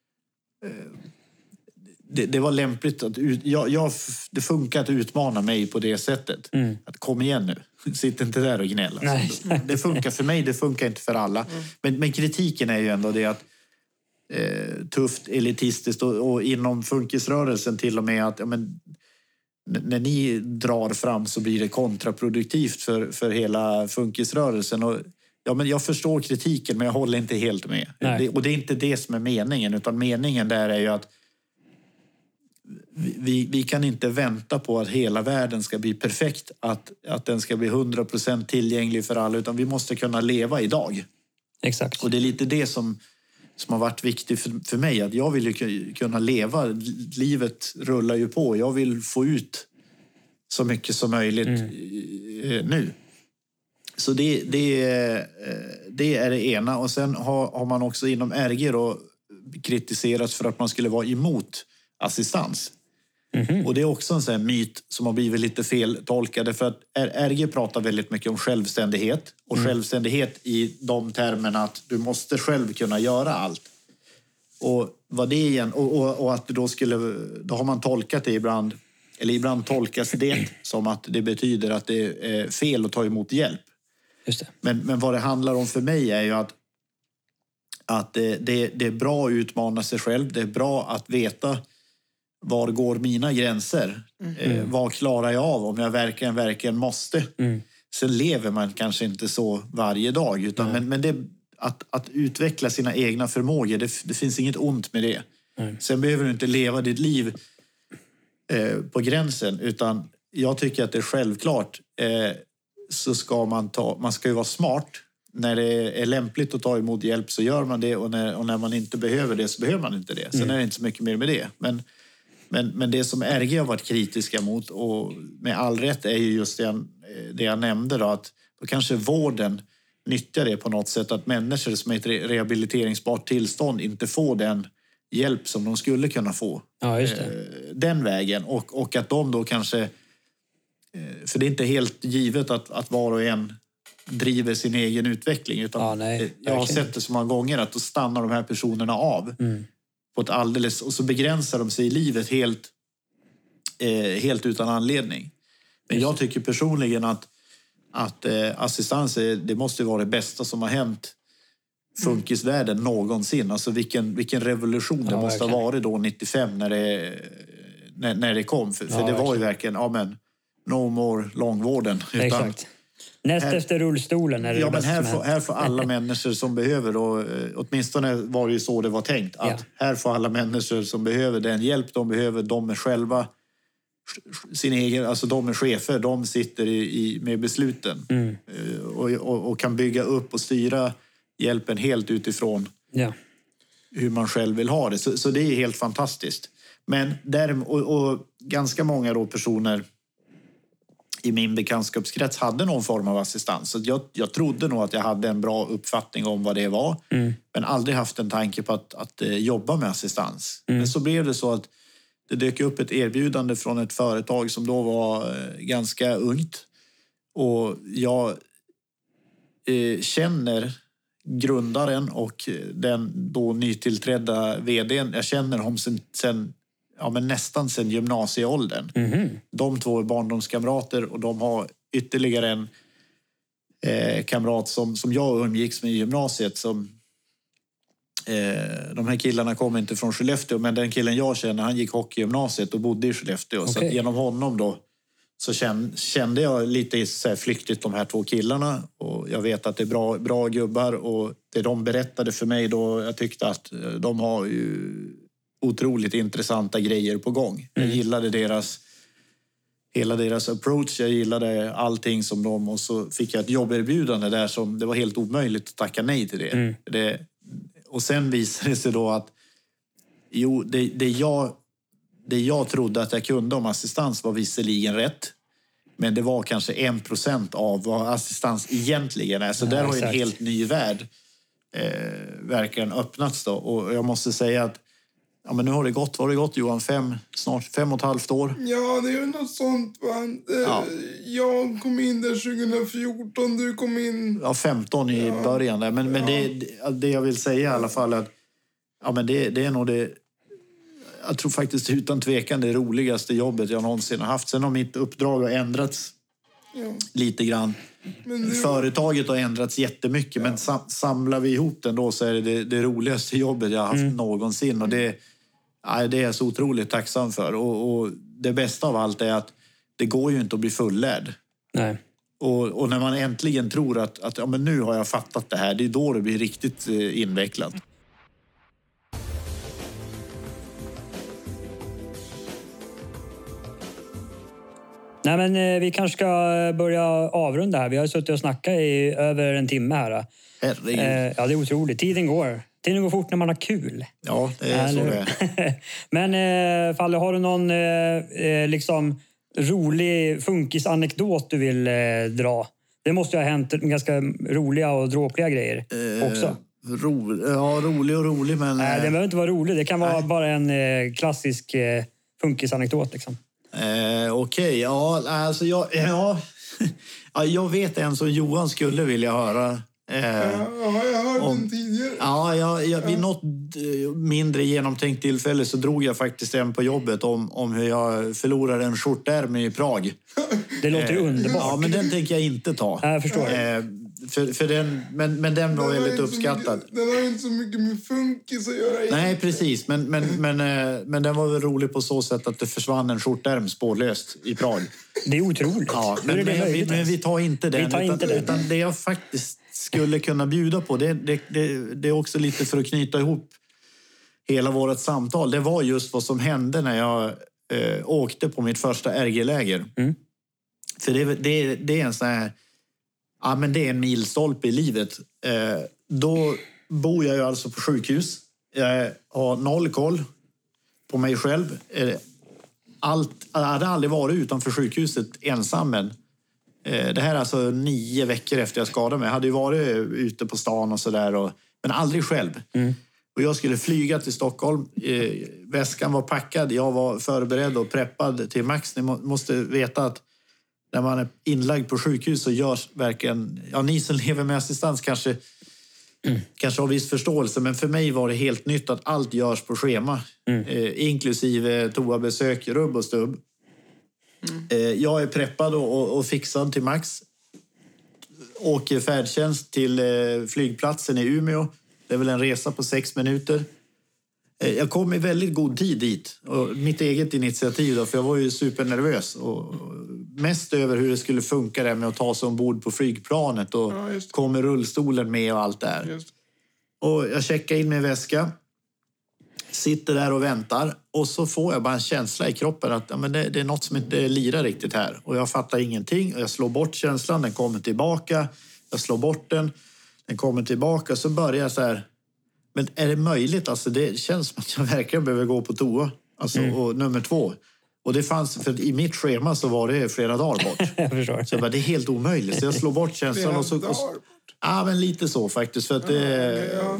Det, det var lämpligt att ut, jag, jag, det funkar att utmana mig på det sättet. Mm. Att kom igen nu, sitt inte där och gnälla. Nej. Det funkar för mig, det funkar inte för alla. Mm. Men, men kritiken är ju ändå det att eh, tufft, elitistiskt och, och inom funkisrörelsen till och med att ja, men, när ni drar fram så blir det kontraproduktivt för, för hela funkisrörelsen. Och ja, men jag förstår kritiken men jag håller inte helt med. Det, och det är inte det som är meningen utan meningen där är ju att vi, vi kan inte vänta på att hela världen ska bli perfekt, att, att den ska bli hundra procent tillgänglig för alla utan vi måste kunna leva idag. Exakt. Och det är lite det som, som har varit viktigt för, för mig, att jag vill ju kunna leva, livet rullar ju på, jag vill få ut så mycket som möjligt mm. nu. Så det, det, det är det ena. Och sen har, har man också inom R G då kritiserats för att man skulle vara emot assistans. Mm-hmm. Och det är också en sån här myt som har blivit lite feltolkade. För att R G pratar väldigt mycket om självständighet. Och mm. självständighet i de termerna att du måste själv kunna göra allt. Och vad det igen, och, och, och att då skulle, då har man tolkat det ibland, eller ibland tolkas det som att det betyder att det är fel att ta emot hjälp. Just det. Men, men vad det handlar om för mig är ju att, att det, det, det är bra att utmana sig själv. Det är bra att veta var går mina gränser. Mm. Eh, vad klarar jag av om jag verkligen, verkligen måste. Mm. Sen lever man kanske inte så varje dag. Utan, mm. Men, men det, att, att utveckla sina egna förmågor, det, det finns inget ont med det. Mm. Sen behöver du inte leva ditt liv eh, på gränsen. Utan jag tycker att det är självklart... Eh, så ska man ta, man ska ju vara smart. När det är lämpligt att ta emot hjälp så gör man det och när, och när man inte behöver det så behöver man inte det. Sen mm. är det inte så mycket mer med det. Men, men, men det som R G har varit kritiska mot och med all rätt är ju just det jag, det jag nämnde då, att då kanske vården nyttjar det på något sätt att människor som är i ett rehabiliteringsbart tillstånd inte får den hjälp som de skulle kunna få. Ja, just det. Den vägen och, och att de då kanske... För det är inte helt givet att, att var och en driver sin egen utveckling. Utan ja, nej, jag har sett det så många gånger att då stannar de här personerna av. Mm. På ett alldeles, och så begränsar de sig i livet helt, eh, helt utan anledning. Men jag tycker personligen att, att eh, assistans är, det måste vara det bästa som har hänt funkisvärlden någonsin. Alltså vilken, vilken revolution det ja, måste verkligen. ha varit då nittiofem när det, när, när det kom. För, för ja, det var verkligen. ju verkligen, ja men, no more långvården. Utan, Exakt. Näst här, efter rullstolen är det ja, det men bästa här som får, hänt. här får alla människor som behöver, då, åtminstone var det ju så det var tänkt, att Ja. här får alla människor som behöver den hjälp de behöver, de är själva sin egen, alltså de är chefer, de sitter i, i, med besluten Mm. och, och, och kan bygga upp och styra hjälpen helt utifrån Ja. hur man själv vill ha det. Så, så det är helt fantastiskt. Men där, och, och ganska många då personer i min bekantskapskrets hade någon form av assistans. Så jag, jag trodde nog att jag hade en bra uppfattning om vad det var. Mm. Men aldrig haft en tanke på att, att eh, jobba med assistans. Mm. Men så blev det så att det dök upp ett erbjudande från ett företag som då var eh, ganska ungt. Och jag eh, känner grundaren och den då nytillträdda vdn. Jag känner dem sen, sen, ja, men nästan sen gymnasieåldern. Mm. De två är barndomskamrater och de har ytterligare en eh, kamrat som, som jag umgicks med i gymnasiet. Som, eh, de här killarna kom inte från Skellefteå, men den killen jag känner, han gick hockeygymnasiet och bodde i Skellefteå. Okay. Så att genom honom då så kände, kände jag lite så här flyktigt de här två killarna. Och jag vet att det är bra, bra gubbar och det de berättade för mig då, jag tyckte att de har ju otroligt intressanta grejer på gång. Jag gillade deras hela deras approach, jag gillade allting som de, och så fick jag ett jobberbjudande där som det var helt omöjligt att tacka nej till det. Mm. det och sen visade det sig då att jo, det, det, jag, det jag trodde att jag kunde om assistans var visserligen rätt, men det var kanske en procent av vad assistans egentligen är. Så ja, där har ju en helt ny värld eh, verkligen öppnats då. Och jag måste säga att ja, men nu har det gått, vad har det gått Johan? Fem, snart fem och ett halvt år? Ja, det är ju något sånt va? Ja. Jag kom in där tjugohundrafjorton, du kom in... Ja, femton i ja. början där. Men, ja. men det, det jag vill säga i alla fall att ja, men det, det är nog det... Jag tror faktiskt utan tvekan det roligaste jobbet jag någonsin har haft. Sen har mitt uppdrag har ändrats ja. lite grann. Men det... Företaget har ändrats jättemycket, ja. men sam, samlar vi ihop den då så är det det, det roligaste jobbet jag har haft mm. någonsin. Och det, ja, det är jag så otroligt tacksam för. Och, och det bästa av allt är att det går ju inte att bli fullärd. Nej. Och, och när man äntligen tror att, att ja, men nu har jag fattat det här, det är då det blir riktigt eh, invecklat. Nej, men eh, vi kanske ska börja avrunda här. Vi har suttit och snackat i över en timme här. Herregud. Eh, ja, det är otroligt. Tiden går. Tiden går fort när man har kul. Ja, det är så det är. Men eh, Falle, har du någon eh, liksom rolig funkisanekdot du vill eh, dra? Det måste ju ha hänt ganska roliga och dråpliga grejer eh, också. Ro, ja, rolig och rolig, men... Nej, det behöver inte vara rolig. Det kan vara nej. bara en eh, klassisk eh, funkisanekdot liksom. Eh, Okej, okay. ja, alltså jag, ja, jag vet en som Johan skulle vilja höra. Eh, ja, jag har hört om, den tidigare. Ja, jag, jag, vid något mindre genomtänkt tillfälle så drog jag faktiskt en på jobbet om, om hur jag förlorade en skjortärm i Prag. Det låter ju eh, underbart. Ja, men den tänker jag inte ta. Jag förstår. Eh, för, för den, men, men den var den väldigt uppskattad. Mycket, den har inte så mycket med funkis att göra. Nej, inte. precis. Men, men, men, men den var väl rolig på så sätt att det försvann en skjortärm spårlöst i Prag. Det är otroligt. Ja, men, är det men, vi, men vi tar inte den. Vi tar inte utan, den. utan det jag faktiskt skulle kunna bjuda på, det, det, det, det är också lite för att knyta ihop hela vårt samtal. Det var just vad som hände när jag eh, åkte på mitt första R G-läger. Mm. För det, det, det är en sån här... Ja, men det är en milstolpe i livet. Eh, då bor jag ju alltså på sjukhus. Jag har noll koll på mig själv. Eh, allt, jag hade aldrig varit utanför sjukhuset ensam. Men, eh, det här är alltså nio veckor efter jag skadade mig. Jag hade ju varit ute på stan och sådär. Men aldrig själv. Mm. Och jag skulle flyga till Stockholm. Eh, väskan var packad. Jag var förberedd och preppad till max. Ni må, måste veta att när man är inlagd på sjukhus så görs verkligen... Ja, ni som lever med assistans kanske, mm. kanske har viss förståelse. Men för mig var det helt nytt att allt görs på schema. Mm. Eh, inklusive toabesök, rubb och stubb. Mm. Eh, jag är preppad och, och, och fixad till max. Åker färdtjänst till eh, flygplatsen i Umeå. Det är väl en resa på sex minuter. Jag kom i väldigt god tid dit. Och mitt eget initiativ då, för jag var ju supernervös. Och mest över hur det skulle funka där med att ta sig ombord på flygplanet. Och ja, kom rullstolen med och allt där. Just. Och jag checkar in min väska. Sitter där och väntar. Och så får jag bara en känsla i kroppen att ja, men det, det är något som inte lirar riktigt här. Och jag fattar ingenting. Och jag slår bort känslan. Den kommer tillbaka. Jag slår bort den. Den kommer tillbaka. Så börjar jag så här. Men är det möjligt? Alltså det känns som att jag verkligen behöver gå på toa. Alltså, mm. och nummer två. Och det fanns, för i mitt schema så var det flera dagar bort. jag förstår. Så jag bara, det är helt omöjligt. Så jag slår bort känslan. Och så, och så, ja, men lite så faktiskt. För att det, ja,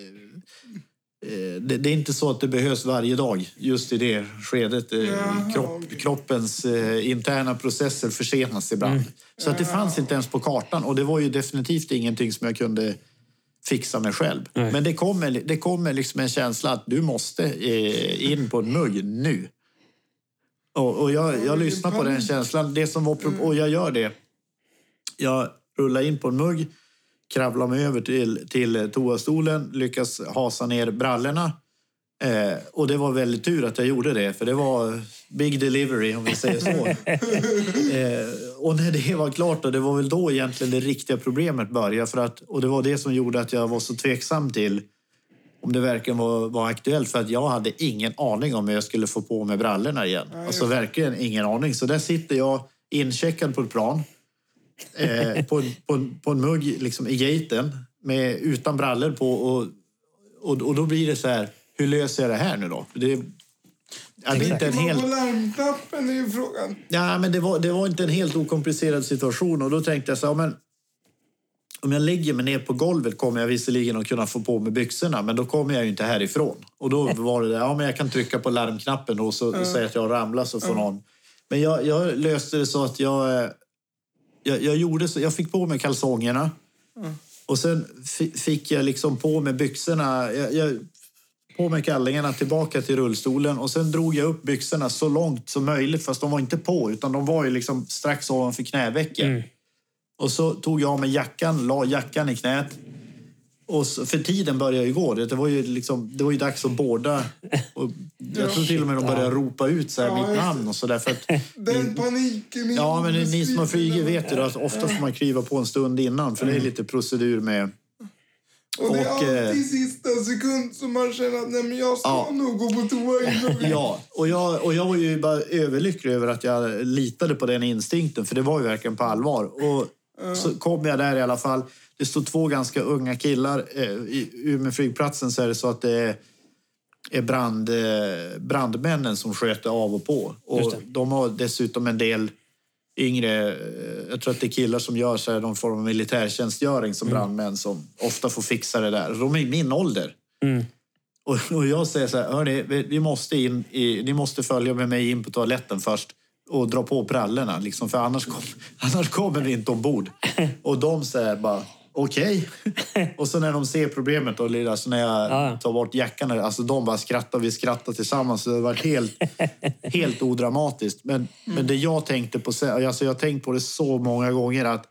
det, det är inte så att det behövs varje dag. Just i det skedet. Ja, kropp, kroppens eh, interna processer försenas ibland. Mm. Så att det fanns inte ens på kartan. Och det var ju definitivt ingenting som jag kunde fixa mig själv. Nej. Men det kommer, det kommer liksom en känsla att du måste eh, in på en mugg nu. Och, och jag, jag lyssnar på den känslan. Det som var, och jag gör det. Jag rullar in på en mugg. Kravlar mig över till, till toastolen. Lyckas hasa ner brallorna. Eh, och det var väldigt tur att jag gjorde det. För det var big delivery om vi säger så. eh, och när det var klart. Och det var väl då egentligen det riktiga problemet började. För att, och det var det som gjorde att jag var så tveksam till. Om det verkligen var, var aktuellt. För att jag hade ingen aning om hur jag skulle få på mig brallorna igen. Nej, alltså verkligen ingen aning. Så där sitter jag incheckad på ett plan. Eh, på, på, på en mugg liksom i gaten. Med, utan brallor på. Och, och, och då blir det så här. Hur löser jag det här nu då? Det, ja, det är inte en helt... på larmknappen är ju frågan. Ja, men det var, det var inte en helt okomplicerad situation. Och då tänkte jag så här, men om jag lägger mig ner på golvet kommer jag visserligen att kunna få på mig byxorna. Men då kommer jag ju inte härifrån. Och då var det där, ja men jag kan trycka på larmknappen och, så, och säga att jag ramlar så får mm. någon. Men jag, jag löste det så att jag, jag, jag gjorde så, jag fick på mig kalsongerna. Mm. Och sen f- fick jag liksom på mig byxorna. Jag, jag på mig kallingarna tillbaka till rullstolen. Och sen drog jag upp byxorna så långt som möjligt. Fast de var inte på utan de var ju liksom strax ovanför knävecken. Mm. Och så tog jag av mig jackan, la jackan i knät. Och så, för tiden började ju gå. Det var ju, liksom, det var ju dags att båda. Och jag tror till och med de började ropa ut så här, ja, mitt namn och så där. För att, den paniken. Ja, men ni som har flugit vet ju att ofta får man kliva på en stund innan. För det är lite procedur med... Och det är alltid och, i sista sekund som man känner att nej, men jag ska ja. nog gå på toa. Ja, och jag, och jag var ju bara överlycklig över att jag litade på den instinkten. För det var ju verkligen på allvar. Och ja. så kom jag där i alla fall. Det stod två ganska unga killar. Eh, I Umeå flygplatsen så är det så att det är brand, eh, brandmännen som sköter av och på. Och de har dessutom en del yngre, jag tror att det är killar som gör så här, någon form av militärtjänstgöring som mm. brandmän som ofta får fixa det där. De är i min ålder. Mm. Och, och jag säger så här, hörni, vi, vi måste in i, ni måste följa med mig in på toaletten först och dra på brallorna, liksom, för annars, kom, annars kommer vi inte ombord. Och de säger bara, okej. Okay. Och så när de ser problemet och alltså när jag ja. tar bort jackan, alltså de bara skrattar, vi skrattar tillsammans. Så det var helt, helt odramatiskt. Men, mm. men det jag tänkte på, alltså jag har tänkt på det så många gånger att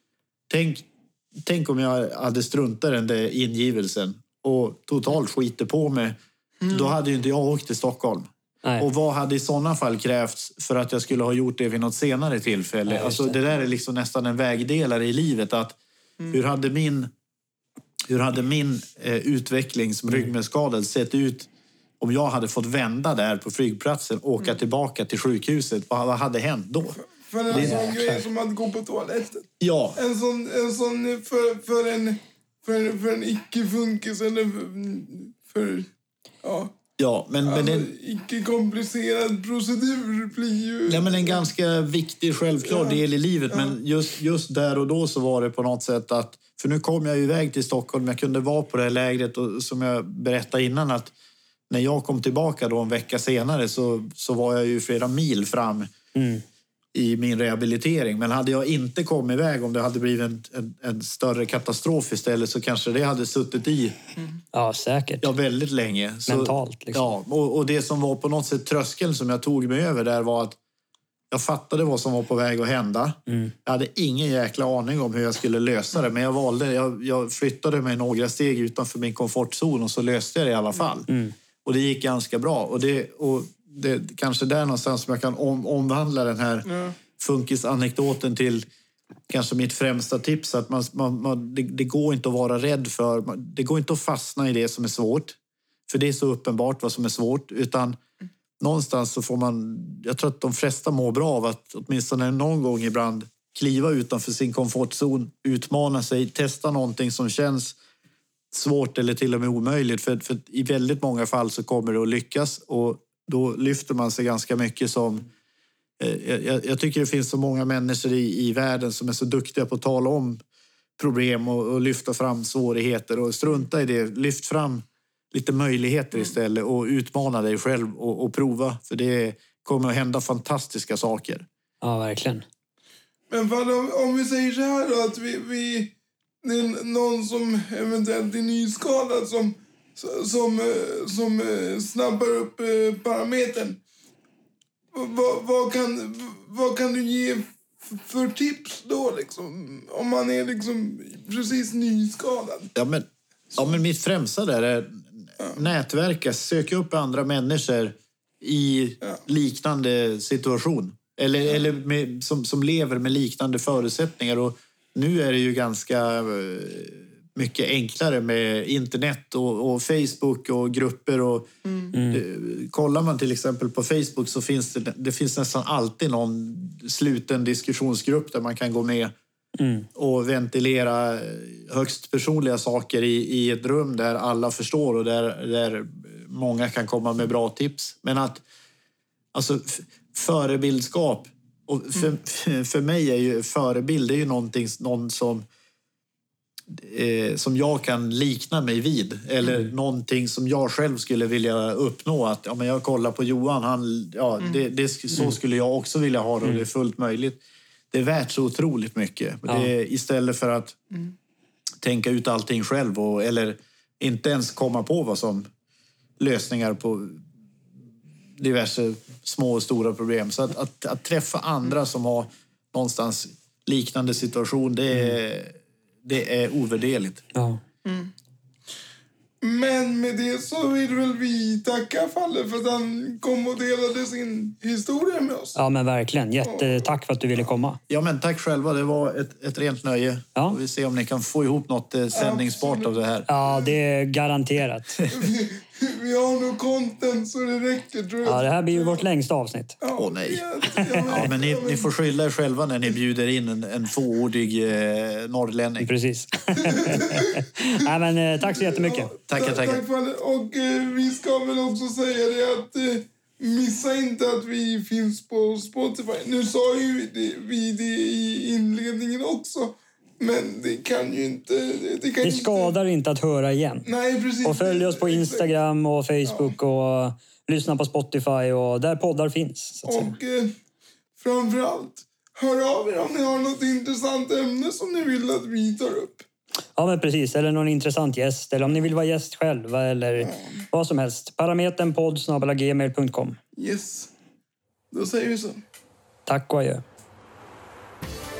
tänk, tänk om jag hade struntat den där ingivelsen och totalt skiter på mig. Mm. Då hade ju inte jag åkt till Stockholm. Nej. Och vad hade i sådana fall krävts för att jag skulle ha gjort det vid något senare tillfälle? Nej, alltså det där är liksom nästan en vägdelare i livet att Mm. Hur hade min, hur hade min eh, utveckling som ryggmärgsskadad sett ut om jag hade fått vända där på flygplatsen och åka mm. tillbaka till sjukhuset? Vad, vad hade hänt då? För, för en det, sån grej som att gå på toaletten. Ja. En sån, en sån för, för en, för, för en icke-funkis eller för, för ja... Ja, men, alltså, men en icke-komplicerad procedur blir ju... Ja, men en ganska viktig, självklar ja. del i livet. Ja. Men just, just där och då så var det på något sätt att... För nu kom jag ju iväg till Stockholm. Jag kunde vara på det här lägret och som jag berättade innan att när jag kom tillbaka då en vecka senare så, så var jag ju flera mil fram mm. i min rehabilitering. Men hade jag inte kommit iväg, om det hade blivit en, en, en större katastrof istället, så kanske det hade suttit i... Mm. Ja, säkert. Ja, väldigt länge. Så, mentalt liksom. Ja, och, och det som var på något sätt tröskeln som jag tog mig över där var att Jag fattade vad som var på väg att hända. Mm. Jag hade ingen jäkla aning om hur jag skulle lösa det. Men jag valde, jag, jag flyttade mig några steg utanför min komfortzon och så löste jag det i alla fall. Mm. Och det gick ganska bra. Och det, och det kanske där någonstans som jag kan om, omvandla den här Ja. funkisanekdoten till kanske mitt främsta tips. Att man, man, man, det, det går inte att vara rädd för. Det går inte att fastna i det som är svårt. För det är så uppenbart vad som är svårt. Utan någonstans så får man... Jag tror att de flesta mår bra av att åtminstone någon gång ibland kliva utanför sin komfortzon, utmana sig, testa någonting som känns svårt eller till och med omöjligt. För, för i väldigt många fall så kommer det att lyckas och då lyfter man sig ganska mycket som... Eh, jag, jag tycker det finns så många människor i, i världen som är så duktiga på att tala om problem och, och lyfta fram svårigheter och strunta i det. Lyft fram lite möjligheter istället och utmana dig själv och, och prova. För det kommer att hända fantastiska saker. Ja, verkligen. Men för om, om vi säger så här då, att vi, vi det är någon som eventuellt är nyskadad som, som, som snappar upp parametern. Vad, vad, kan, vad kan du ge för tips då liksom? Om man är liksom precis nyskadad. Ja, men, ja, men mitt främsta där är nätverka, söka upp andra människor i Ja. liknande situation. Eller, Ja. eller med, som, som lever med liknande förutsättningar. Och nu är det ju ganska eh, mycket enklare med internet och, och Facebook och grupper. Och, Mm. eh, kollar man till exempel på Facebook så finns det, det finns nästan alltid någon sluten diskussionsgrupp där man kan gå med Mm. och ventilera högst personliga saker i, i ett rum där alla förstår och där, där många kan komma med bra tips. Men att alltså f- förebildskap och för, för mig är ju förebild är ju någonting någon som eh, som jag kan likna mig vid eller Mm. någonting som jag själv skulle vilja uppnå att ja men jag kollar på Johan han ja Mm. det, det så skulle jag också vilja ha det och det är fullt möjligt. Det är värt så otroligt mycket. Ja. Det är istället för att Mm. tänka ut allting själv och, eller inte ens komma på vad som lösningar på diverse små och stora problem. Så att, att, att träffa andra som har någonstans liknande situation, det är, det är ovärderligt. Ja. Men med det så vill väl vi tacka Falle för att han kom och delade sin historia med oss. ja, men verkligen. Jättetack för att du ville komma. Ja, men tack själva. Det var ett, ett rent nöje. Ja. Och vi ser om ni kan få ihop något eh, sändningsbart av det här. Ja, det är garanterat. Vi, vi har nog content så det räcker, tror jag. Ja, det här blir ju vårt längsta avsnitt. Ja, Åh, nej. jag- jag vet, Ja, men ni, jag vet. ni får skylla er själva när ni bjuder in en, en fåordig eh, norrlänning. Precis. Nej, men eh, tack så jättemycket. Tackar, Ta- tackar. Tack Falle. Och eh, vi ska väl också säga det att eh, missa inte att vi finns på Spotify. Nu sa ju vi det, vi det i inledningen också. Men det kan ju inte... Det, kan Det ju skadar inte att höra igen. Inte, nej, precis. Och följ oss på Instagram och Facebook och lyssna på Spotify och där poddar finns. Så att säga. Och eh, framförallt, hör av er om ni har något intressant ämne som ni vill att vi tar upp. Ja, men precis. Eller någon intressant gäst. Eller om ni vill vara gäst själva eller vad som helst. parameternpodd snabel-a gmail punkt com. Yes. Då säger vi så. Tack och adjö.